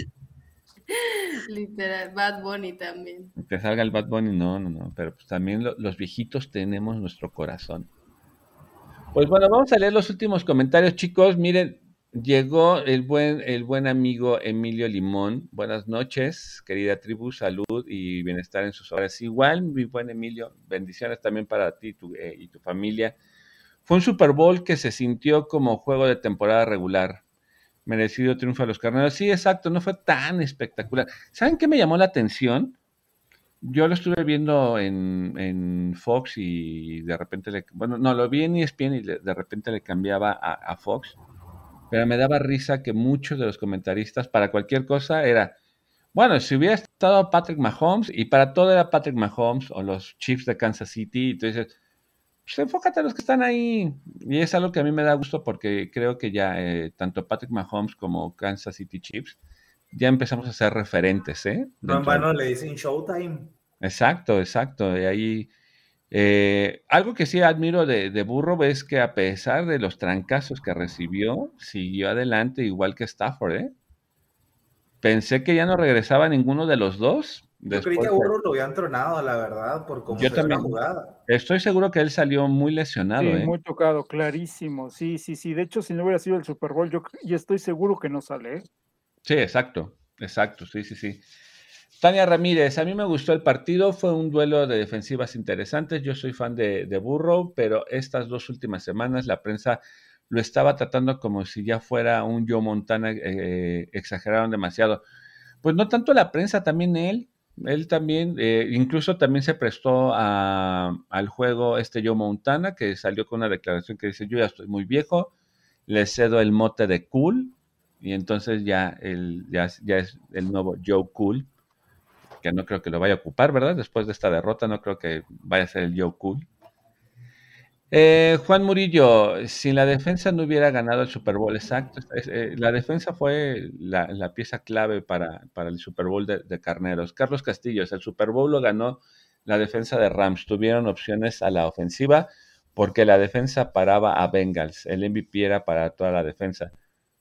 Literal, Bad Bunny también. Que salga el Bad Bunny, no, pero pues también los viejitos tenemos nuestro corazón. Pues bueno, vamos a leer los últimos comentarios, chicos. Miren, llegó el buen amigo Emilio Limón. Buenas noches, querida tribu, salud y bienestar en sus hogares. Igual, mi buen Emilio, bendiciones también para ti y tu familia. Fue un Super Bowl que se sintió como juego de temporada regular. Merecido triunfo a los Carneros. Sí, exacto, no fue tan espectacular. ¿Saben qué me llamó la atención? Yo lo estuve viendo en Fox y de repente lo vi en ESPN y de repente le cambiaba a Fox, pero me daba risa que muchos de los comentaristas para cualquier cosa era, bueno, si hubiera estado Patrick Mahomes y para todo era Patrick Mahomes o los Chiefs de Kansas City, y tú dices, pues enfócate a los que están ahí. Y es algo que a mí me da gusto porque creo que ya tanto Patrick Mahomes como Kansas City Chiefs ya empezamos a ser referentes, ¿eh? No en vano le dicen Showtime. Exacto. Y ahí, algo que sí admiro de Burrow es que a pesar de los trancazos que recibió, siguió adelante igual que Stafford, ¿eh? Pensé que ya no regresaba ninguno de los dos. Yo creí que a Burrow lo habían tronado, la verdad, por cómo se ve la jugada. Estoy seguro que él salió muy lesionado, sí, muy tocado, clarísimo. Sí. De hecho, si no hubiera sido el Super Bowl, yo estoy seguro que no sale, ¿eh? Sí, exacto, sí. Tania Ramírez, a mí me gustó el partido, fue un duelo de defensivas interesantes, yo soy fan de Burrow, pero estas 2 últimas semanas la prensa lo estaba tratando como si ya fuera un Joe Montana, exageraron demasiado. Pues no tanto la prensa, también él también, incluso también se prestó al juego Joe Montana, que salió con una declaración que dice, yo ya estoy muy viejo, le cedo el mote de cool, y entonces ya es el nuevo Joe Cool, que no creo que lo vaya a ocupar, ¿verdad? Después de esta derrota no creo que vaya a ser el Joe Cool. Juan Murillo, sin la defensa no hubiera ganado el Super Bowl, exacto. La defensa fue la pieza clave para el Super Bowl de Carneros. Carlos Castillos, el Super Bowl lo ganó la defensa de Rams. Tuvieron opciones a la ofensiva porque la defensa paraba a Bengals. El MVP era para toda la defensa.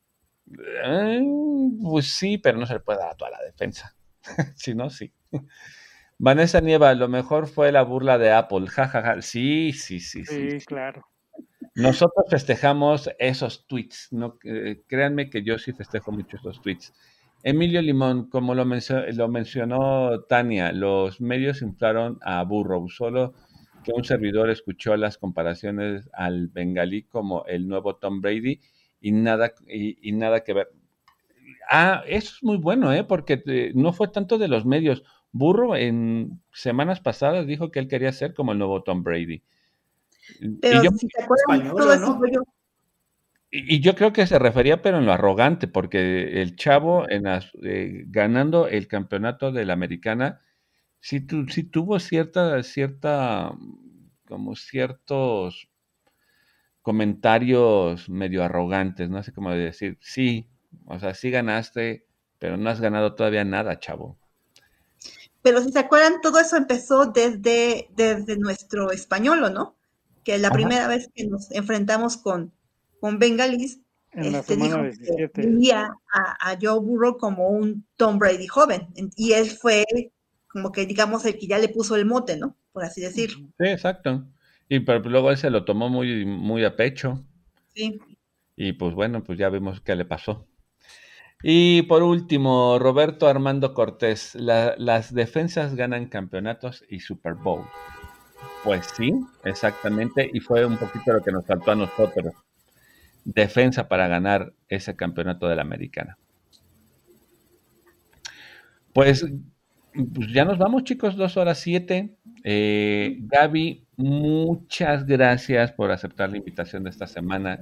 Pues sí, pero no se le puede dar a toda la defensa. Si no, sí. Vanessa Nieva, lo mejor fue la burla de Apple. Ja, ja, ja. Sí. Sí, claro. Nosotros festejamos esos tweets. No, créanme que yo sí festejo mucho esos tweets. Emilio Limón, como lo mencionó Tania, los medios inflaron a Burrow. Solo que un servidor escuchó las comparaciones al bengalí como el nuevo Tom Brady y nada que ver. Eso es muy bueno, porque no fue tanto de los medios. Burrow en semanas pasadas dijo que él quería ser como el nuevo Tom Brady. Pero si te acuerdas, todo eso y yo creo que se refería, pero en lo arrogante, porque el chavo ganando el campeonato de la Americana, sí tuvo como ciertos comentarios medio arrogantes, no sé cómo decir, sí, o sea, sí ganaste, pero no has ganado todavía nada, chavo. Pero si se acuerdan, todo eso empezó desde nuestro español, ¿no? Que la primera vez que nos enfrentamos con Bengalis, dijo que veía a Joe Burrow como un Tom Brady joven, y él fue como que, digamos, el que ya le puso el mote, ¿no? Por así decirlo. Sí, exacto. Y pero luego él se lo tomó muy, muy a pecho. Sí. Y pues bueno, pues ya vimos qué le pasó. Y por último, Roberto Armando Cortés, las defensas ganan campeonatos y Super Bowl. Pues sí, exactamente, y fue un poquito lo que nos faltó a nosotros. Defensa para ganar ese campeonato de la Americana. Pues ya nos vamos, chicos, 2:07. Gaby, muchas gracias por aceptar la invitación de esta semana.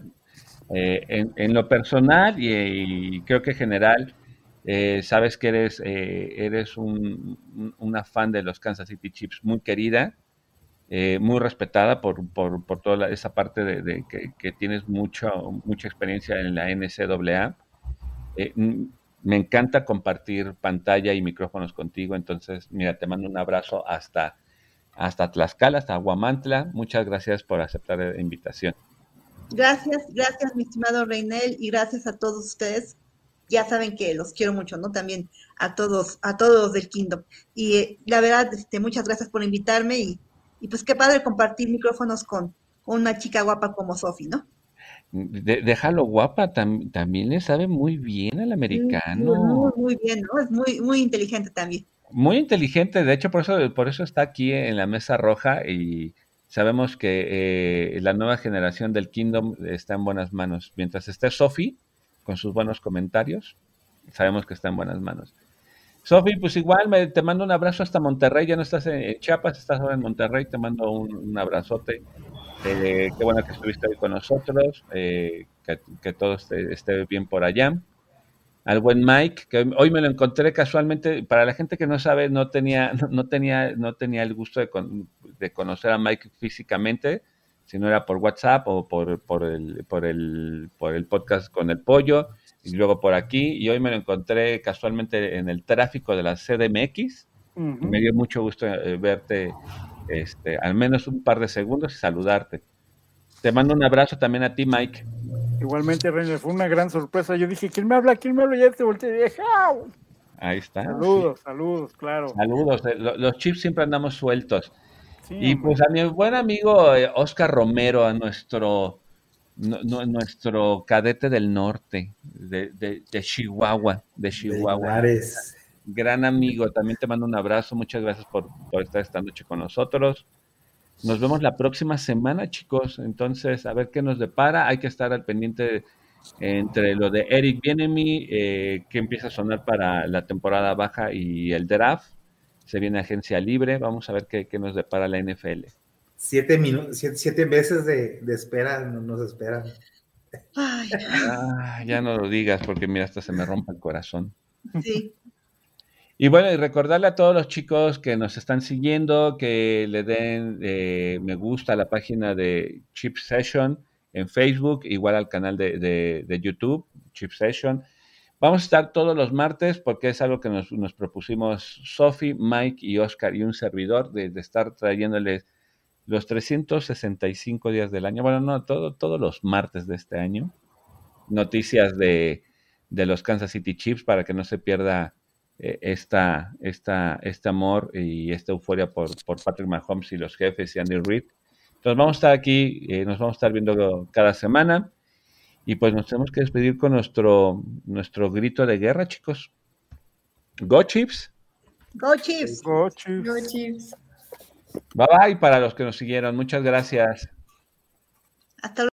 En lo personal y creo que en general, sabes que eres una fan de los Kansas City Chiefs muy querida, muy respetada por toda esa parte de que tienes mucha experiencia en la NCAA. Me encanta compartir pantalla y micrófonos contigo, entonces, mira, te mando un abrazo hasta Tlaxcala, hasta Huamantla. Muchas gracias por aceptar la invitación. Gracias, mi estimado Reinel, y gracias a todos ustedes. Ya saben que los quiero mucho, ¿no? También a todos del Kingdom. Y la verdad, muchas gracias por invitarme y pues qué padre compartir micrófonos con una chica guapa como Sofi, ¿no? Déjalo guapa, también le sabe muy bien al americano. Muy bien, ¿no? Es muy, muy inteligente también. Muy inteligente, de hecho, por eso está aquí en la mesa roja y sabemos que la nueva generación del Kingdom está en buenas manos. Mientras esté Sofi con sus buenos comentarios, sabemos que está en buenas manos. Sofi, pues igual te mando un abrazo hasta Monterrey, ya no estás en Chiapas, estás ahora en Monterrey, te mando un abrazote. Qué bueno que estuviste hoy con nosotros, que todo esté bien por allá. Al buen Mike, que hoy me lo encontré casualmente. Para la gente que no sabe, no tenía el gusto de conocer a Mike físicamente, si no era por WhatsApp o por el podcast con el pollo, y luego por aquí, y hoy me lo encontré casualmente en el tráfico de la CDMX. Y me dio mucho gusto verte al menos un par de segundos y saludarte. Te mando un abrazo también a ti, Mike. Igualmente, Reiner, fue una gran sorpresa. Yo dije, ¿quién me habla? Ya te volteé y dije, ¡au! Ahí está. Saludos, claro. Saludos. Los Chiefs siempre andamos sueltos. Sí, y hombre. Pues a mi buen amigo Oscar Romero, a nuestro cadete del norte, de Chihuahua. Gran amigo, también te mando un abrazo. Muchas gracias por estar esta noche con nosotros. Nos vemos la próxima semana, chicos. Entonces, a ver qué nos depara. Hay que estar al pendiente entre lo de Eric Bieniemy, que empieza a sonar para la temporada baja, y el draft. Se viene agencia libre. Vamos a ver qué nos depara la NFL. 7 meses de espera nos esperan. Ya no lo digas porque mira, hasta se me rompe el corazón. Sí. Y bueno, y recordarle a todos los chicos que nos están siguiendo que le den me gusta a la página de Chip Session en Facebook, igual al canal de YouTube, Chip Session. Vamos a estar todos los martes porque es algo que nos propusimos Sophie, Mike y Oscar y un servidor de estar trayéndoles los 365 días del año, bueno, no, todos los martes de este año, noticias de los Kansas City Chiefs para que no se pierda este amor y esta euforia por Patrick Mahomes y los jefes y Andy Reid. Entonces vamos a estar aquí, nos vamos a estar viendo cada semana y pues nos tenemos que despedir con nuestro grito de guerra, chicos. Go Chiefs. Go Chiefs. Go Chiefs. Go Chiefs. Bye bye para los que nos siguieron. Muchas gracias. Hasta luego.